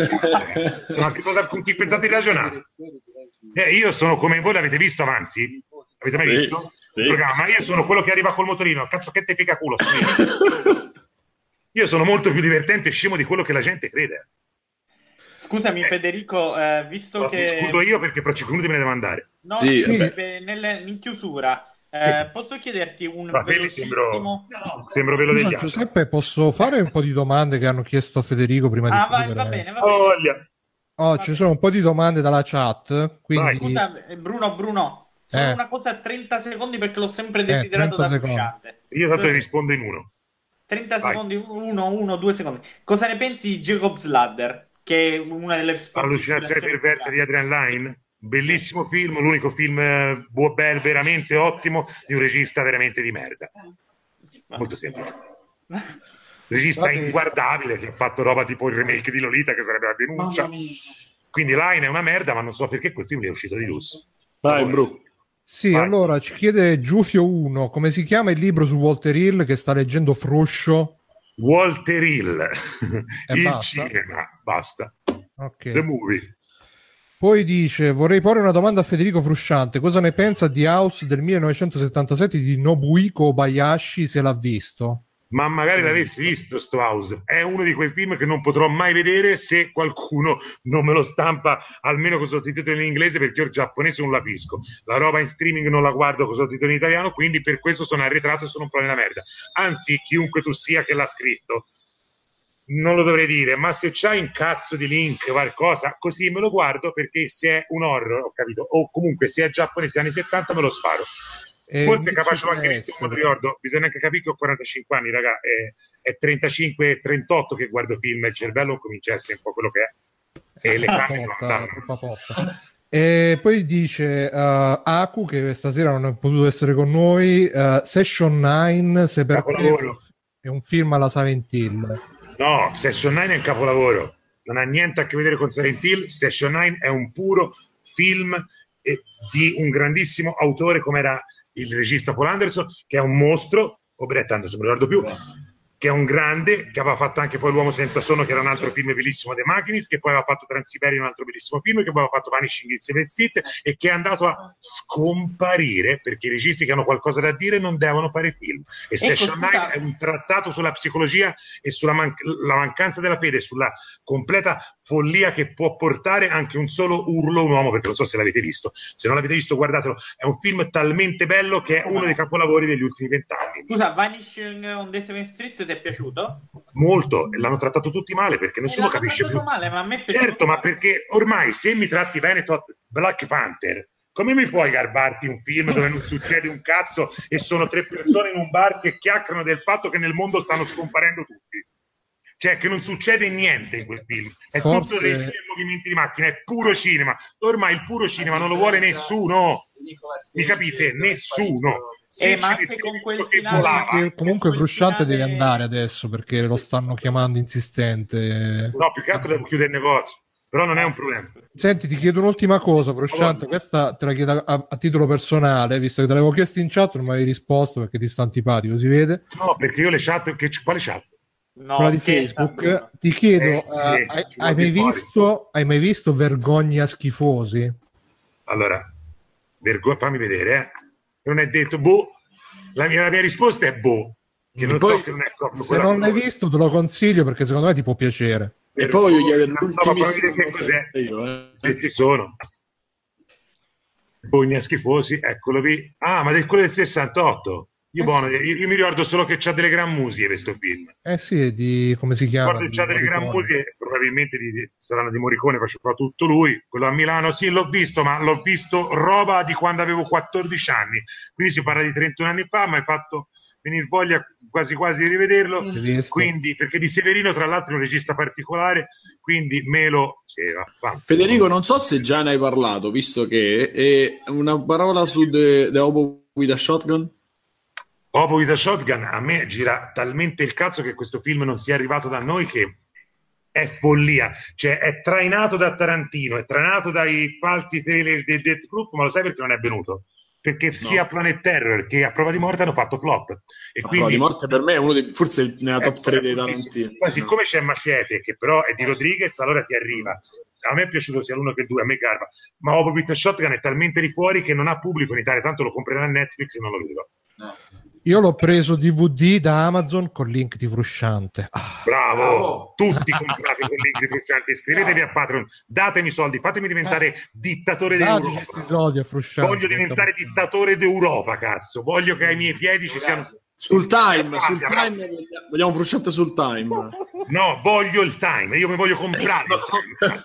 Ma che cosa, con chi pensate di ragionare? Eh, io sono come voi, l'avete visto Avanzi? Avete mai sì, visto? Sì. Il programma? Io sono quello che arriva col motorino, cazzo che te piega culo. Io sono molto più divertente e scemo di quello che la gente crede. Scusami eh. Federico, eh, visto no, che... Mi scuso io perché fra cinque minuti me ne devo andare. No, sì, sì, beh, nel, in chiusura, eh, posso chiederti un Va, velocissimo... Sembro, sembro velo degli altri. Giuseppe, posso fare un po' di domande che hanno chiesto a Federico prima ah, di vai, chiudere? va bene, va bene. Oh, voglia. Oh, ci sono un po' di domande dalla chat. Quindi... Scusa, Bruno, Bruno. Solo eh. una cosa a trenta secondi perché l'ho sempre desiderato eh, da Frusciante. Io tanto rispondo in uno. trenta Vai. secondi, uno, uno, due secondi. Cosa ne pensi di Jacob's Ladder? Che è una delle... Allucinazione perversa di Adrian Lyne. Bellissimo film, l'unico film eh, buo, bel, veramente ottimo di un regista veramente di merda. Molto semplice. Regista inguardabile che ha fatto roba tipo il remake di Lolita che sarebbe la denuncia. Quindi Lyne è una merda, ma non so perché quel film è uscito di lusso. Vai, Bru. Sì, Vai. Allora ci chiede Giufio uno come si chiama il libro su Walter Hill che sta leggendo Fruscio. Walter Hill, e il basta? cinema, basta. Okay. The movie. Poi dice: vorrei porre una domanda a Federico Frusciante, cosa ne pensa di House del millenovecentosettantasette di Nobuhiko Obayashi, se l'ha visto? ma magari l'avessi visto sto House. È uno di quei film che non potrò mai vedere se qualcuno non me lo stampa almeno con sottotitoli in inglese, perché io il giapponese non la capisco, la roba in streaming non la guardo con sottotitoli in italiano, quindi per questo sono arretrato e sono un po' nella merda. Anzi, chiunque tu sia che l'ha scritto non lo dovrei dire, ma se c'hai un cazzo di link, qualcosa, così me lo guardo, perché se è un horror, ho capito, o comunque se è giapponese anni settanta me lo sparo. E Forse è capace anche di essere. mi ricordo, bisogna anche capire che ho quarantacinque anni, raga, è, è trentacinque trentotto che guardo film e il cervello comincia a essere un po' quello che è e le carte non andranno. E poi dice uh, Aku, che stasera non è potuto essere con noi, uh, Session nove se per te è un film alla Silent Hill. No, Session nove è un capolavoro, non ha niente a che vedere con Silent Hill. Session nove è un puro film eh, di un grandissimo autore come era il regista Paul Anderson, che è un mostro, o Brett Anderson, non mi ricordo più, che è un grande, che aveva fatto anche poi L'uomo senza sonno, che era un altro film bellissimo, The Machinist, che poi aveva fatto Transiberia, un altro bellissimo film, che poi aveva fatto Vanishing in Seven Street, e che è andato a scomparire perché i registi che hanno qualcosa da dire non devono fare film. E Session nove è un trattato sulla psicologia e sulla man- la mancanza della fede, sulla completa follia che può portare anche un solo urlo un uomo, perché non so se l'avete visto, se non l'avete visto guardatelo, è un film talmente bello che è uno dei capolavori degli ultimi vent'anni. Scusa, Vanishing on the Seventh Street ti è piaciuto? Molto, e l'hanno trattato tutti male perché nessuno capisce più. Male, ma a me certo, ma perché ormai se mi tratti bene tot Black Panther, come mi puoi garbarti un film dove non succede un cazzo e sono tre persone in un bar che chiacchierano del fatto che nel mondo stanno scomparendo tutti? Cioè che non succede niente in quel film, è Forse... tutto regia e movimenti di macchina, è puro cinema. Ormai il puro cinema non lo vuole nessuno, mi capite? Nessuno. Se eh, ma anche con quel che volava, che comunque Frusciante finale... deve andare adesso perché lo stanno chiamando insistente. No, più che altro devo chiudere il negozio, però non è un problema. Senti, ti chiedo un'ultima cosa, Frusciante, questa te la chiedo a, a titolo personale, visto che te l'avevo chiesto in chat, non mi avevi risposto perché ti sto antipatico, si vede? No, perché io le chat, che, quale chat? No, quella di Facebook, ti chiedo, eh, sì, uh, hai, hai, mai visto, hai mai visto Vergogna Schifosi? Allora, vergo- fammi vedere, eh. Non è detto, boh, la mia, la mia risposta è boh, che non poi, so che non è proprio se non l'hai visto te lo consiglio perché secondo me ti può piacere. E, e poi io gli l'ultimissimo che cos'è, io, eh. se ci sono. Vergogna Schifosi, eccolo qui. Ah, ma del quello del sessantotto. Io, buono, io, io mi ricordo solo che c'ha delle gran musiche questo film. Eh sì, di come si chiama? Ricordo che c'ha delle gran musiche, probabilmente di, di, saranno di Morricone, faceva tutto lui. Quello a Milano, sì, l'ho visto, ma l'ho visto roba di quando avevo quattordici anni. Quindi si parla di trentuno anni fa, ma hai fatto venire voglia quasi quasi di rivederlo. Quindi, perché di Severino, tra l'altro, è un regista particolare, quindi me lo... Sì, Federico, non so se già ne hai parlato, visto che è una parola su The, the Hobo with a Shotgun. Hobo with a Shotgun a me gira talmente il cazzo che questo film non sia arrivato da noi, che è follia, cioè è trainato da Tarantino, è trainato dai falsi trailer del Death Proof, ma lo sai perché non è venuto? Perché no. Sia Planet Terror che A Prova di Morte hanno fatto flop, e A quindi Prova di Morte per me è uno dei, forse nella top tre dei Tarantino. Poi siccome c'è Machete, che però è di Rodriguez, allora ti arriva. A me è piaciuto sia l'uno che il due, a me garba, ma Hobo with a Shotgun è talmente di fuori che non ha pubblico in Italia, tanto lo comprerà a Netflix e non lo vedo. No. Io l'ho preso D V D da Amazon con link di Frusciante. Ah. Bravo, Bravo, tutti comprate con link di Frusciante, iscrivetevi a Patreon, datemi soldi, fatemi diventare ah. dittatore d'Europa. Soldi a Frusciante, voglio diventare dittatore d'Europa, cazzo, voglio che ai miei piedi ci siano... Sul time, sul time vogliamo Frusciante sul time. No, voglio il time, io mi voglio comprare il time,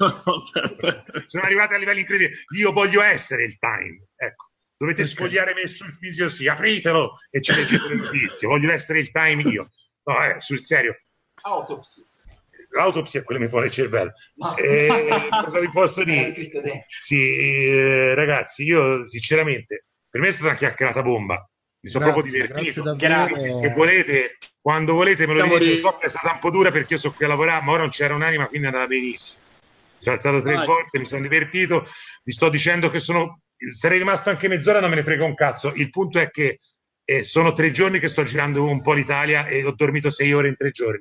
sono arrivati a livelli incredibili, io voglio essere il time, ecco. Dovete okay. sfogliare me sul Fisio, sì, apritelo e ci leggete le notizie. Voglio essere il time io. No, eh, sul serio. Autopsia. L'autopsia è quello che mi fa il cervello. No. Eh, cosa vi posso dire? Sì, eh, ragazzi, io sinceramente, per me è stata una chiacchierata bomba. Mi sono grazie, proprio divertito. Grazie, se volete, quando volete me lo dite. Io so che è stata un po' dura perché io so qui a lavorare, ma ora non c'era un'anima, quindi è andata benissimo. Mi sono alzato tre Vai. volte, mi sono divertito. Vi sto dicendo che sono... sarei rimasto anche mezz'ora, non me ne frega un cazzo. Il punto è che eh, sono tre giorni che sto girando un po' l'Italia e ho dormito sei ore in tre giorni.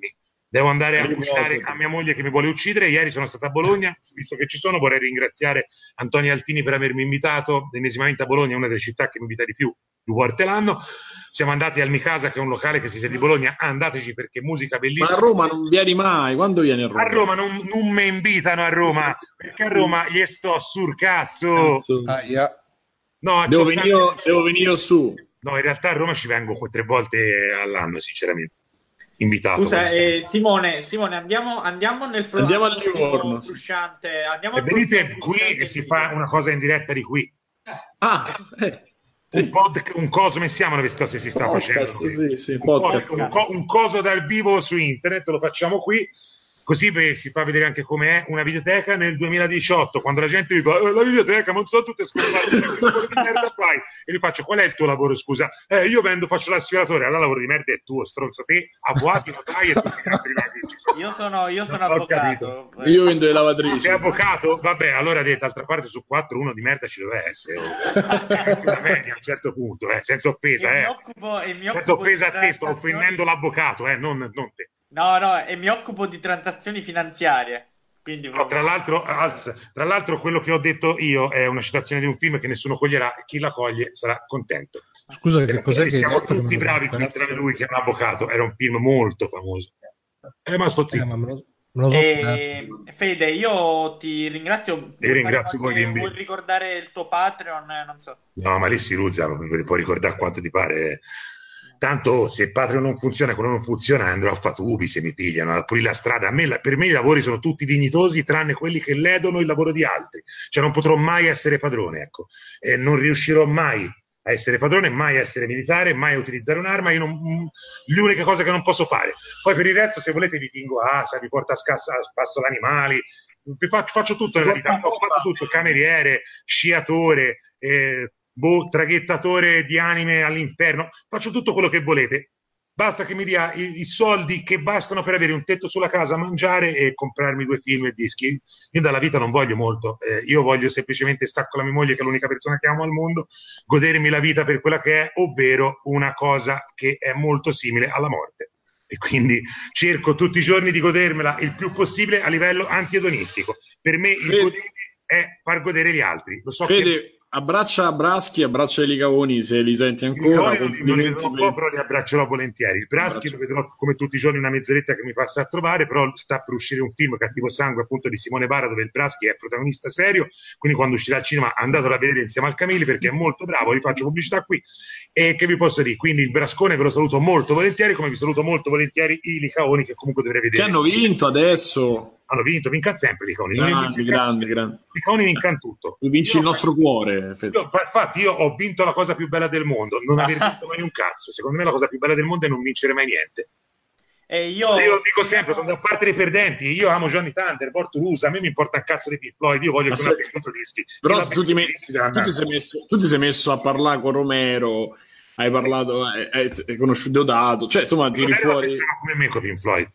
Devo andare a Riposo. cucinare a mia moglie che mi vuole uccidere. Ieri sono stato a Bologna, visto che ci sono vorrei ringraziare Antonio Altini per avermi invitato ennesimamente a Bologna, una delle città che mi invita di più due volte l'anno. Siamo andati al Mikasa, che è un locale che si siede di Bologna, andateci perché musica bellissima. Ma a Roma non vieni mai, quando vieni a Roma? A Roma non, non mi invitano a Roma, perché a Roma gli sto sul cazzo. Ah, yeah. No, Devo c'ho venire, tanti- devo venire su. no, in realtà a Roma ci vengo tre volte all'anno, sinceramente. Invitato. Scusa, come eh, Simone, Simone, andiamo, andiamo nel pro- Andiamo a prossimo Livorno. Frusciante. Andiamo E al venite prossimo qui Frusciante e si di- fa una cosa in diretta di qui. Ah, eh, Un, sì. pod, un coso, come si chiama, se si sta Podcast, facendo? sì, sì, Un, podcast. pod- un co- un coso dal vivo su internet, lo facciamo qui, così beh, si fa vedere anche com'è una videoteca nel duemiladiciotto, quando la gente mi fa eh, la videoteca, non so tutte scopate, che lavoro di merda fai? E gli faccio, qual è il tuo lavoro, scusa? Eh, io vendo, faccio l'assicuratore, allora lavoro di merda è tuo, stronzo te, avvocati, notai e tutti gli altri lavori che ci sono. Io sono, io sono Ho avvocato. Io vendo le lavatrici. Sei avvocato? Vabbè, allora d'altra parte su quattro uno di merda ci deve essere. Anche una media a un certo punto, eh, senza E offesa, mi eh. occupo, e mi Senza occupo offesa di a te, sto transazioni- offendendo l'avvocato, eh, non, non te. No, no, e mi occupo di transazioni finanziarie. Quindi No, tra l'altro, Alz, tra l'altro quello che ho detto io è una citazione di un film che nessuno coglierà e chi la coglie sarà contento. Scusa, che cos'è che siamo hai detto che tutti me lo bravi qui, ricordo? tranne lui che è un avvocato. Era un film molto famoso. Eh, ma sto Eh, zitto. ma me lo, me lo so E, perso. Fede, io ti ringrazio. Io ringrazio Vuoi voi, qualche- bimbi. Vuoi ricordare il tuo Patreon? Eh, Non so. No, ma lì si ruzza, puoi ricordare quanto ti pare. Tanto se Patreon non funziona, quello non funziona, andrò a Fatubi se mi pigliano, a pulire la strada. A me, la- per me i lavori sono tutti dignitosi, tranne quelli che ledono il lavoro di altri. Cioè non potrò mai essere padrone, ecco. E non riuscirò mai a essere padrone, mai a essere militare, mai a utilizzare un'arma. Io non, mm, l'unica cosa che non posso fare. Poi per il resto, se volete, vi tingo asa, vi porto a scassa, passo gli animali, vi faccio, faccio tutto nella vita. Ho fatto tutto, cameriere, sciatore, eh, boh, traghettatore di anime all'inferno, faccio tutto quello che volete, basta che mi dia i, i soldi che bastano per avere un tetto sulla casa, mangiare e comprarmi due film e dischi. Io dalla vita non voglio molto, eh, io voglio semplicemente stare con la mia moglie che è l'unica persona che amo al mondo, godermi la vita per quella che è, ovvero una cosa che è molto simile alla morte. E quindi cerco tutti i giorni di godermela il più possibile a livello antiedonistico. Per me il Fede- godere è far godere gli altri. Lo so che Fede, abbraccia Braschi, abbraccia i Licaoni se li senti i ancora. Licaoni non, li- non li vedrò un po', per- però li abbraccerò volentieri. Il Braschi Abbraccio. lo vedrò come tutti i giorni una mezz'oretta che mi passa a trovare, però sta per uscire un film, Cattivo Sangue, appunto di Simone Barra, dove il Braschi è protagonista serio, quindi quando uscirà al cinema andatelo a vedere insieme al Camilli perché è molto bravo, vi faccio pubblicità qui. E che vi posso dire? Quindi il Brascone ve lo saluto molto volentieri, come vi saluto molto volentieri i Licaoni che comunque dovrei vedere. Che hanno vinto adesso. Hanno vinto, vincano sempre i Licaoni. Non li Grandi, vince grandi, nessuno. grandi. I Licaoni vincano tutto. Vinci Io- il nostro cuore, Fede. Io, infatti io ho vinto la cosa più bella del mondo, non aver vinto mai un cazzo. Secondo me la cosa più bella del mondo è non vincere mai niente. E io, Io, lo dico sempre, sono da parte dei perdenti. Io amo Johnny Thunder, porto l'usa, a me mi importa un cazzo di Pink Floyd, io voglio Ma che se- una venduto dischi. Però Io la tu ti, me- venduto dischi della tu, ti andare. sei messo, tu ti sei messo a parlare con Romero, hai parlato, hai, hai- hai conosciuto Deodato, cioè insomma tiri Magari la fuori. pensava come me con Pink Floyd.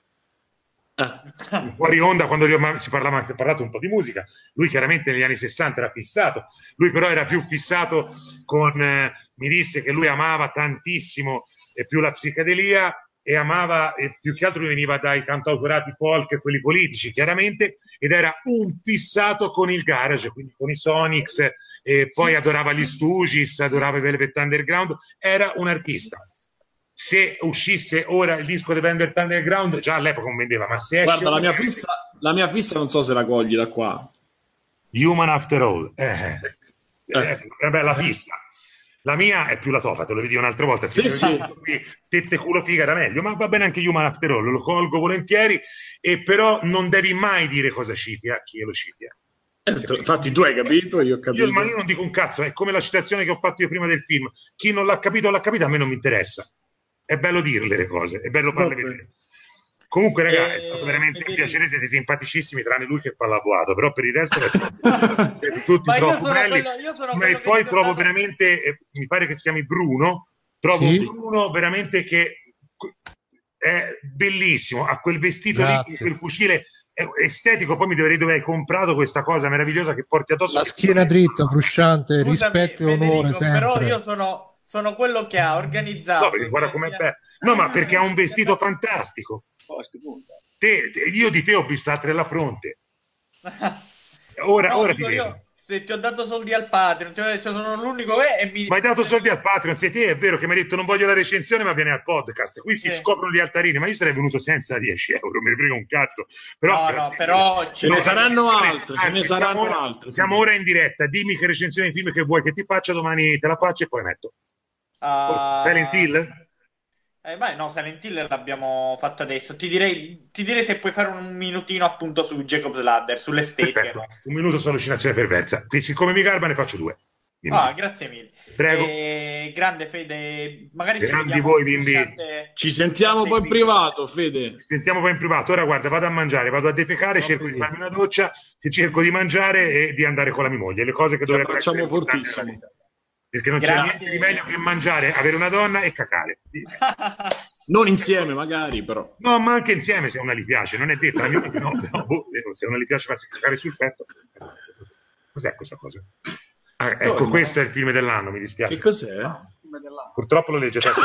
Eh, Fuori onda, quando io- si parlava, si è parlato un po' di musica, lui chiaramente negli anni sessanta era fissato, lui però era più fissato con, eh, mi disse che lui amava tantissimo e più la psichedelia e amava, e più che altro lui veniva dai cantautorati folk e quelli politici chiaramente, ed era un fissato con il garage, quindi con i Sonics, e poi adorava gli Stooges, adorava i Velvet Underground, era un artista. Se uscisse ora il disco di Velvet Underground, già all'epoca non vendeva, ma se esce guarda, la ora- mia, fissa, la mia fissa non so se la cogli da qua. Human After All, eh, Eh. eh, è bella fissa. La mia è più la topa, te lo vedi un'altra volta. Sì, Se sì. c'è qui, tette culo figa era meglio, ma va bene anche Human After All, lo colgo volentieri, e però non devi mai dire cosa citi a chi lo citi. eh. Eh, tu- infatti tu hai capito, io ho capito. Io, ma io non dico un cazzo, è come la citazione che ho fatto io prima del film. Chi non l'ha capito, l'ha capito, a me non mi interessa. È bello dirle le cose, è bello farle Vabbè. vedere. Comunque, raga, Eh, è stato veramente un vedi- piacere, siete simpaticissimi, tranne lui che fa l'avvocato, però per il resto siete tutti Ma io troppo sono belli. quello- io sono Ma quello che poi ti ho trovo dato- veramente, eh, mi pare che si chiami Bruno, trovo Sì. Bruno veramente che è bellissimo, ha quel vestito lì, Grazie. quel fucile è estetico, poi mi dovrei dove hai comprato questa cosa meravigliosa che porti addosso. La schiena dritta, frusciante, Scusami, rispetto e onore Federico, però sempre. io sono, sono quello che ha organizzato. No, perché guarda com'è bello. No, ma perché ha un vestito fantastico. te, te, io di te ho visto altre alla fronte. Ora, no, ora ti io, vedo. Se ti ho dato soldi al Patreon, ti ho detto, sono l'unico che e mi... Ma hai dato soldi al Patreon, sei te, è vero che mi hai detto non voglio la recensione ma vieni al podcast, qui si Sì. scoprono gli altarini, ma io sarei venuto senza dieci euro, me ne frega un cazzo. Però, no, no, però ce ne saranno altre, ce ne saranno siamo, altre. Siamo ora in diretta, dimmi che recensione di film che vuoi che ti faccia, domani te la faccio e poi metto. Uh... Silent Hill? Eh, beh, no, Silent Hill l'abbiamo fatto adesso. Ti direi, ti direi se puoi fare un minutino appunto su Jacob's Ladder, sull'estetica. Perfetto, un minuto su allucinazione perversa. Qui, siccome mi garba, ne faccio due. Dimmi. Ah, grazie mille. Prego. E... Grande Fede, magari grandi ci voi, bimbi. Chat... Ci sentiamo poi in privato, Fede. Ci sentiamo poi in privato. Ora guarda, vado a mangiare, vado a defecare, no, cerco di farmi una doccia, cerco di mangiare e di andare con la mia moglie. Le cose che dovrebbero essere fortissimo. Perché non Grazie. c'è niente di meglio che mangiare, avere una donna e cacare. Non insieme magari, però. No, ma anche insieme se a una gli piace, non è detto, la mia no, però, boh, se a una gli piace farsi cacare sul petto. Cos'è questa cosa? Ah, ecco, oh, questo no. È il film dell'anno, mi dispiace. Che cos'è? Purtroppo l'ho leggiato.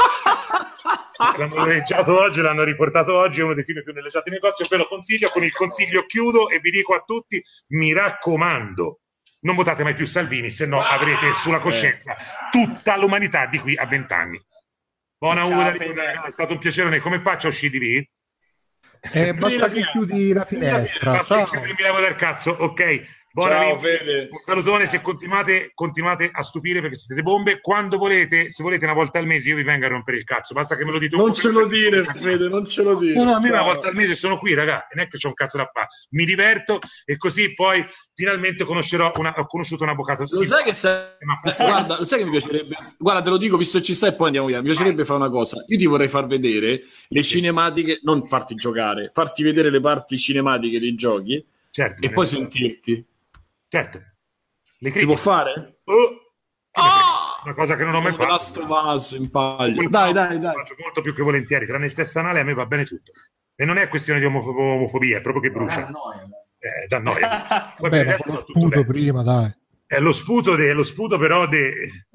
L'hanno leggiato oggi, l'hanno riportato oggi, è uno dei film più leggiati in negozio, ve lo consiglio, con il consiglio chiudo e vi dico a tutti, mi raccomando, non votate mai più Salvini, se no avrete sulla coscienza tutta l'umanità di qui a vent'anni. Buona ora, è stato un piacere. Come faccio a uscire di lì? Eh, basta che chiudi la finestra. Ciao. Che mi levo dal cazzo, ok. Buona Ciao, Fede. Un salutone, se continuate, continuate a stupire perché siete bombe. Quando volete, se volete una volta al mese io vi vengo a rompere il cazzo, basta che me lo dite. Non ce lo dire, Fede, non ce lo dire. No, no, a me una volta al mese sono qui, ragazzi, non è che c'ho un cazzo da fare. Mi diverto e così poi finalmente conoscerò una, ho conosciuto un avvocato. Lo sai che sei... Guarda, lo sai che mi piacerebbe? Guarda, te lo dico, visto che ci stai e poi andiamo via. Mi piacerebbe fare una cosa. Io ti vorrei far vedere le cinematiche, non farti giocare, farti vedere le parti cinematiche dei giochi, certo, e poi sentirti. Certo. Le si può fare? Oh, oh! Una cosa che non ho mai fatto. Last of Us in palio. Dai, dai, dai. Faccio molto più che volentieri. Tranne il sesso anale a me va bene tutto. E non è questione di omof- omofobia, è proprio che brucia. Eh, da noia. Poi Beh, per lo sputo prima, dai. È lo sputo, de, lo sputo però de...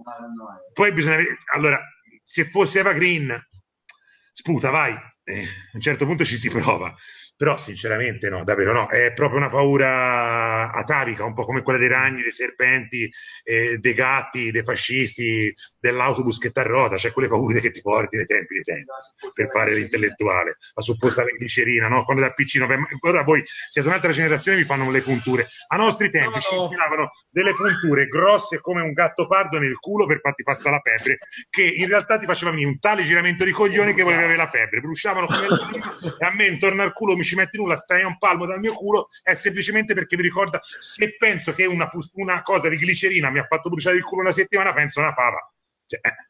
Poi bisogna vedere... Allora, se fosse Eva Green, sputa, vai. Eh, a un certo punto ci si prova. Però sinceramente no, davvero no, è proprio una paura atavica, un po' come quella dei ragni, dei serpenti, eh, dei gatti, dei fascisti, dell'autobus che t'arrota, cioè quelle paure che ti porti nei tempi dei tempi per fare l'intellettuale, la supposta glicerina, no? Quando da piccino, ora voi siete un'altra generazione vi fanno le punture, a nostri tempi no, ci infilavano delle punture grosse come un gatto pardo nel culo per farti passare la febbre, che in realtà ti faceva venire un tale giramento di coglioni che volevi avere la febbre, bruciavano come la e a me intorno al culo mi ci metti nulla, stai a un palmo dal mio culo, è semplicemente perché mi ricorda, se penso che una, una cosa di glicerina mi ha fatto bruciare il culo una settimana, penso a una fava. Cioè, eh,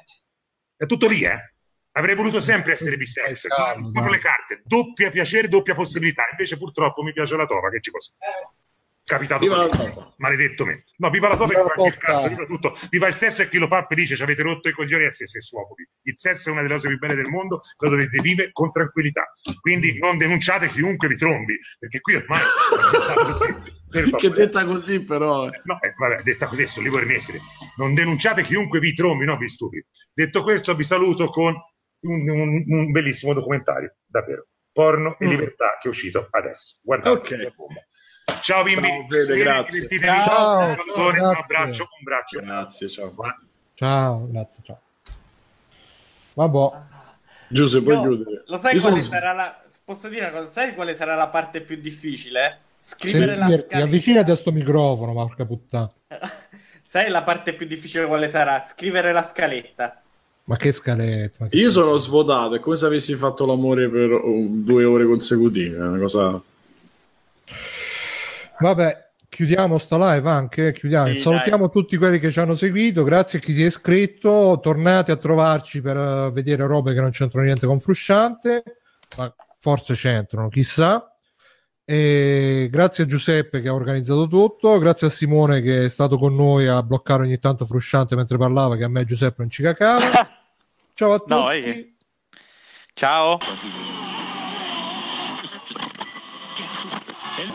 è tutto lì, eh. Avrei voluto sempre essere bisex, proprio le carte, doppia piacere, doppia possibilità, invece purtroppo mi piace la tova, che ci posso capitato viva così. Maledetto me. No, viva la tova e anche il cazzo, viva tutto. Viva il sesso e chi lo fa felice, ci avete rotto i coglioni a essere sessuofobi. Il sesso è una delle cose più belle del mondo, lo dovete vivere con tranquillità. Quindi non denunciate chiunque vi trombi, perché qui ormai che detta così però. No, eh, vabbè, detta così, sono libero Mesere. Non denunciate chiunque vi trombi, no, vi stupidi. Detto questo, vi saluto con un, un, un bellissimo documentario, davvero. Porno e libertà, che è uscito adesso. Guardate, okay. Che bomba. Ciao bimbi, ciao, Fede, grazie. Ciao, un salutone, un abbraccio, un braccio. Grazie, ciao. Ciao, grazie, ciao. Vabbè. Giuseppe, puoi chiudere. Lo sai Io quale sono... sarà la... Posso dire una cosa? Sai quale sarà la parte più difficile? Scrivere Sentirti, la scaletta. avvicinati a sto microfono, porca puttana. Sai la parte più difficile quale sarà? Scrivere la scaletta. Ma che scaletta? Ma che Io scaletta. sono svuotato, è come se avessi fatto l'amore per due ore consecutive, è una cosa... Vabbè, chiudiamo sta live anche, chiudiamo. Sì, salutiamo dai. tutti quelli che ci hanno seguito, grazie a chi si è iscritto, tornate a trovarci per uh, vedere robe che non c'entrano niente con Frusciante, ma forse c'entrano, chissà. E grazie a Giuseppe che ha organizzato tutto, grazie a Simone che è stato con noi a bloccare ogni tanto Frusciante mentre parlava, che a me Giuseppe non ci cacava. Ciao a tutti. No, eh. Ciao.